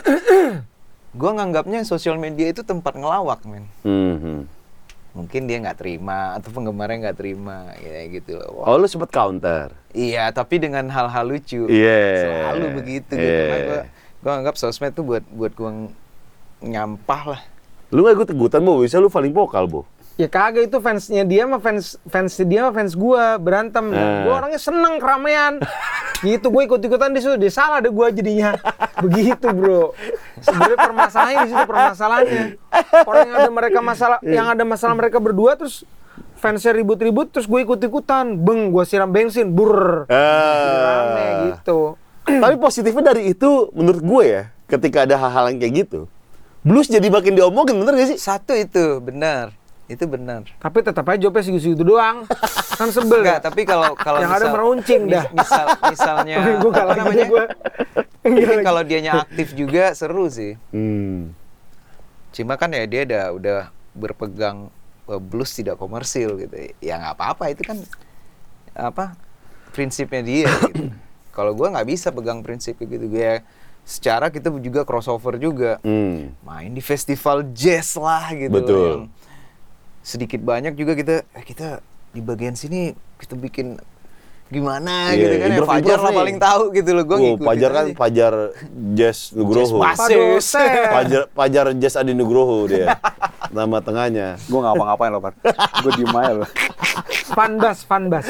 gua nganggapnya sosial media itu tempat ngelawak, men. Mhm. Mungkin dia nggak terima atau penggemarnya nggak terima kayak gitu loh. Wah, Oh lu sempet counter. iya, tapi dengan hal-hal lucu. Iya. Selalu begitu gitu. Iya. Karena gua gua anggap sosmed tuh buat buat gua ng- nyampah lah. Lu gak ikut ikutan Bo, bisa lu paling vokal Bo. Ya kagak, itu fansnya dia mah fans fansnya dia mah fans gua berantem. Eh. Gua orangnya seneng keramaian. Gitu gue ikut-ikutan di situ, dia salah deh gua jadinya. Begitu, Bro. Sebenarnya permasalahannya di situ permasalahannya. Orang yang ada mereka masalah yang ada masalah mereka berdua terus fansnya ribut-ribut terus gue ikut-ikutan. Beng, gua siram bensin, bur. Jadi rame gitu. Tapi positifnya dari itu menurut gue ya, ketika ada hal-hal yang kayak gitu, blues jadi makin diomongin, bener gak sih? Satu itu benar. Itu benar. Tapi tetap aja jawabnya segitu-segitu doang. Kan sebel ya. Enggak, tapi kalau kalau Yang ada misal- meruncing mis- dah. Misal misalnya Gue apa kalah namanya? gue. Mungkin kalau dianya aktif juga seru sih. Hmm. Cuma kan ya dia udah udah berpegang eh, blues tidak komersil gitu. Ya nggak apa-apa, itu kan apa prinsipnya dia gitu. Kalau gua nggak bisa pegang prinsip gitu. Ya secara kita juga crossover juga. Hmm. Main di festival jazz lah gitu. Betul. Yang sedikit banyak juga kita eh, kita di bagian sini kita bikin gimana Iya, gitu kan ya. improv-improv Fajar lah nih. paling tahu gitu loh. Gua Oh, ngikutin Pajar kan aja. Pajar Jazz Nugroho. Jazz bass. Waduh, set. Pajar Pajar Jazz Adi Nugroho dia. Nama tengahnya. Gue nggak ngapa-ngapain loh, Pak. Gue diem aja loh. Fanbas, fanbas.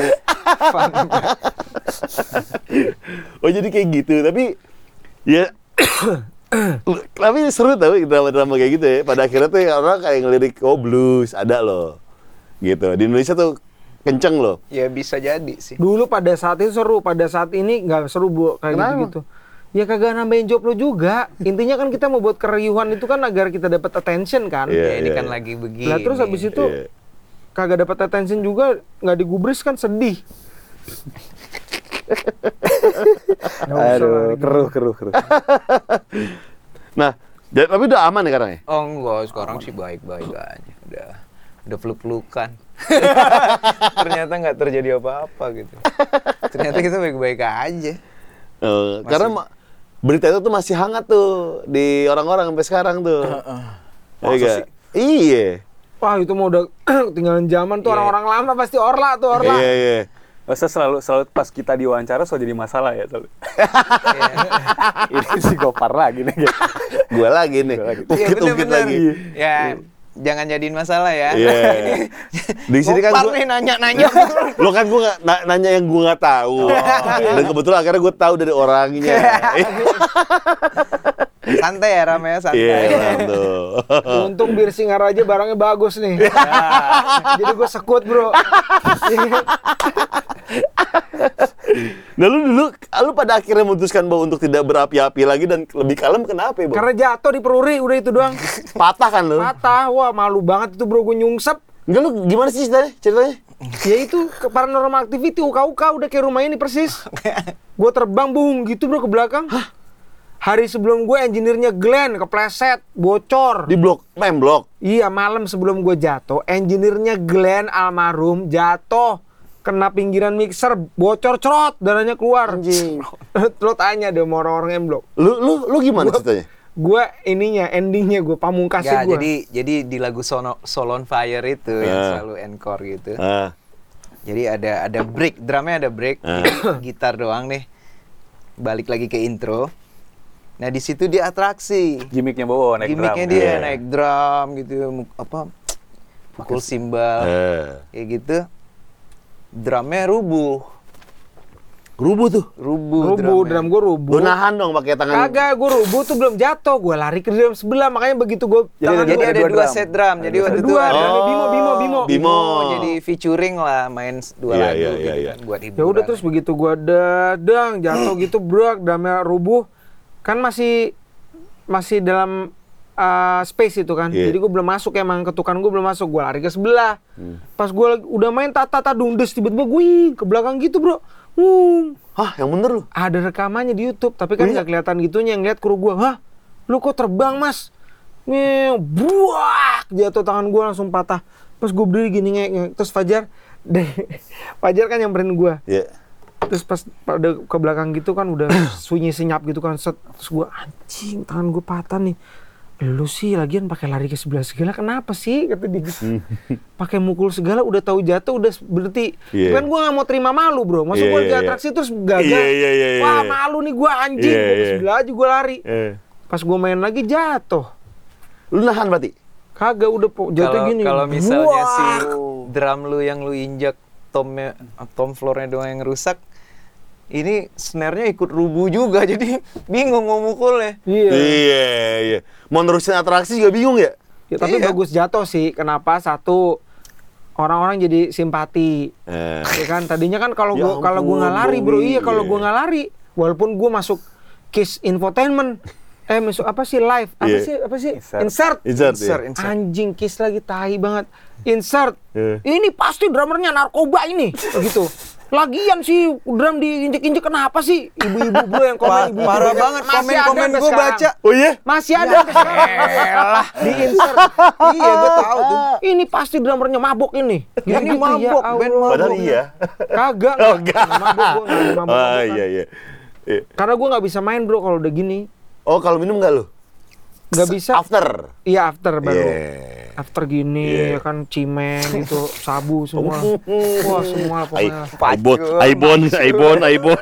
Oh jadi kayak gitu, tapi ya tapi seru tau drama-drama kayak gitu ya. Pada akhirnya tuh orang kayak ngelirik, oh blues ada loh. Gitu. Di Indonesia tuh kenceng loh. Ya bisa jadi sih. Dulu pada saat itu seru, pada saat ini nggak seru Bu, kayak Kenapa? gitu-gitu. Ya kagak nambahin job lo juga. Intinya kan kita mau buat keriuhan itu kan agar kita dapat attention kan. Iya, Ya, ini iya, kan iya. lagi begini. Lah terus habis itu Iya. kagak dapat attention juga, nggak digubris kan sedih. Nggak usah Aduh, lari. keruh, keruh, keruh. Nah, jadi- tapi udah aman ya sekarang ya? Oh enggak, sekarang sih baik-baik aja. Udah udah peluk-pelukan. Ternyata nggak terjadi apa-apa gitu. Ternyata kita baik-baik aja. Eh, karena ma- berita itu tuh masih hangat tuh di orang-orang sampai sekarang tuh. Iya Masa nggak? sih? Iya. Wah itu mau udah ketinggalan zaman tuh Iya. orang-orang lama pasti orla tuh orla. Iya, iya. Masa selalu selalu pas kita diwawancara selalu jadi masalah ya selalu. Ini si Gopar lagi nih. Gua lagi nih. Gua lagi. Iya Ungkit-ungkit bener-bener. lagi. Ya jangan jadiin masalah ya. Iya. Di sini kan Gopar gua, nih nanya-nanya. lo kan gua nggak na- nanya yang gua nggak tahu. Dan kebetulan akhirnya gua tahu dari orangnya. Santai ya Ram ya, santai. Iya, tuh. Untung bir singar aja barangnya bagus nih. Jadi gue sekut bro. Nah lu dulu, lu pada akhirnya memutuskan bahwa untuk tidak berapi-api lagi dan lebih kalem kenapa ya, Bang? Karena jatuh di peruri udah itu doang. Patah kan lu? Patah, wah malu banget itu bro gue nyungsep. Enggak, lu gimana sih ceritanya? ceritanya? Ya itu ke paranormal activity U K U K udah kayak rumah ini persis. Gue terbang bung gitu bro ke belakang. Hari sebelum gue engineer-nya Glenn kepleset, bocor. Di blok, main blok. Iya malam sebelum gue jatuh, engineer-nya Glenn almarhum jatuh kena pinggiran mixer, bocor cerot, darahnya keluar. Anjing. Lo tanya deh sama orang-orang M-Block. Lu lu lu gimana Gua- ceritanya? Gue ininya, endingnya gue pamungkasnya Nggak, gue. jadi jadi di lagu Sono, Soul on Fire itu yang Ah. selalu encore gitu. Ah, Jadi ada ada break, drumnya ada break, Ah. jadi gitar doang nih. Balik lagi ke intro. Nah di situ dia atraksi. Gimiknya bawa naik Gimiknya drum. dia Iya. naik drum gitu, mu- apa pukul simbal eh. kayak gitu. Drumnya rubuh, Rubuh tuh. rubuh, rubuh, drumnya. drum gue rubuh. Lu nahan dong pakai tangan. Kagak, gue rubuh tuh belum jatuh. Gue lari ke drum sebelah, makanya begitu gue Jadi tangan ada- Jadi gua- ada dua dua, drum. set drum. Jadi Ada waktu itu dua, ada drumnya Bimo, Bimo, Bimo. Bimo. Jadi featuring lah main s- dua Iya, lagu iya, gitu iya, iya. kan buat hiburan. Ya udah terus begitu gue dadang jatuh gitu bro, drumnya rubuh. Kan masih masih dalam uh, space itu kan. Iya. Jadi gue belum masuk emang ketukan gue belum masuk. Gue lari ke sebelah. Pas gue lagi- udah main tata tata dundes tiba-tiba gue ke belakang gitu bro. Wung. Hah, yang bener lu? Ada rekamannya di YouTube, tapi kan Iya. nggak kelihatan gitunya. Yang lihat kru gue, hah, lu kok terbang mas? Nih, buak, jatuh tangan gue langsung patah. Pas gue berdiri gini ngek, terus Fajar, deh, Fajar kan nyamperin gue. Iya. Terus pas pada ke belakang gitu kan udah sunyi senyap gitu kan, set. Terus gue anjing, tangan gue patah nih. Lu sih lagian pakai lari ke sebelah segala kenapa sih kata dia. Pakai mukul segala udah tahu jatuh udah berarti. Iya. Kan gue nggak mau terima malu bro. Masa Iya, gue iya, di iya. atraksi terus gagal. Iya, iya, iya, iya. Wah malu nih gue anjing. Iya, Gue ke iya. sebelah aja gue lari. Eh. Pas gue main lagi jatuh. Lu nahan berarti? Kagak udah po- jatuh Kalau gini. kalau misalnya Buak. si drum lu yang lu injak tomnya tom floornya doang yang rusak, ini snare-nya ikut rubuh juga jadi bingung mau mukulnya. Iya. Iya, iya. Mau nerusin atraksi juga bingung ya? Ya, tapi Iya. bagus jatuh sih. Kenapa? Satu orang-orang jadi simpati. Eh. Ya kan tadinya kan kalau Ya gua kalau gua nggak ampun, lari bro, Bowie. iya kalau gua Iya. nggak lari, walaupun gua masuk Kiss Infotainment, eh masuk apa sih live, apa Iya. sih apa sih Insert. insert, Insert, Insert, iya. insert. anjing Kiss lagi tai banget, insert, Iya. ini pasti drummernya narkoba ini, begitu. Lagian sih drum diinjek-injek kenapa sih ibu-ibu bro yang komen Pa- ibu-ibu parah banyak. banget Masih ada komen-komen sampai gue sekarang. baca. Oh iya? Masih ada sampai sekarang. Di insert. Iya, gue tahu tuh. Ini pasti drummernya mabok ini. Ini Gitu, mabok, ya band Allah. Padahal iya. Kagak. Oh, enggak. Mabok gua enggak mabok. Oh iya, iya. Iya. Karena gue nggak bisa main bro kalau udah gini. Oh, kalau minum enggak lu? Nggak bisa. After. Iya after baru. Iya. After gini Iya. ya kan cimeng gitu, sabu semua. Wah semua Ai, pokoknya. Aibon, Aibon, Aibon, Aibon.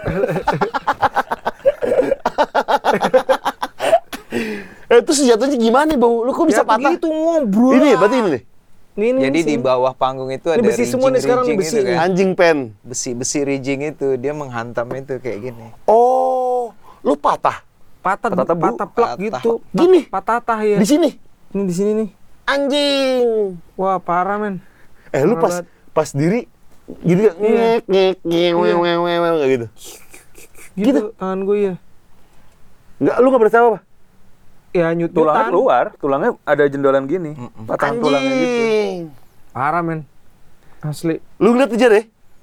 Eh, itu sejatuhnya gimana, Bau? Lu kok bisa Ya patah? begitu ngobrol. Ini ya, berarti ini nih. Ini Jadi sih. di bawah panggung itu ada Ini besi semua nih sekarang, nih, rigging-rigging besi itu kan. Anjing pen. Besi-besi rigging itu dia menghantam itu kayak gini. Oh, lu patah patah Patah tebu. patah plak Patah. gitu. Gini? Patah patah ya. di sini. Ini di sini nih. Anjing. Wah parah men. Eh, lu Parah pas pas diri gitu kan ngek ngek ngek wew wew wew wew, kayak gitu. Gitu, Gitu? tangan gue ya. Enggak, lu enggak berasa apa? Ya nyut Tulangnya keluar, tulangnya ada jendolan gini. Patah tulangnya gitu. Anjing. Parah men. Asli. Lu ngeliat aja deh.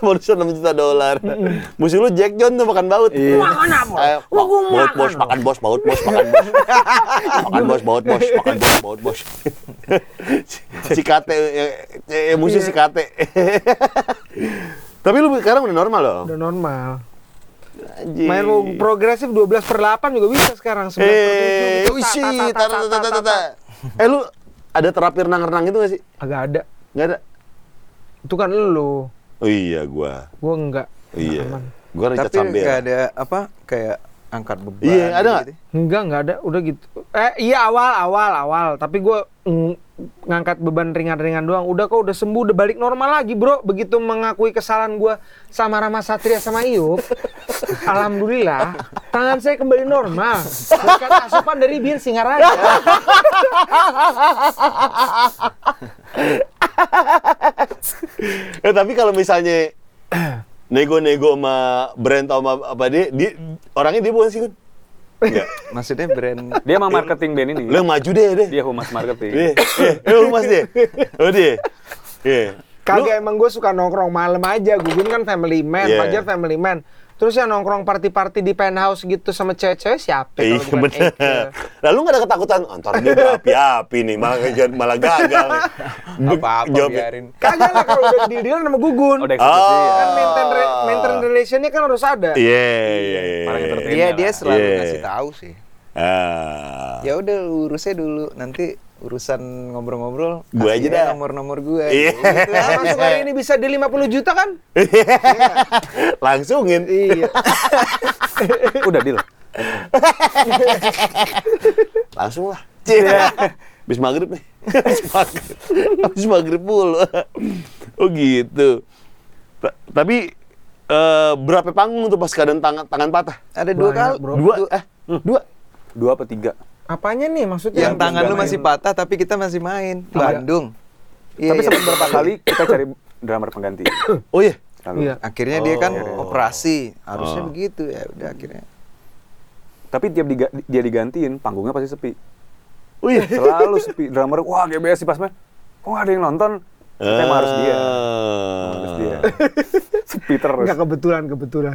bonusan enam juta dolar. Musuh lu Jack John tuh makan baut. Makan apa? Eh, Wah, gua baut makan bos, dong. makan bos, baut bos, makan bos. Makan bos, baut bos, makan bos, baut bos. Si Kate, eh, eh, musuh si Kate. Tapi lu sekarang udah normal loh. Udah normal. Anjing. Main mau progresif dua belas per delapan juga bisa sekarang. sebelas per tujuh Eh, gitu. wisi, Ta, ta, ta, tata, ta, tata, ta, tata. ta. Eh lu ada terapi renang-renang itu gak sih? Agak ada. Nggak ada? Itu kan lu. Oh iya, gua. Gua enggak. Iya. Aman. Gua Richard Tapi Sambel. nggak ada apa kayak angkat beban. Iya, ada nggak? gitu. Enggak, enggak ada. Udah gitu. Eh, iya awal, awal, awal. Tapi gua mm, ngangkat beban ringan-ringan doang. Udah kok udah sembuh, udah balik normal lagi, Bro. Begitu mengakui kesalahan gua sama Rama Satria sama Iup, alhamdulillah, tangan saya kembali normal. Berkat asupan dari Bir Singaraja. Eh tapi kalau misalnya nego-nego sama brand atau sama apa dia, dia orangnya dia bukan sih kan? Enggak. Maksudnya brand Dia mah marketing band ini. Lu yang maju deh deh. Dia humas marketing. Deh, eh, eh, lu mas deh. Oh dia. Iya. Kagak, emang gue suka nongkrong malam aja. Gugun kan family man, Yeah. Fajar family man. Terus ya nongkrong party-party di penthouse gitu sama cewek-cewek siapa Iya kalau bukan bener. Eike? Lalu nggak ada ketakutan, oh, ntar dia berapi-api nih, malah kejar- malah gagal. apa-apa Jawabnya, biarin. Kagak lah kalau udah deal-dealan sama Gugun. Udah eksekusi. Oh. ya. Kan maintain, re- maintain relationnya kan harus ada. Iya, iya, iya. Malah entertain. Iya dia selalu Iya. ngasih tahu sih. Ah. Ya udah urusnya dulu, nanti urusan ngobrol-ngobrol. Gua aja kasih dah. nomor-nomor gue. Iya. Gitu Nah, aja. masuk hari ini bisa di lima puluh juta kan? Langsungin. Iya. Udah deal. Langsung lah. Habis maghrib nih. Habis maghrib. Habis maghrib mulu. Oh gitu. Ta- Tapi eh, berapa panggung tuh pas keadaan tangan tangan patah? Ada dua Banyak, kali. bro. Dua? Eh, dua? Dua apa tiga? Apanya nih maksudnya? Yang tangan lu main. masih patah tapi kita masih main. Bandung. Iya, Tapi iya. sempat berapa kali kita cari drummer pengganti. Oh iya. Lalu. Iya. Akhirnya dia kan Oh. operasi. Harusnya Oh. begitu ya udah akhirnya. Tapi tiap diga- dia digantiin, panggungnya pasti sepi. Oh iya. Selalu sepi. Drummer, wah G B S sih pas main. Kok nggak ada yang nonton? Kita emang harus dia. Ah. Harus dia. Sepi terus. Enggak kebetulan, kebetulan.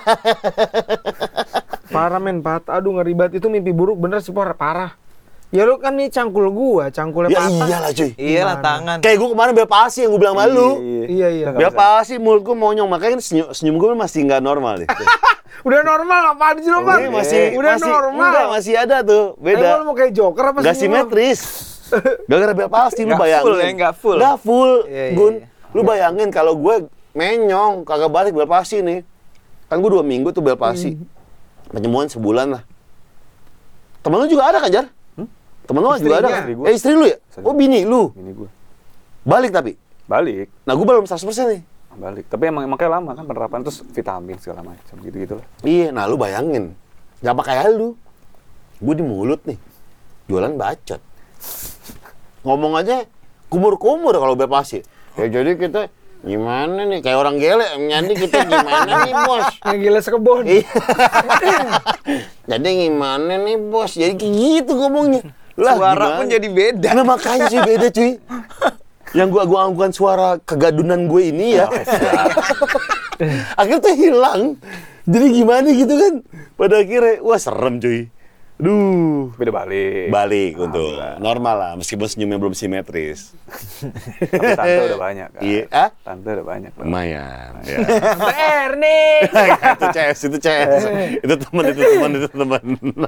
Parah men, patah. Aduh ngeri banget. Itu mimpi buruk bener sih, Por. Parah. Ya lu kan nih cangkul gua, cangkulnya Ya patah. iyalah cuy. Iyalah Gimana? tangan. Kayak gue kemarin bel pasi yang gue bilang malu. Iya, iya. Nggak Bel bisa. pasi mulut gue monyong, makanya senyum, senyum gue masih nggak normal deh. Udah normal apaan sih lu, Par? Ini masih Udah masih, normal. Enggak, masih ada tuh, Emang lu beda. mau kayak Joker apa Gak sih? simetris. Gara-gara bel pasti lu Nggak bayangin. full ya, nggak full. Nggak full, Iya, iya, Gun. iya. Lu bayangin kalau gue menyong, kagak balik bel pasi nih. Kan gue dua minggu tuh bel pasi. Penyembuhan sebulan lah. Temen lu juga ada kan, Jar? Temen lu juga ada kan? Istri gua. Eh, istri lu ya? Oh, bini lu. Ini gue. Balik tapi? Balik. Nah, gue belum seratus persen nih. Balik. Tapi emang makanya lama kan penerapan, terus vitamin segala macam gitu-gitu lah. Iya, nah lu bayangin. Gak kayak lu. Gue di mulut nih. Jualan bacot. Ngomong aja kumur-kumur kalau bepasi. Ya jadi kita gimana nih? Kayak orang gele. Jadi kita gimana nih, Bos? Ngegiles kebon. Iya. Jadi gimana nih, Bos? Jadi kayak gitu ngomongnya. Lah, Suara gimana? pun jadi beda. Nah makanya sih beda cuy. Yang gua gua anggukan suara kegadunan gue ini ya. Akhirnya tuh hilang. Jadi gimana gitu kan? Pada akhirnya, wah serem cuy. Duh. Beda balik. Balik untuk normal lah, meskipun senyumnya belum simetris. Tapi tante udah banyak kan. Iya, ah? Tante udah banyak. Bang. Lumayan. Ya. Tante Ernie. itu C S, itu C S. Itu teman, itu teman, itu teman.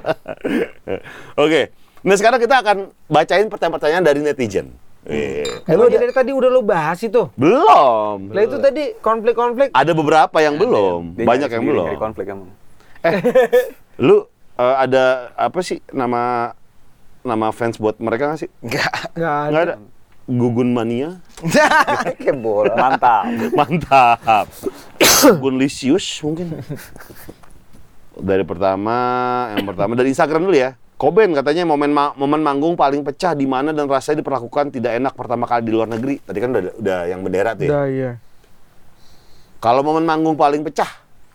Oke. Nah sekarang kita akan bacain pertanyaan-pertanyaan dari netizen. Eh, Eh, lu dari tadi udah lu bahas itu. belum. Lah itu tadi konflik-konflik. Ada beberapa yang belum, Dia banyak nyari yang sendiri, belum. nyari konflik emang. Lu eh, ada apa sih nama nama fans buat mereka nggak sih? Enggak. Enggak ada. Nggak ada. Gugun Mania. Kayak bola. Mantap. Mantap. Gugun Lisius mungkin. Dari pertama, yang pertama dari Instagram dulu ya. Koben katanya momen ma- momen manggung paling pecah di mana dan rasanya diperlakukan tidak enak pertama kali di luar negeri. Tadi kan udah udah yang bendera tuh ya. Udah iya. Kalau momen manggung paling pecah,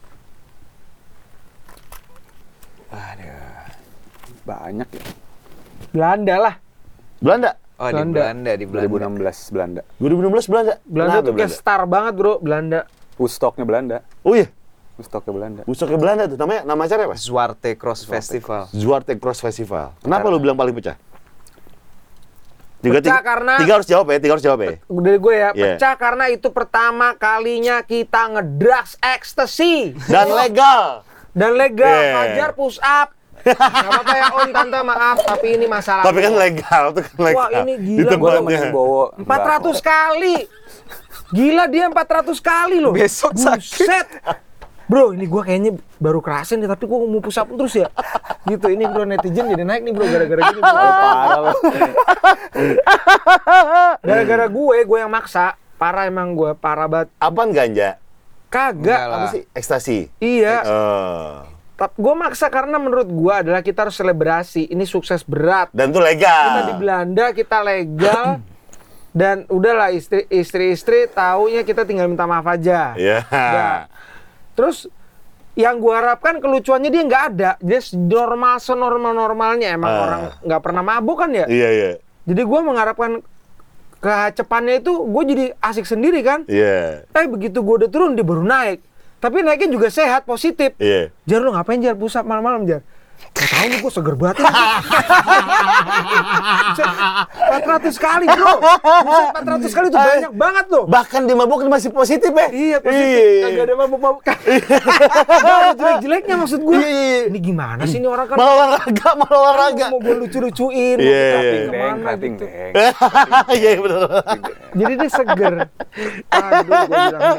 Banyak ya. Belanda lah. Belanda. Oh di Belanda. Belanda, di dua ribu Belanda. enam belas Belanda. dua ribu enam belas Belanda. Belanda Kenapa tuh kayak star banget, Bro, Belanda. Woodstock-nya Belanda. Oh iya, Woodstock-nya Belanda. Woodstock Belanda tuh. Namanya nama acara apa? Zwarte Cross Festival. Zwarte Cross Festival. Kenapa lu bilang paling pecah? Tiga, Pecah tiga, karena- tiga harus jawab ya, tiga harus jawab ya. Dari gue ya, Yeah. pecah karena itu pertama kalinya kita ngedrugs ecstasy. Dan legal. Dan legal, Yeah. Fajar push up. Gak apa-apa ya Om, Tante, maaf, tapi ini masalah. Tapi kan legal tuh kan legal. Wah, ini Di gila. Gue tempatnya. temenin Bowo. empat ratus kali. Gila dia empat ratus kali loh. Besok sakit. Buset. Bro, ini gua kayaknya baru kerasin nih, tapi gua mau push up terus ya. Gitu, ini bro netizen jadi naik nih bro, gara-gara gini bro. Parah loh. Gara-gara gue, gue yang maksa. Parah emang gue, parah banget. Apaan ganja? Kagak. Enggak lah. Apa sih? Ekstasi. Iya. Oh. Tapi gue maksa karena menurut gue adalah kita harus selebrasi. Ini sukses berat. Dan itu legal. Kita di Belanda, kita legal. Dan udahlah istri, istri-istri taunya kita tinggal minta maaf aja. Iya. Udah. Terus yang gue harapkan kelucuannya dia nggak ada. Dia normal senormal normalnya emang Ah. orang nggak pernah mabuk kan ya. Iya, iya. Jadi gue mengharapkan kehacepannya itu gue jadi asik sendiri kan. Iya. Eh begitu gue udah turun dia baru naik. Tapi naiknya juga sehat, positif. Iya. Jar lu ngapain Jar pusat malam-malam Jar? Gak tau nih gue seger banget. empat ratus kali bro. Buset, empat ratus kali itu banyak banget loh. Bahkan di mabuk masih positif ya? Iya positif. Iya. Kagak ada mabuk-mabuk. Gak ada jelek-jeleknya maksud gue. Iya, iya. Ini gimana sih ini orang kan? Malah olahraga, malah olahraga. Mau gue lucu-lucuin. Iya, mau iya, trapping iya. Deng, kemana rating, gitu. deng. Iya, benar. Jadi dia seger. Aduh, gue bilang,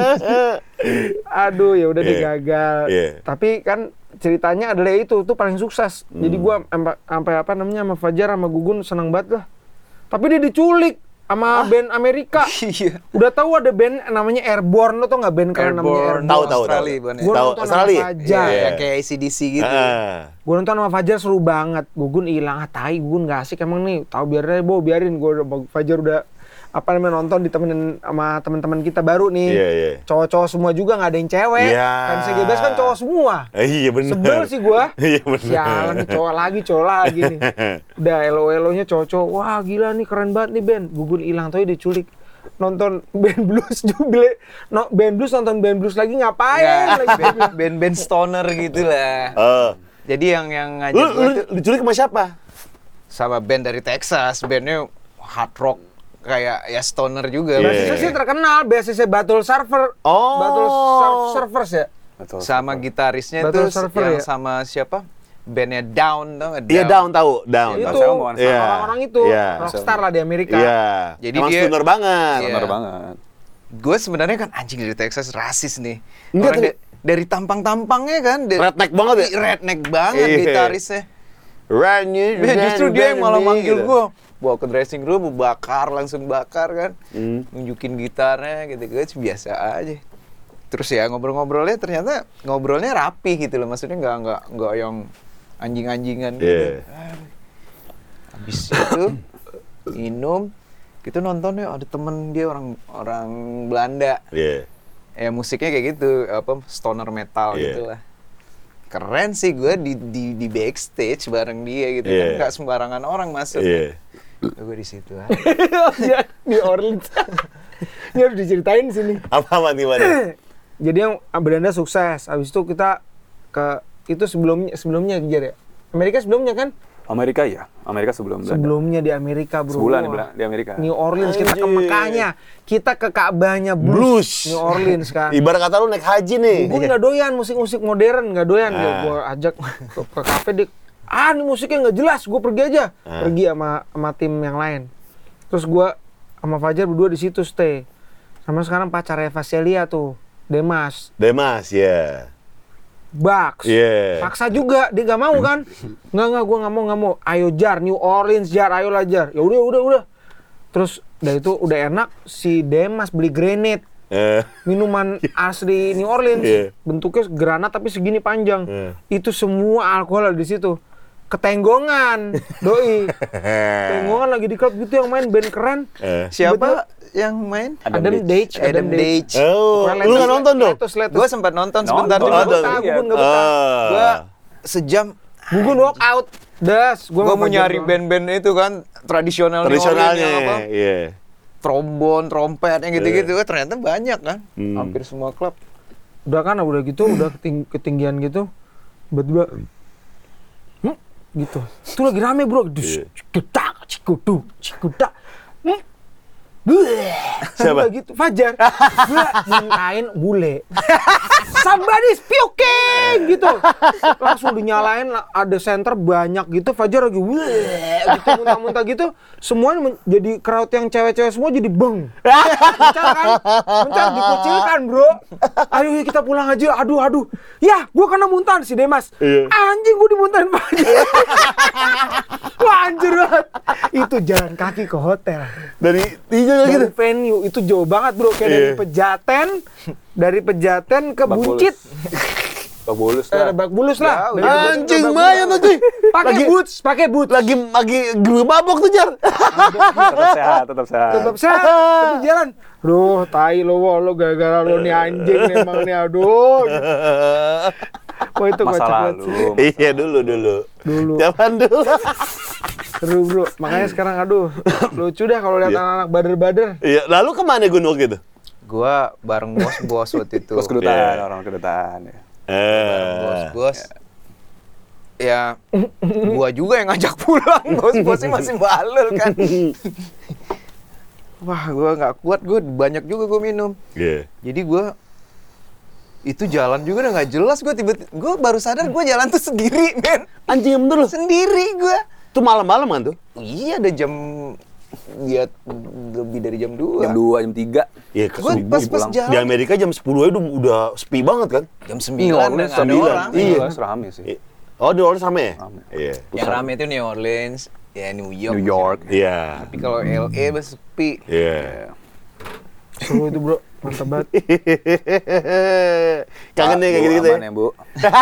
aduh ya udah Iya. deh gagal. Iya. Tapi kan ceritanya adalah itu, itu paling sukses. Jadi Hmm. gua empa- sampai apa namanya sama Fajar sama Gugun senang banget lah. Tapi dia diculik sama band Amerika. Iya. Udah tahu ada band namanya Airborne, lo tau nggak band keren namanya Airborne. Airborne? Tahu, tahu, Australia, tahu. Bang, ya. Gua Tahu, nonton sama Australia. Fajar. Iya, Iya. kayak A C D C gitu. Ah. Gue nonton sama Fajar seru banget. Gugun hilang, ah tai Gugun gak asik emang nih. Tahu biar aja, Bo, biarin. Gue Fajar udah apa namanya nonton ditemenin sama teman-teman kita baru nih. Iya, iya. Cowok-cowok semua juga nggak ada yang cewek. Iya. Kan C G B S kan cowok semua. Eh, iya benar. Sebel sih gua. Iya benar. Sialan nih cowok lagi, cowok lagi nih. Udah elo-elonya cowok-cowok. Wah gila nih keren banget nih band. Gugun hilang tuh diculik. Nonton band blues juga. No, band blues nonton band blues lagi ngapain? Nggak, Lagi band- band-band stoner gitu lah. Oh. Jadi yang yang Lu, ngajak lu gue tuh diculik sama siapa? sama band dari Texas, bandnya hard rock kayak ya stoner juga. Iya. Basisnya sih terkenal, basisnya Battle Server. Oh. Battle Sur- Servers ya. Betul. Sama gitarisnya Battle tuh Server yang ya? sama siapa? Bandnya Down, tau nggak? Iya, down tahu, down. Itu Bahasa omongan sama. Iya. orang-orang itu Iya. rockstar lah di Amerika. Iya. Jadi Emang dia- stoner banget. Iya. Benar banget. Gue sebenarnya kan anjing dari Texas rasis nih. Enggak, Orang tapi- da- dari tampang-tampangnya kan, dari- Redneck banget ya? Ih, redneck banget Iya. gitarisnya. Run, you, Ya, justru run, dia yang run, malah run, manggil gitu. gue, bawa ke dressing room, bakar langsung bakar kan, Hmm. nunjukin gitarnya gitu, gue biasa aja. Terus ya ngobrol-ngobrolnya ternyata ngobrolnya rapi gitu loh, maksudnya nggak nggak nggak yang anjing-anjingan gitu. Iya. Aduh. Habis itu minum, kita nontonnya ada temen dia orang orang Belanda, Iya. ya musiknya kayak gitu, apa stoner metal Iya. gitu lah. Keren sih gue di, di di backstage bareng dia gitu Iya. kan, nggak sembarangan orang masuk. Iya. Gue di situ aja. Dia di Orleans. Ini harus diceritain di sini. Apa apa gimana? Jadi yang Belanda sukses. Habis itu kita ke itu sebelumnya sebelumnya Jar ya. Amerika sebelumnya kan? Amerika ya, Amerika sebelum Belanda. Sebelumnya di Amerika, Bro. Sebulan di, Wah. Bela- di Amerika. New Orleans kita ke Anjir. Mekahnya. Kita ke Ka'bahnya Blues. blues. New Orleans kan. Ibarat kata lu naik haji nih. Gue nggak doyan musik-musik modern, nggak doyan. Ah. Gue ajak ke, ke kafe di, ah ini musiknya nggak jelas, gue pergi aja. Ah. Pergi sama sama tim yang lain. Terus gue sama Fajar berdua di situ stay. Sama sekarang pacarnya Vaselia tuh, Demas, Demas, ya. Bucks. Iya. Paksa juga, dia nggak mau kan? Nggak nggak, gue nggak mau nggak mau. Ayo Jar, New Orleans Jar, ayo lah Jar. Ya udah udah udah. Terus udah itu udah enak si Demas beli granite. Eh, Minuman asli New Orleans, Iya. bentuknya granat tapi segini panjang. Iya. Itu semua alkohol ada di situ. Ketenggongan, doi. Ketenggongan lagi di klub gitu yang main band keren. eh. Siapa yang main? Adam Dage, Adam Dage. Oh, Pokoknya lu nggak letus- nonton dong? letus- letus. Gue sempat nonton sebentar. Nonton. cuma Oh, gua- ada. Gugun nggak betah. Ah. Gua sejam. Gugun walk out. Das, Gue mau nyari band-band itu kan tradisional New Orleans yang apa. Tradisionalnya. Iya. trombon, trompet, yang gitu-gitu. Eh, ternyata banyak kan. Hmm. Hampir semua klub. Udah kan udah gitu, udah keting- ketinggian gitu. Tiba-tiba hmm, gitu. Itu lagi rame, Bro. Dus, Iya. cikudak, cikudu, cikudak. Hmm. Bleh. Siapa? Udah gitu, Fajar. Bleh, muntahin bule. Somebody's puking gitu. Langsung dinyalain, ada senter banyak gitu. Fajar lagi bleh, gitu muntah-muntah gitu. Semuanya men- jadi crowd yang cewek-cewek semua jadi beng. Mencar kan? Mencar dikucilkan, Bro. Ayo yuk, kita pulang aja. Aduh, aduh. Ya, gua kena muntahan si Demas. Iya. Anjing, gua dimuntahin Fajar. Wah, anjir banget. Itu jalan kaki ke hotel. Dari tiga Dari gitu. venue itu jauh banget, Bro. Kayak dari Iya. Pejaten, dari Pejaten ke Bak Buncit. Bak Bulus Eh, lah. Bak Bulus lah. Jauh, Dari Pejaten ke Anjing Bak Maya Bulus. tuh. Pakai Lagi- boots, pakai boots. Lagi lagi gue mabok tuh, Jar. Tetap sehat, tetap sehat. Tetap sehat, tapi jalan. Duh, tai lo, wo, lo gara-gara lo nih anjing nih emang nih, aduh. Wah, itu Masa kocak banget lalu. sih. Iya dulu dulu. Dulu. Zaman dulu. Seru, Bro. Makanya sekarang aduh, lucu dah kalau lihat Iya. anak-anak bader-bader. Iya, lalu kemana gue waktu itu? Gua bareng bos-bos waktu itu. Bos kedutaan, Iya. orang kedutaan ya. Bareng Eh. bos-bos. Ya, gua juga yang ngajak pulang. Bos-bosnya masih balel kan. Wah, gua nggak kuat. Gua banyak juga gua minum. Iya. Jadi gua itu jalan juga udah nggak jelas. Gua tiba-tiba, gua baru sadar gua jalan tuh sendiri, men. Anjing bener lu. Sendiri gua. Itu malam-malam kan tuh? Iya, ada jam ya lebih dari jam dua. Jam dua, jam tiga. Iya, Gua ke- pas-pas pulang. jalan. di Amerika jam sepuluh aja udah, udah sepi banget kan? Jam sembilan udah nggak ada sembilan. orang. Iya. Iya, rame sih. I- Oh, di Orleans rame ya? Rame. Iya. Yang rame itu New Orleans, ya New York. New York. Iya. Tapi kalau L A masih sepi. Iya. Seru itu, Bro. Mantap banget. Kangen deh kayak gitu-gitu ya? Aman ya, Bu.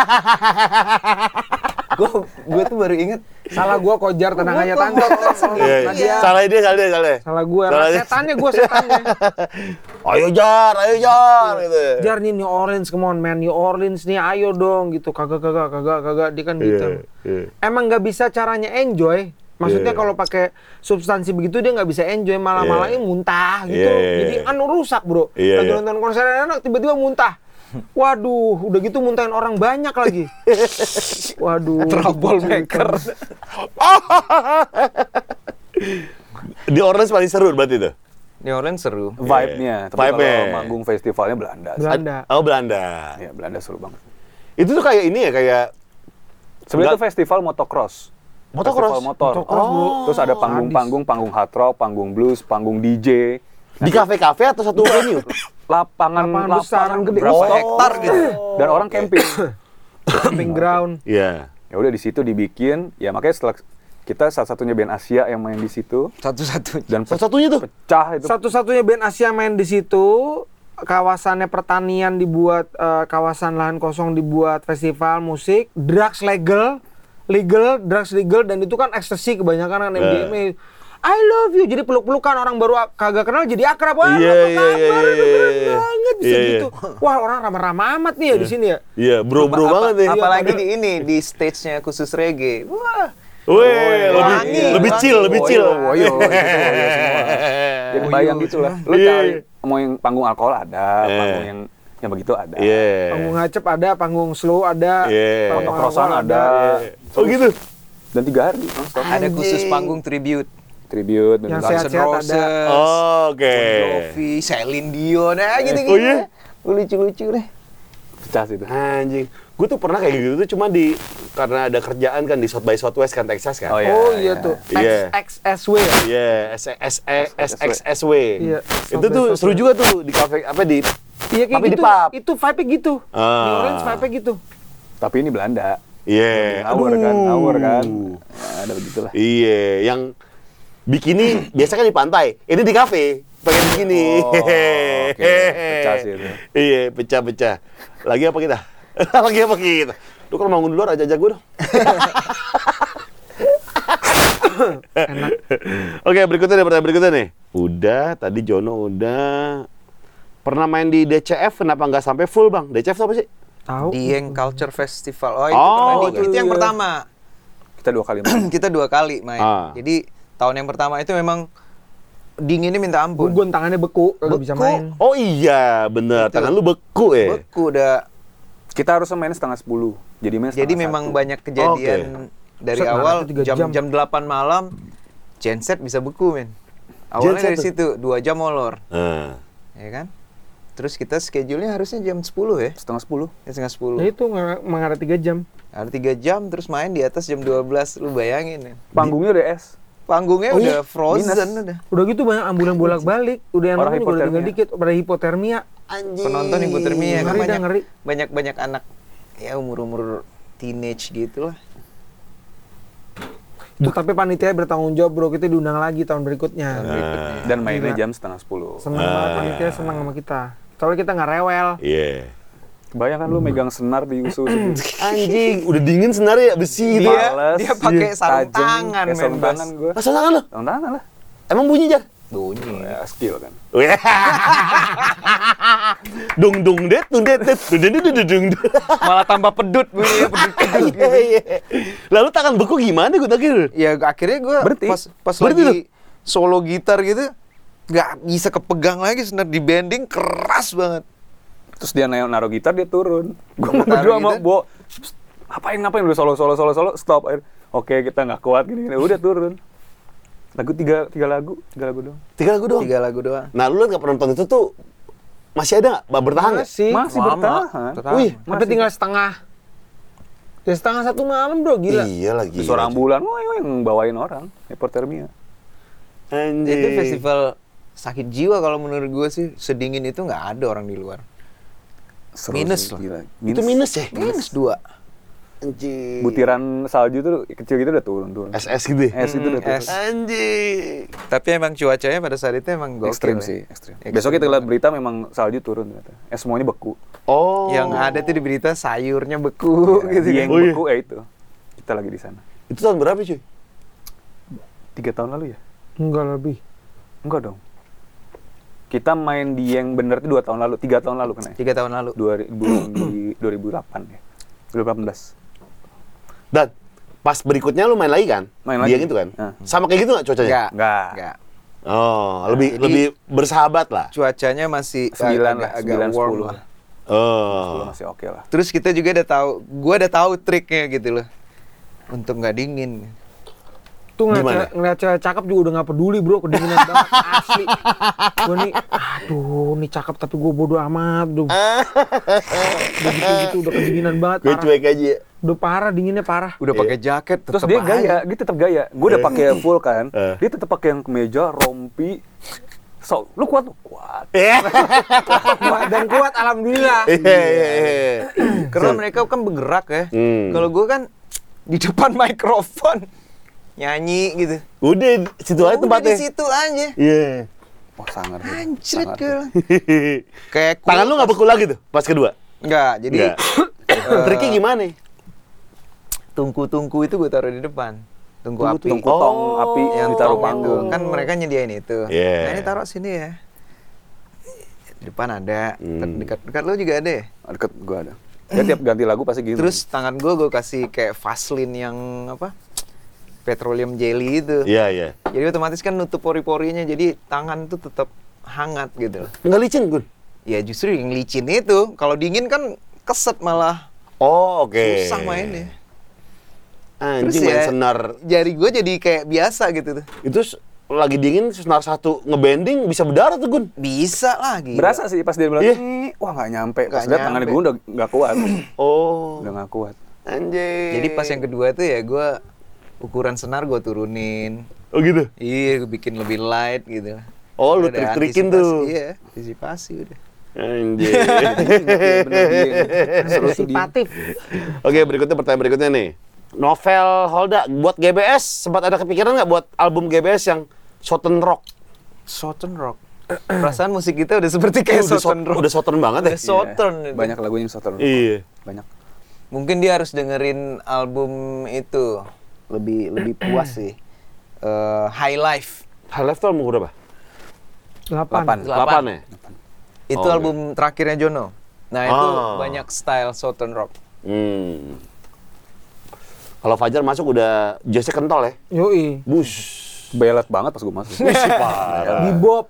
Gue gue tuh baru inget. Salah gua Kojar tenangnya tante. Iya, Nah, iya. dia. Salah dia, salah dia, salah dia. Salah gua, Salah dia. setannya gua setannya. Ayo Jar, ayo Jar gitu. Jar nih New Orleans, come on man, New Orleans nih, ayo dong gitu. Kagak kagak kagak kagak dia kan gitu. Iya, iya. Emang nggak bisa caranya enjoy. Maksudnya Iya. kalau pakai substansi begitu dia nggak bisa enjoy, malah-malahnya Iya. muntah gitu. Iya, iya, Jadi iya. anu rusak, Bro. Iya, Lagi iya. nonton konser enak tiba-tiba muntah. Waduh, udah gitu muntahin orang banyak lagi. Waduh. Troublemaker. Di Orleans paling seru berarti itu? New Orleans seru. Vibe-nya. Tapi Vibe-nya. kalau manggung festivalnya Belanda. sih. Belanda. Oh, Belanda. Iya, Belanda seru banget. Itu tuh kayak ini ya, kayak Sebenarnya itu Enggak. festival motocross. Motocross? Festival motor. Motocross, Bro. Terus ada panggung-panggung, panggung hard rock, panggung blues, panggung D J. di kafe-kafe atau satu venue? Lapangan, Lapangan lapangan, besar, gede. Berapa Stop. hektar gitu. Dan orang camping. Camping ground. Iya. Ya udah di situ dibikin. Ya makanya setelah kita satu-satunya band Asia yang main di situ Satu-satunya. dan pe- Satu-satunya tuh. pecah itu. Satu-satunya band Asia main di situ. Kawasannya pertanian dibuat, eh, kawasan lahan kosong dibuat festival musik, drugs legal, legal, drugs legal, dan itu kan ekstasi kebanyakan kan M D M A. I love you, jadi peluk-pelukan orang baru a- kagak kenal jadi akrab. Wah, Iya, apa iya, kabar? iya, Aduh, iya, keren iya. banget bisa Iya, iya. gitu. Wah, orang ramah-ramah amat nih ya di sini ya. Iya, bro-bro Apa- banget nih. Apalagi di ini, di stage-nya khusus reggae. Wah. Wih, lebih wangi, lebih wangi. chill, lebih chill. Woyo, woyo, gitu, woyo semua. Jadi bayang gitu lah. Lu Iya. cari mau yang panggung alkohol ada, Iya. panggung yang yang begitu ada. Iya. Panggung ngacep ada, panggung slow ada, Iya. panggung Motocrossan alkohol ada. Oh gitu. Dan tiga hari nonstop. Ada khusus Anjing. panggung tribute. Tribute dan Yang langsung- Guns N' sehat-sehat Roses, ada. Oh, oke. Bon Jovi, Celine Dion, ya gitu-gitu. Oh, iya? Lucu-lucu deh. pecah sih itu. Anjing. Gue tuh pernah kayak gitu tuh cuma di karena ada kerjaan kan di South by Southwest kan Texas kan. Oh, iya. Oh iya tuh, Iya. X X S W ya? Iya, S S S X S W. Iya, Itu South by tuh seru Southwest. juga tuh di kafe apa di Iya kayak Tapi di gitu, pub. itu vibe-nya gitu. Ah. New Orleans vibe-nya gitu. Tapi ini Belanda. Iya. Ngawur kan, Aduh. ngawur kan. Ya, ada begitulah. Iya, yang bikini biasa kan di pantai. Ini di kafe. Pengen bikini. Oh, oke. Pecah sih itu. Iya, pecah-pecah. Lagi apa kita? Lagi apa kita? Lu kalau mau di luar aja-aja gue dong. Enak. Oke, berikutnya nih, pertanyaan berikutnya nih. Udah, tadi Jono udah. Pernah main di D C F, kenapa nggak sampai full, Bang? D C F itu apa sih? Tahu. Dieng Culture Festival. Oh, itu Oh, pernah di- itu itu yang iya. pertama. Kita dua kali main. Kita dua kali main. Ah. Jadi tahun yang pertama itu memang dinginnya minta ampun. Gugun tangannya beku, kagak bisa Beku. main. Oh iya, bener. Gitu. Tangan lu beku ya. Beku udah. Kita harusnya main setengah sepuluh. Jadi main Jadi setengah memang satu. banyak kejadian dari Set, awal ngaretnya tiga jam jam. jam delapan malam genset bisa beku, men. Awalnya Genset dari tuh? situ dua jam molor, Nah. ya kan? Terus kita schedule-nya harusnya jam sepuluh ya. setengah sepuluh. Ya, setengah sepuluh. Ya itu nge- mengaret tiga jam. Ada tiga jam terus main di atas jam dua belas. Lu bayangin ya. Panggungnya udah es. Panggungnya Oh, udah iya? frozen Minus. udah. Udah gitu banyak ambulan bolak-balik. Udah yang Orang nonton juga udah tinggal hipotermia. dikit, pada hipotermia. Anjing. Penonton hipotermia kan Ngeri dah, banyak, ngeri. banyak banyak anak ya umur-umur teenage gitu lah. Itu tapi panitia bertanggung jawab bro, kita diundang lagi tahun berikutnya. Nah. Dan mainnya Gila. jam setengah sepuluh. Seneng banget panitia, seneng sama kita. Soalnya kita nggak rewel. Iya. Bayangkan lu megang senar di usus. Anjing, udah dingin sebenarnya ya besi itu. Dia Males. dia pakai Iya. sarung Tajem, tangan kayak men sarung Bas. tangan gua. Pasang tangan lu. Sarung tangan lah. Emang bunyi jar? Bunyi. Ya, skill kan. Wih. Dung dung det, dung det, det, dung det, dung dung. Malah tambah pedut bunyinya pedut-pedut gitu. Iya, iya. Lalu tangan beku gimana gue terakhir? Ya akhirnya gue Berhenti. pas pas Berhenti lagi solo gitar gitu nggak bisa kepegang lagi, senar di bending keras banget. Terus dia naik naruh gitar, dia turun. Gua mau Naruh berdua sama gitar. Bo. "Psst, ngapain ngapain udah solo solo solo solo stop. Akhirnya, oke kita nggak kuat gini gini udah turun. Lagu tiga tiga lagu tiga lagu doang. Tiga lagu doang. Tiga lagu doang. Nah, lu nggak penonton itu tuh masih ada nggak? Bertahan nggak? Masih. Masih Lama. bertahan. Bertahan. Wih, Tapi Masih. tinggal setengah. Ya setengah satu malam bro, gila. Iya lagi. Terus orang ambulan, wah yang bawain orang hipotermia. Anjing. Itu festival sakit jiwa kalau menurut gue sih, sedingin itu nggak ada orang di luar. Seru Minus sih, lah. gila. Itu minus ya? Minus dua. Anjing. Butiran salju tuh kecil gitu udah turun turun. S S gitu ya? Es itu udah Hmm, turun. es. Anjing. Tapi emang cuacanya pada saat itu emang gokil. Ekstrim ya. sih, ekstrim. Ekstrim Besok kita lihat banget. berita memang salju turun ternyata. Es semuanya beku. Oh. Yang ada tuh di berita sayurnya beku gitu Yang kan. Oh, iya. beku ya itu. Kita lagi di sana. Itu tahun berapa cuy? Tiga tahun lalu ya? Enggak lebih. Enggak dong. Kita main di yang bener itu dua tahun lalu, tiga tahun lalu kan ya? Tiga tahun lalu. dua ribu, di dua ribu delapan ya? dua ribu delapan belas. Dan pas berikutnya lu main lagi kan? Main Dia lagi. gitu kan? Nah. Sama kayak gitu nggak cuacanya? Enggak. Enggak. Enggak. Oh, lebih jadi- lebih bersahabat lah. Cuacanya masih Sembilan agak, lah, agak sembilan, warm sepuluh. lah. Oh. Masih oke lah. Terus kita juga udah tahu, gua udah tahu triknya gitu loh. Untuk nggak dingin. Tuh ngeliat Gimana? cewek- ngeliat cewek cakep juga udah gak peduli bro, kedinginan banget, asli. Gue nih, aduh nih cakep tapi gue bodo amat. Udah, udah gitu-gitu, udah kedinginan banget, Gue parah. cuek aja. Udah parah, dinginnya parah. Udah pakai jaket, Terus tetep dia aja. gaya, dia tetap gaya. Gue udah pakai full kan. Eh. Dia tetap pakai yang kemeja, rompi. So, lu kuat tuh? Kuat. Kuat dan kuat, alhamdulillah. Iya, iya, iya. Karena mereka kan bergerak ya. Hmm. Kalau gua kan di depan mikrofon nyanyi gitu. Udah situ aja Udah tempatnya. di situ aja. Iya. Wah, sangar. sih. Anjrit Sangar. gue. Kayak Tangan lu nggak beku lagi tuh pas kedua? Enggak, jadi Enggak. Triknya gimana? tungku-tungku itu gue taruh di depan. Tungku api. Tungku tong api yang Yang ditaruh tong itu. panggung. Kan mereka nyediain itu. Iya. Nah ini taruh sini ya. Di depan ada. Hmm. Dekat-dekat lu juga ada ya? Ah, deket gue ada. Dia tiap ganti lagu pasti gitu. Terus tangan gue gue kasih kayak Vaseline yang apa? Petroleum jelly itu. Iya, iya. Jadi otomatis kan nutup pori-porinya. Jadi tangan tuh tetap hangat gitu. Nggak licin, Gun? Ya justru yang licin itu. Kalau dingin kan keset malah Oh, oke. susah mainnya. Anjing Terus main ya, senar. Jari gue jadi kayak biasa gitu tuh. Itu s- lagi dingin senar satu ngebending bisa berdarah tuh, Gun. Bisa lagi. berasa sih pas dia bilang, Iya. "Ih, wah nggak nyampe." Nggak Pas lihat tangannya nyampe. gue udah nggak kuat. Oh. Udah nggak kuat. Anjing. Jadi pas yang kedua tuh ya gue ukuran senar gue turunin. Oh gitu. Iya, gue bikin lebih light gitu. Oh, lu Udah trik-trikin antisipasi, tuh. Iya, antisipasi udah. Anjing. Iya, bener, dia. Seru tuh dia. Simpatif. Oke, berikutnya pertanyaan berikutnya nih. Novel Holda, buat G B S sempat ada kepikiran nggak buat album G B S yang Southern Rock? Southern rock. Perasaan musik kita udah seperti kayak udah, Southern so- rock. udah Southern banget ya? Udah Southern. Iya. itu. Banyak lagunya yang Southern. Iya. Banyak. Mungkin dia harus dengerin album itu lebih lebih puas sih. Eh, High Life. High Life tuh album berapa? Delapan. Delapan. Delapan ya? Itu Oh, album terakhirnya Jono. Nah, itu Ah. banyak style Southern rock. Hmm. Kalau Fajar masuk udah jazznya kental ya? Yoi. Bus. Belet banget pas gue masuk. Di Bob.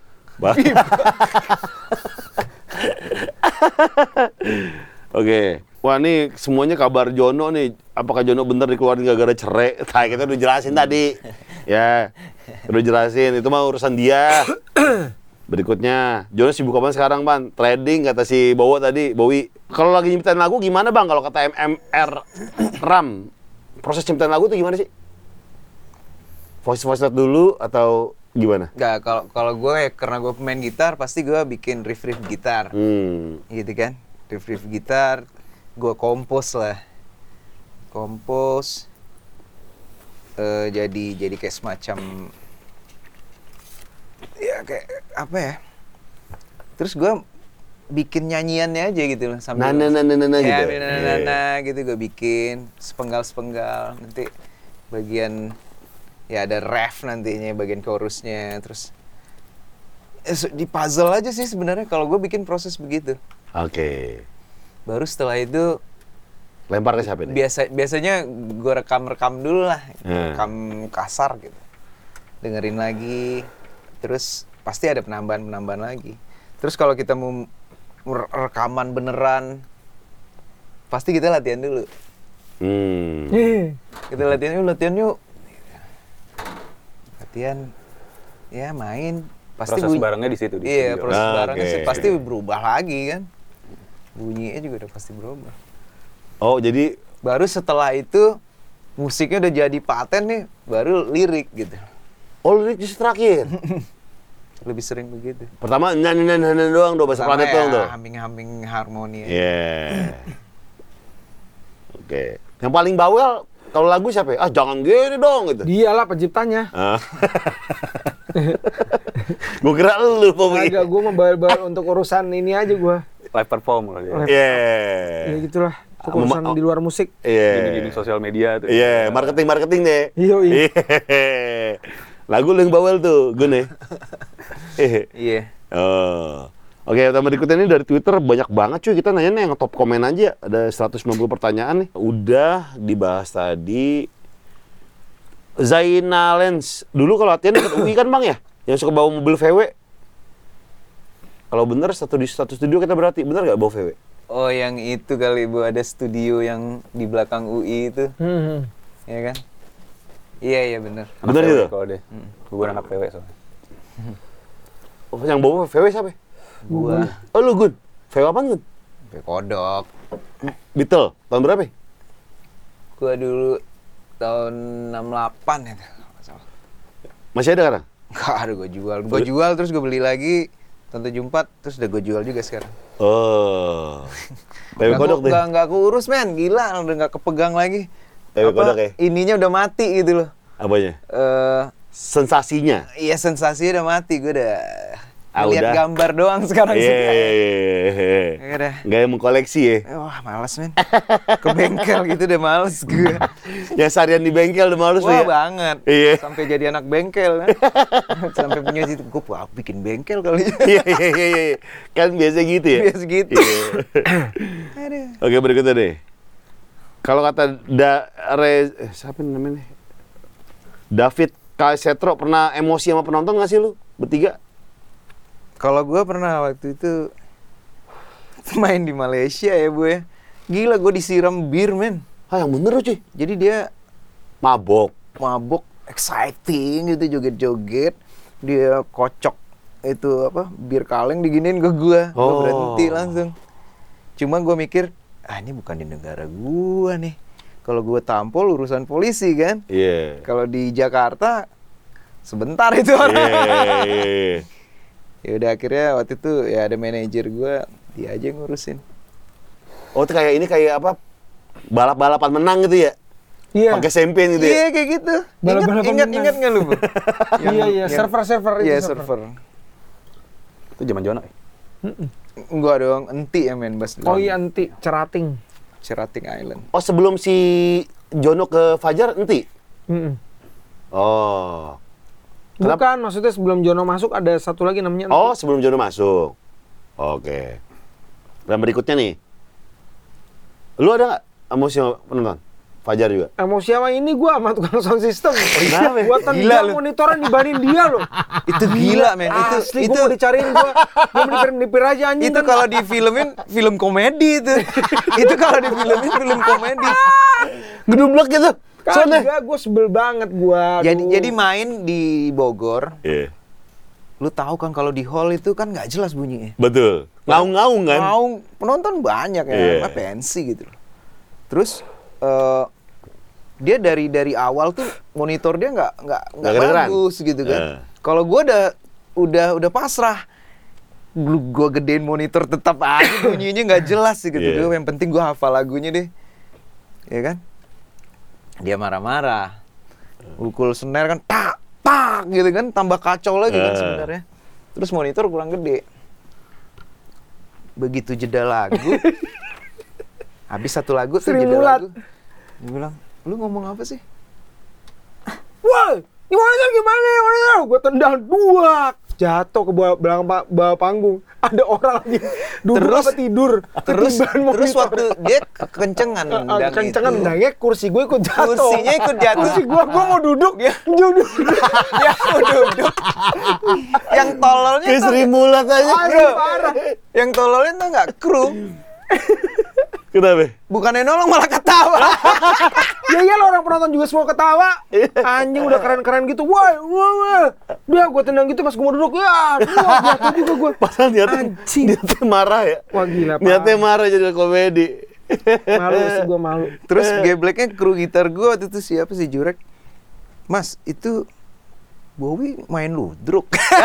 Oke. Wah, nih semuanya kabar Jono nih. Apakah Jono bener dikeluarin gara-gara cerai? Nah, kita udah jelasin tadi. Ya, udah jelasin. Itu mah urusan dia. Berikutnya, Jono sibuk apa sekarang, Ban? Trading kata si Bowo tadi, Bowi. Kalau lagi nyiptain lagu gimana, Bang? Kalau kata M M R Ram, proses nyiptain lagu tuh gimana sih? Voice voice note dulu atau gimana? Nggak, kalau kalau gue karena gue pemain gitar pasti gue bikin riff riff gitar, Hmm. gitu kan? Riff riff gitar, gue kompos lah, kompos. eh, jadi jadi kayak semacam ya kayak apa ya? Terus gue bikin nyanyiannya aja gitu loh sambil Nah, nah, nah, nah, nah, nah, ya, gitu. nah, nah, nah, nah, gitu gue bikin sepenggal sepenggal nanti bagian ya ada ref nantinya bagian chorusnya terus eh, se- di puzzle aja sih sebenarnya kalau gue bikin proses begitu. Oke. Baru setelah itu Lempar ke siapa nih? biasa biasanya gue rekam rekam dulu lah, Hmm. rekam kasar gitu, dengerin lagi, terus pasti ada penambahan penambahan lagi. Terus kalau kita mau mer- rekaman beneran, pasti kita latihan dulu. Hmm. Eh, Kita latihan yuk, latihan yuk. Latihan, ya main. Pasti Proses bunyi- barengnya di situ. Di Iya, studio. proses Ah, barangnya oke. sih pasti berubah lagi kan. Bunyinya juga udah pasti berubah. Oh, jadi Baru setelah itu musiknya udah jadi paten nih, baru lirik gitu. oh lirik justru terakhir. Lebih sering begitu. Pertama nyanyi nyanyi nyanyi doang, dua bahasa Sama planet ya, doang tuh. Humming-humming harmoni. Iya. Oke. Yang paling bawel kalau lagu siapa ya? Ah, jangan gini dong gitu. dialah penciptanya. Ah. Gue kira lu, Pomi. Agak gue membal-bal untuk urusan ini aja gue. Live perform lah dia. Iya. Ya gitulah. Untuk Mema- urusan di luar musik. Iya. Gini-gini sosial media tuh. Iya, marketing-marketing deh. Iya, iya. Iya. Lagu lu yang bawel tuh, gue nih. Iya. Oh. Oke, pertama berikutnya ini dari Twitter banyak banget cuy. Kita nanya nih yang top komen aja. Ada seratus sembilan puluh pertanyaan nih. Udah dibahas tadi. Zaina Lens. Dulu kalau latihan dekat U I kan Bang ya? Yang suka bawa mobil V W. Kalau bener satu di satu studio kita berarti. Bener nggak bawa V W? Oh, yang itu kali Bu, ada studio yang di belakang U I itu, Hmm. ya kan? Iya, iya bener. Anak Bener P W itu? Kalau deh. Gue anak P W soalnya. Oh, yang bawa V W siapa? Gua Oh lu Gun. V W apaan Gun? sampai kodok. Beetle. Tahun berapa? Ya? Gua dulu tahun enam puluh delapan ya. kalau nggak salah. Masih ada sekarang? Nggak ada gue jual. Gue jual terus gue beli lagi tahun tujuh puluh empat terus udah gue jual juga sekarang. Oh. V W Nggak kodok ku- deh. nggak nggak keurus men, gila udah nggak kepegang lagi. V W kodok ya? Ininya udah mati gitu loh. Apanya? Eh Sensasinya. iya sensasinya udah mati, gue udah Ah, lihat udah. gambar doang sekarang Iya, sih. iya, iya. Ya udah. Nggak yang mengkoleksi ya? Eh, Wah males men. Ke bengkel gitu udah males gue. Yang seharian di bengkel udah males lu Wah ya? banget. Iya. Sampai jadi anak bengkel kan. Sampai punya situ gue wah, bikin bengkel kali. Iya, iya, iya, iya. Kan biasa gitu ya? Biasa gitu. Iya. Aduh. Oke, berikutnya deh. Kalau kata da, Re, eh, siapa namanya? David K. Setro pernah emosi sama penonton nggak sih lu? Bertiga? Kalau gue pernah waktu itu main di Malaysia ya Bu ya. Gila gue disiram bir men. Ah, yang bener lu cuy. Jadi dia Mabok. mabuk, exciting gitu, joget-joget. Dia kocok itu apa, bir kaleng diginiin ke gue. Gue Oh. berhenti langsung. Cuma gue mikir, ah ini bukan di negara gue nih. Kalau gue tampol urusan polisi kan. Iya. Kalau di Jakarta sebentar itu Iya, orang. iya, iya. Ya udah akhirnya waktu itu ya ada manajer gue, dia aja yang ngurusin. Oh, itu kayak ini kayak apa? Balap-balapan menang gitu ya? Iya. Pakai sempen gitu Iya ya? kayak gitu. Ingat Balap-balapan ingat menang. ingat nggak lu Bu? Iya, iya, server-server itu Iya server. server. Itu zaman Jono ya? Enggak dong, enti yang main bass. Oh iya, anti cerating. Cerating Island. Oh, sebelum si Jono ke Fajar, enti? Mm-mm. Oh. Kenapa? Bukan, maksudnya sebelum Jono masuk ada satu lagi namanya Anti. Oh, sebelum Jono masuk. Oke. Dan berikutnya nih. Lu ada nggak emosi sama penonton? Fajar juga. Emosi sama ini gue sama tukang sound system. Kenapa? Gue Gila tendang lu. monitoran dibanding dia loh. Itu gila, men. Itu Asli itu gue mau dicariin gue. Gue menipir-nipir aja anjing. itu kan. kalau difilmin film komedi itu. Itu kalau difilmin film komedi. Gedublek gitu. Soalnya. Kagak, gue sebel banget gue. Jadi jadi main di Bogor, Iya. lu tahu kan kalau di hall itu kan nggak jelas bunyinya. Betul. Ngaung-ngaung kan? Mau penonton banyak ya, Iya. yeah. pensi gitu loh. Terus eh, dia dari dari awal tuh monitor dia nggak nggak nggak Nggak kedengeran? bagus gitu kan. Eh. Kalau gua udah udah udah pasrah, lu gua gedein monitor tetap aja bunyinya nggak jelas gitu. Iya. Yang penting gua hafal lagunya deh, ya kan? Dia marah-marah, pukul snare kan tak tak gitu kan, tambah kacau lagi kan Eh. sebenarnya. Terus monitor kurang gede. Begitu jeda lagu, habis satu lagu tuh Sri jeda Mulat. lagu. Dia bilang, lu ngomong apa sih? Wah, ini monitor gimana ya monitor? Gue tendang dua, jatuh ke bawah, belakang pa- bawah panggung. Ada orang lagi duduk Terus- apa tidur. Terus Ketiban terus monitor. waktu dia kencengan Ah, nendang kencengan itu. nendangnya, kursi gue ikut jatuh. Kursinya ikut jatuh. Kursi gue, gue mau duduk, Dia- duduk. Dia mau duduk. Yang tololnya Kayak tuh Sri Mulat aja. Asli parah. yang tololnya tuh nggak kru. Kenapa? Bukannya nolong malah ketawa. Ya iyalah orang penonton juga semua ketawa. Anjing udah keren-keren gitu. Wah, wah, wah. Dia gue tendang gitu pas gue mau duduk. Ya, wah, jatuh juga gue. Padahal niatnya, Anjing. niatnya marah ya. Wah gila, Niatnya parah. marah jadi komedi. Malu sih gue malu. Terus gebleknya kru gitar gue waktu itu siapa sih Jurek? Mas, itu Bowie main ludruk.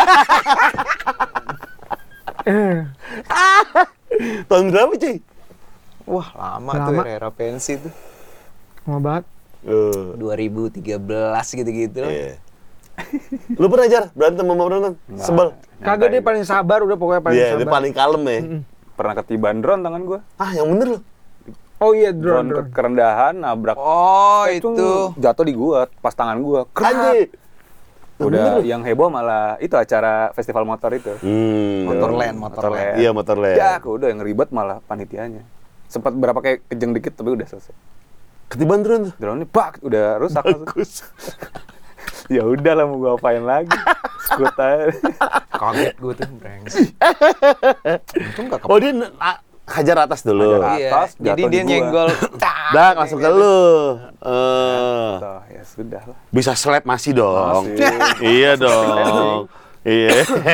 Tahun berapa cuy? Wah, lama, Lama. tuh era pensi tuh. Mau banget. Uh, dua ribu tiga belas gitu-gitu. iya. Lu pernah Jar berantem sama penonton? Sebel. Kagak dia paling sabar udah pokoknya paling Iya, sabar. dia paling kalem ya. Pernah ketiban drone tangan gua. Ah, yang bener loh. Oh iya drone Drone drone. ke- kerendahan, nabrak. Oh, itu itu. jatuh di gua, pas tangan gua. Krak. Anjir. Udah yang heboh malah itu acara festival motor itu. Hmm. Motorland, Motorland. Iya, Motorland. Ya, udah yang ribet malah panitianya. Sempat berapa kayak kejeng dikit tapi udah selesai. Ketiban drone tuh. Drone-nya bak udah rusak. Bagus. Ya udah lah mau gua apain lagi. Skut aja. Kaget gue tuh, brengsek. Untung gak Oh, dia n- a- hajar atas dulu. Hajar Iya, atas, jadi jatuh dia di gua. nyenggol. tak, Dah, langsung ke lu. Eh, Toh, ya sudah lah. bisa slap masih dong. Masih. Iya dong. Iya.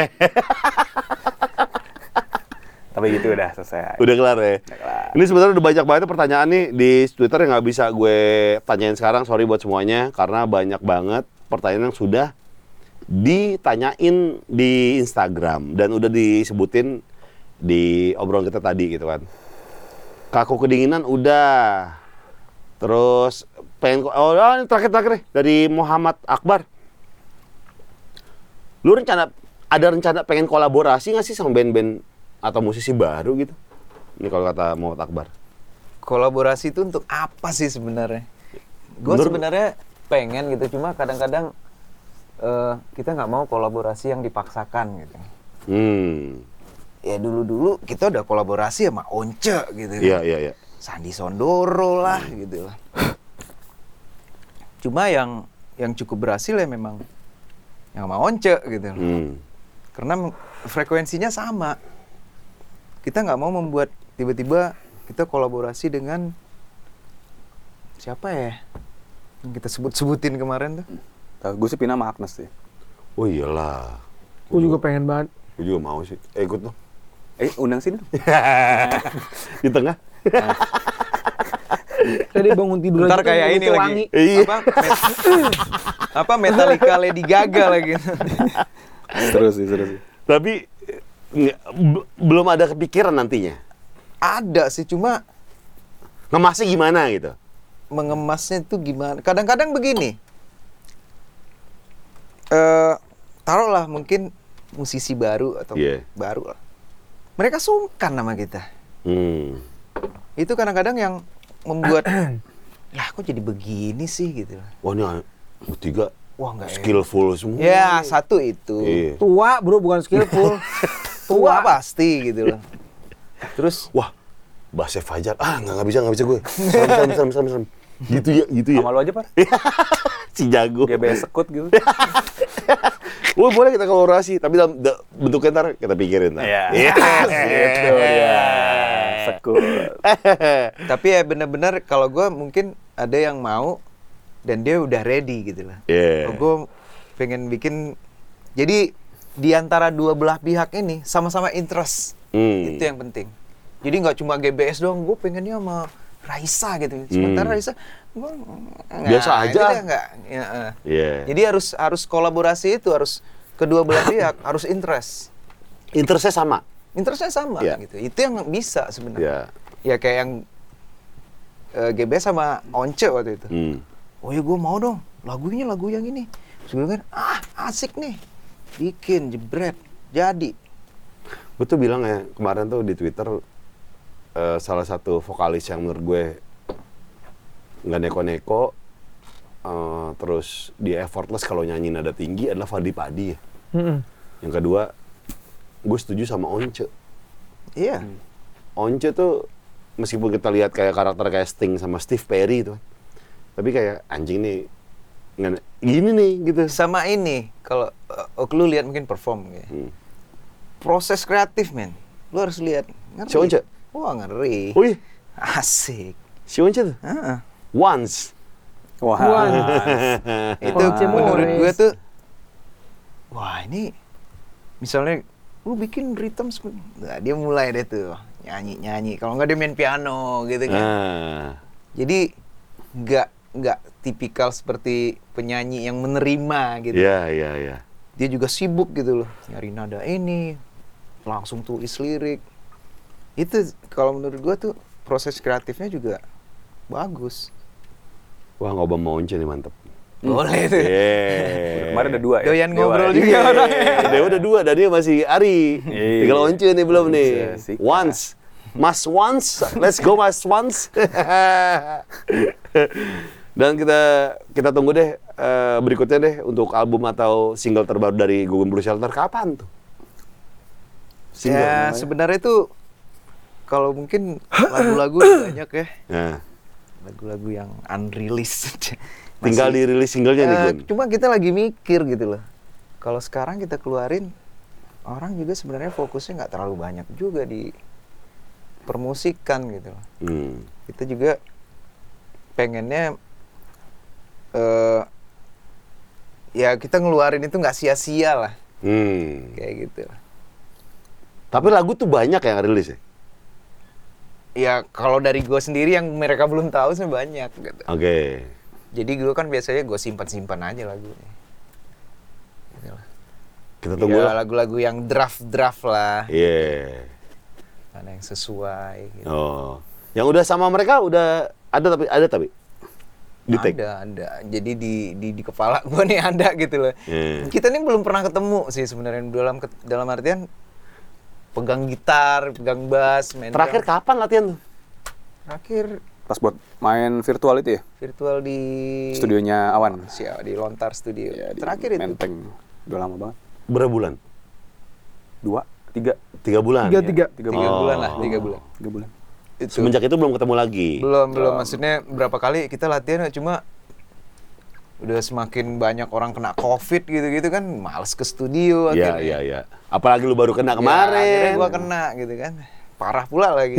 Tapi gitu udah selesai. Udah kelar ya. kelar. Ini sebenarnya udah banyak banget pertanyaan nih di Twitter yang nggak bisa gue tanyain sekarang. Sorry buat semuanya karena banyak banget pertanyaan yang sudah ditanyain di Instagram dan udah disebutin di obrolan kita tadi gitu kan. Kaku kedinginan udah. Terus pengen oh ini terakhir-terakhir nih dari Muhammad Akbar. Lu rencana ada rencana pengen kolaborasi nggak sih sama band-band atau musisi baru gitu? Ini kalau kata Muhammad Akbar. Kolaborasi itu untuk apa sih sebenarnya? Gue Menurut- sebenarnya pengen gitu, cuma kadang-kadang eh, kita nggak mau kolaborasi yang dipaksakan gitu. Hmm. Ya dulu-dulu kita udah kolaborasi sama Once gitu. kan. Iya, iya, iya. Sandi Sondoro lah gitu lah. Cuma yang yang cukup berhasil ya memang yang sama Once gitu. loh. Hmm. Karena m- frekuensinya sama. Kita nggak mau membuat tiba-tiba kita kolaborasi dengan siapa ya? Yang kita sebut-sebutin kemarin tuh. Tahu gue sih pindah sama Agnes sih. Oh iyalah. Gue juga pengen banget. Gue juga mau sih. Eh, ikut dong. Eh, undang sini. Di tengah. Tadi bangun tidur Ntar aja tuh kayak ini mulutnya lagi. wangi. Iya. Apa? Met- apa Metallica Lady Gaga lagi. Seru sih, seru sih. Tapi nggak- b- belum ada kepikiran nantinya. Ada sih, cuma Ngemasnya gimana gitu? mengemasnya itu gimana? Kadang-kadang begini. Eh, taruhlah mungkin musisi baru atau Iya. baru lah. Mereka sungkan sama kita. Hmm. Itu kadang-kadang yang membuat lah kok jadi begini sih gitu. Wah ini bertiga Wah nggak enak. skillful semua. Ya satu itu. Iya. Tua bro, bukan skillful. Tua pasti gitu loh. Terus Wah, bahasa Fajar. Ah, nggak nggak bisa nggak bisa gue. Serem serem serem serem. serem. Gitu ya, gitu ya. Sama lu aja, Par. Si jago. G B S sekut gitu. Wah, boleh kita kolaborasi, tapi dalam da, bentuknya ntar kita pikirin. Ntar. Iya. Iya. Gitu dia. Sekut. Tapi ya benar-benar kalau gue mungkin ada yang mau dan dia udah ready gitu lah. Iya. Gue pengen bikin, jadi di antara dua belah pihak ini sama-sama interest. Hmm. Itu yang penting. Jadi nggak cuma G B S doang, gue pengennya sama Raisa gitu. Sementara Hmm. Raisa, gue Biasa aja. Enggak. Ya, eh. Iya. Jadi harus harus kolaborasi itu, harus kedua belah pihak harus interest. Interestnya sama. Interestnya sama Iya. gitu. Itu yang bisa Iya. sebenarnya. Ya kayak yang eh, G B S sama Once waktu itu. Hmm. Oh ya gue mau dong, lagunya lagu yang ini. Terus gue kan, ah asik nih, bikin jebret, jadi. Gue tuh bilang ya kemarin tuh di Twitter eh, salah satu vokalis yang menurut gue nggak neko-neko, eh, terus dia effortless kalau nyanyi nada tinggi adalah Fadly Padi ya. Mm-mm. Yang kedua, gue setuju sama Once. Iya. Once tuh meskipun kita lihat kayak karakter kayak Sting sama Steve Perry itu, tapi kayak anjing nih nggak gini nih gitu. Sama ini, kalau uh, lu lihat mungkin perform ya. Hmm. Proses kreatif men, lu harus lihat. Ngeri. Si Once? Wah ngeri. Wih, Asik. si Once tuh Ah, once. Wah. itu Once menurut Morris. gue tuh, wah ini misalnya lu bikin rhythm, nah, dia mulai deh tuh nyanyi nyanyi. Kalau nggak dia main piano gitu kan. Ah. Jadi nggak nggak tipikal seperti penyanyi yang menerima gitu. Iya, iya, iya. Dia juga sibuk gitu loh, nyari nada ini, langsung tulis lirik. Itu kalau menurut gua tuh proses kreatifnya juga bagus. Wah, ngobam mau Once nih mantep. Boleh tuh. Yeah. Kemarin ada dua ya. Doyan Dewa ngobrol ya. juga orangnya. Dia udah dua, dan dia masih Ari. Iya. Tinggal Once nih belum nih. Asik. Once. Mas once. Let's go Mas once. Dan kita kita tunggu deh eh, berikutnya deh untuk album atau single terbaru dari Gugum Blue Shelter kapan tuh? Single Ya namanya. sebenarnya tuh kalau mungkin lagu-lagu banyak ya, Nah, lagu-lagu yang unreleased. tinggal Masih- dirilis singlenya nih Eh, Gun. cuma kita lagi mikir gitu loh. Kalau sekarang kita keluarin, orang juga sebenarnya fokusnya nggak terlalu banyak juga di permusikan gitu loh. Hmm. Kita juga pengennya eh ya kita ngeluarin itu nggak sia-sia lah, Hmm. kayak gitu. Tapi lagu tuh banyak yang rilis ya? Ya kalau dari gue sendiri yang mereka belum tahu sih banyak gitu. Oke. Jadi gue kan biasanya gue simpan-simpan aja lagunya. Gitu lah. Kita tunggu Ya, lah. lagu-lagu yang draft-draft lah, Iya. mana yang sesuai gitu. Oh. Yang udah sama mereka udah ada tapi ada tapi di take. Ada, ada. Jadi di di, di kepala gue nih ada gitu loh. Iya. Kita nih belum pernah ketemu sih sebenarnya dalam ke- dalam artian pegang gitar, pegang bass, main Terakhir drum. kapan latihan tuh? Terakhir Pas buat main virtual itu ya. virtual di Studionya Awan. Si- di Lontar Studio. Ya, di Terakhir itu. Menteng. Udah lama banget. Berapa bulan? Dua, tiga, Tiga bulan. Tiga, ya? tiga. tiga Tiga Oh. bulan lah, tiga bulan. Tiga bulan. Itu. Semenjak itu belum ketemu lagi. Belum, belum. Maksudnya berapa kali kita latihan cuma udah semakin banyak orang kena COVID gitu-gitu kan, males ke studio Iya, akhirnya. iya, iya. Apalagi lu baru kena Ya, akhirnya kemarin. gua kena gitu kan. Parah pula lagi.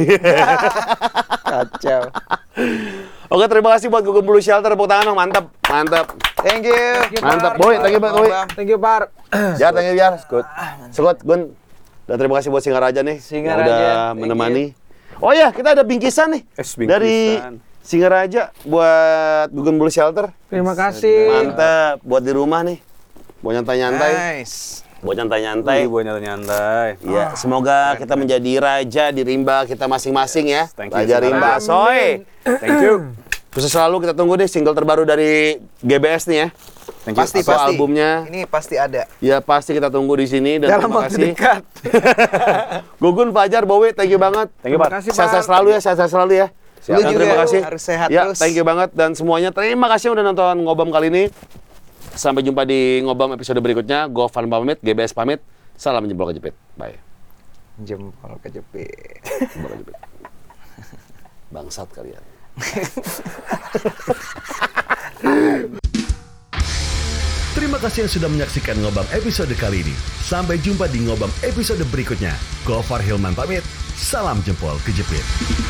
Kacau. Oke, terima kasih buat Gugum Blue Shelter. Tepuk tangan dong, mantap. Mantap. Thank you. Mantap. Boy, thank you, Boy. Boy. Thank you, Par. Ya, thank you, Jar. Good. Sekut, Gun. Dan terima kasih buat Singaraja nih. Singaraja, yang udah thank menemani. Oh ya, kita ada bingkisan nih. Eh, bingkisan. Dari Singaraja buat Gugum Blue Shelter. Terima kasih. Mantap. Buat di rumah nih. Buat nyantai-nyantai. Nice. Buat nyantai-nyantai. Wih, buat nyantai-nyantai. Ya, semoga kita menjadi raja di rimba kita masing-masing ya. Thank you, Raja Singaraja. rimba, soy. Thank you. Sukses selalu, kita tunggu deh single terbaru dari G B S nih ya. Thank you. Pasti, Atau pasti. albumnya. Ini pasti ada. Ya pasti kita tunggu di sini dan Dalam terima waktu kasih. dekat. Gugun, Fajar, Bowie, thank you banget. Thank you, Terima Pak. kasih, Sehat-sehat Par. selalu ya, sehat-sehat selalu ya. Lu Dan juga terima kasih. harus sehat ya, terus. thank you banget dan semuanya terima kasih udah nonton Ngobam kali ini. Sampai jumpa di Ngobam episode berikutnya. Gofan pamit, G B S pamit. Salam jempol kejepit. Bye. Jempol kejepit. Jempol kejepit. Bangsat kalian. Terima kasih yang sudah menyaksikan Ngobam episode kali ini. Sampai jumpa di Ngobam episode berikutnya. Gofar Hilman pamit. Salam jempol kejepit.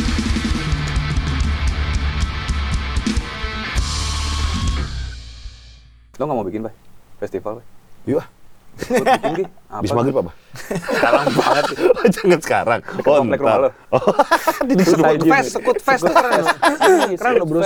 Lo nggak mau bikin, Bay? Festival, Bay? Yuk ah. Lo bikin, Gi? Apa? Bis maghrib apa? Sekarang banget. Oh, jangan sekarang. Komplek rumah lo. Oh, di Sekut fest, sekut fest tuh keren. Keren loh bro.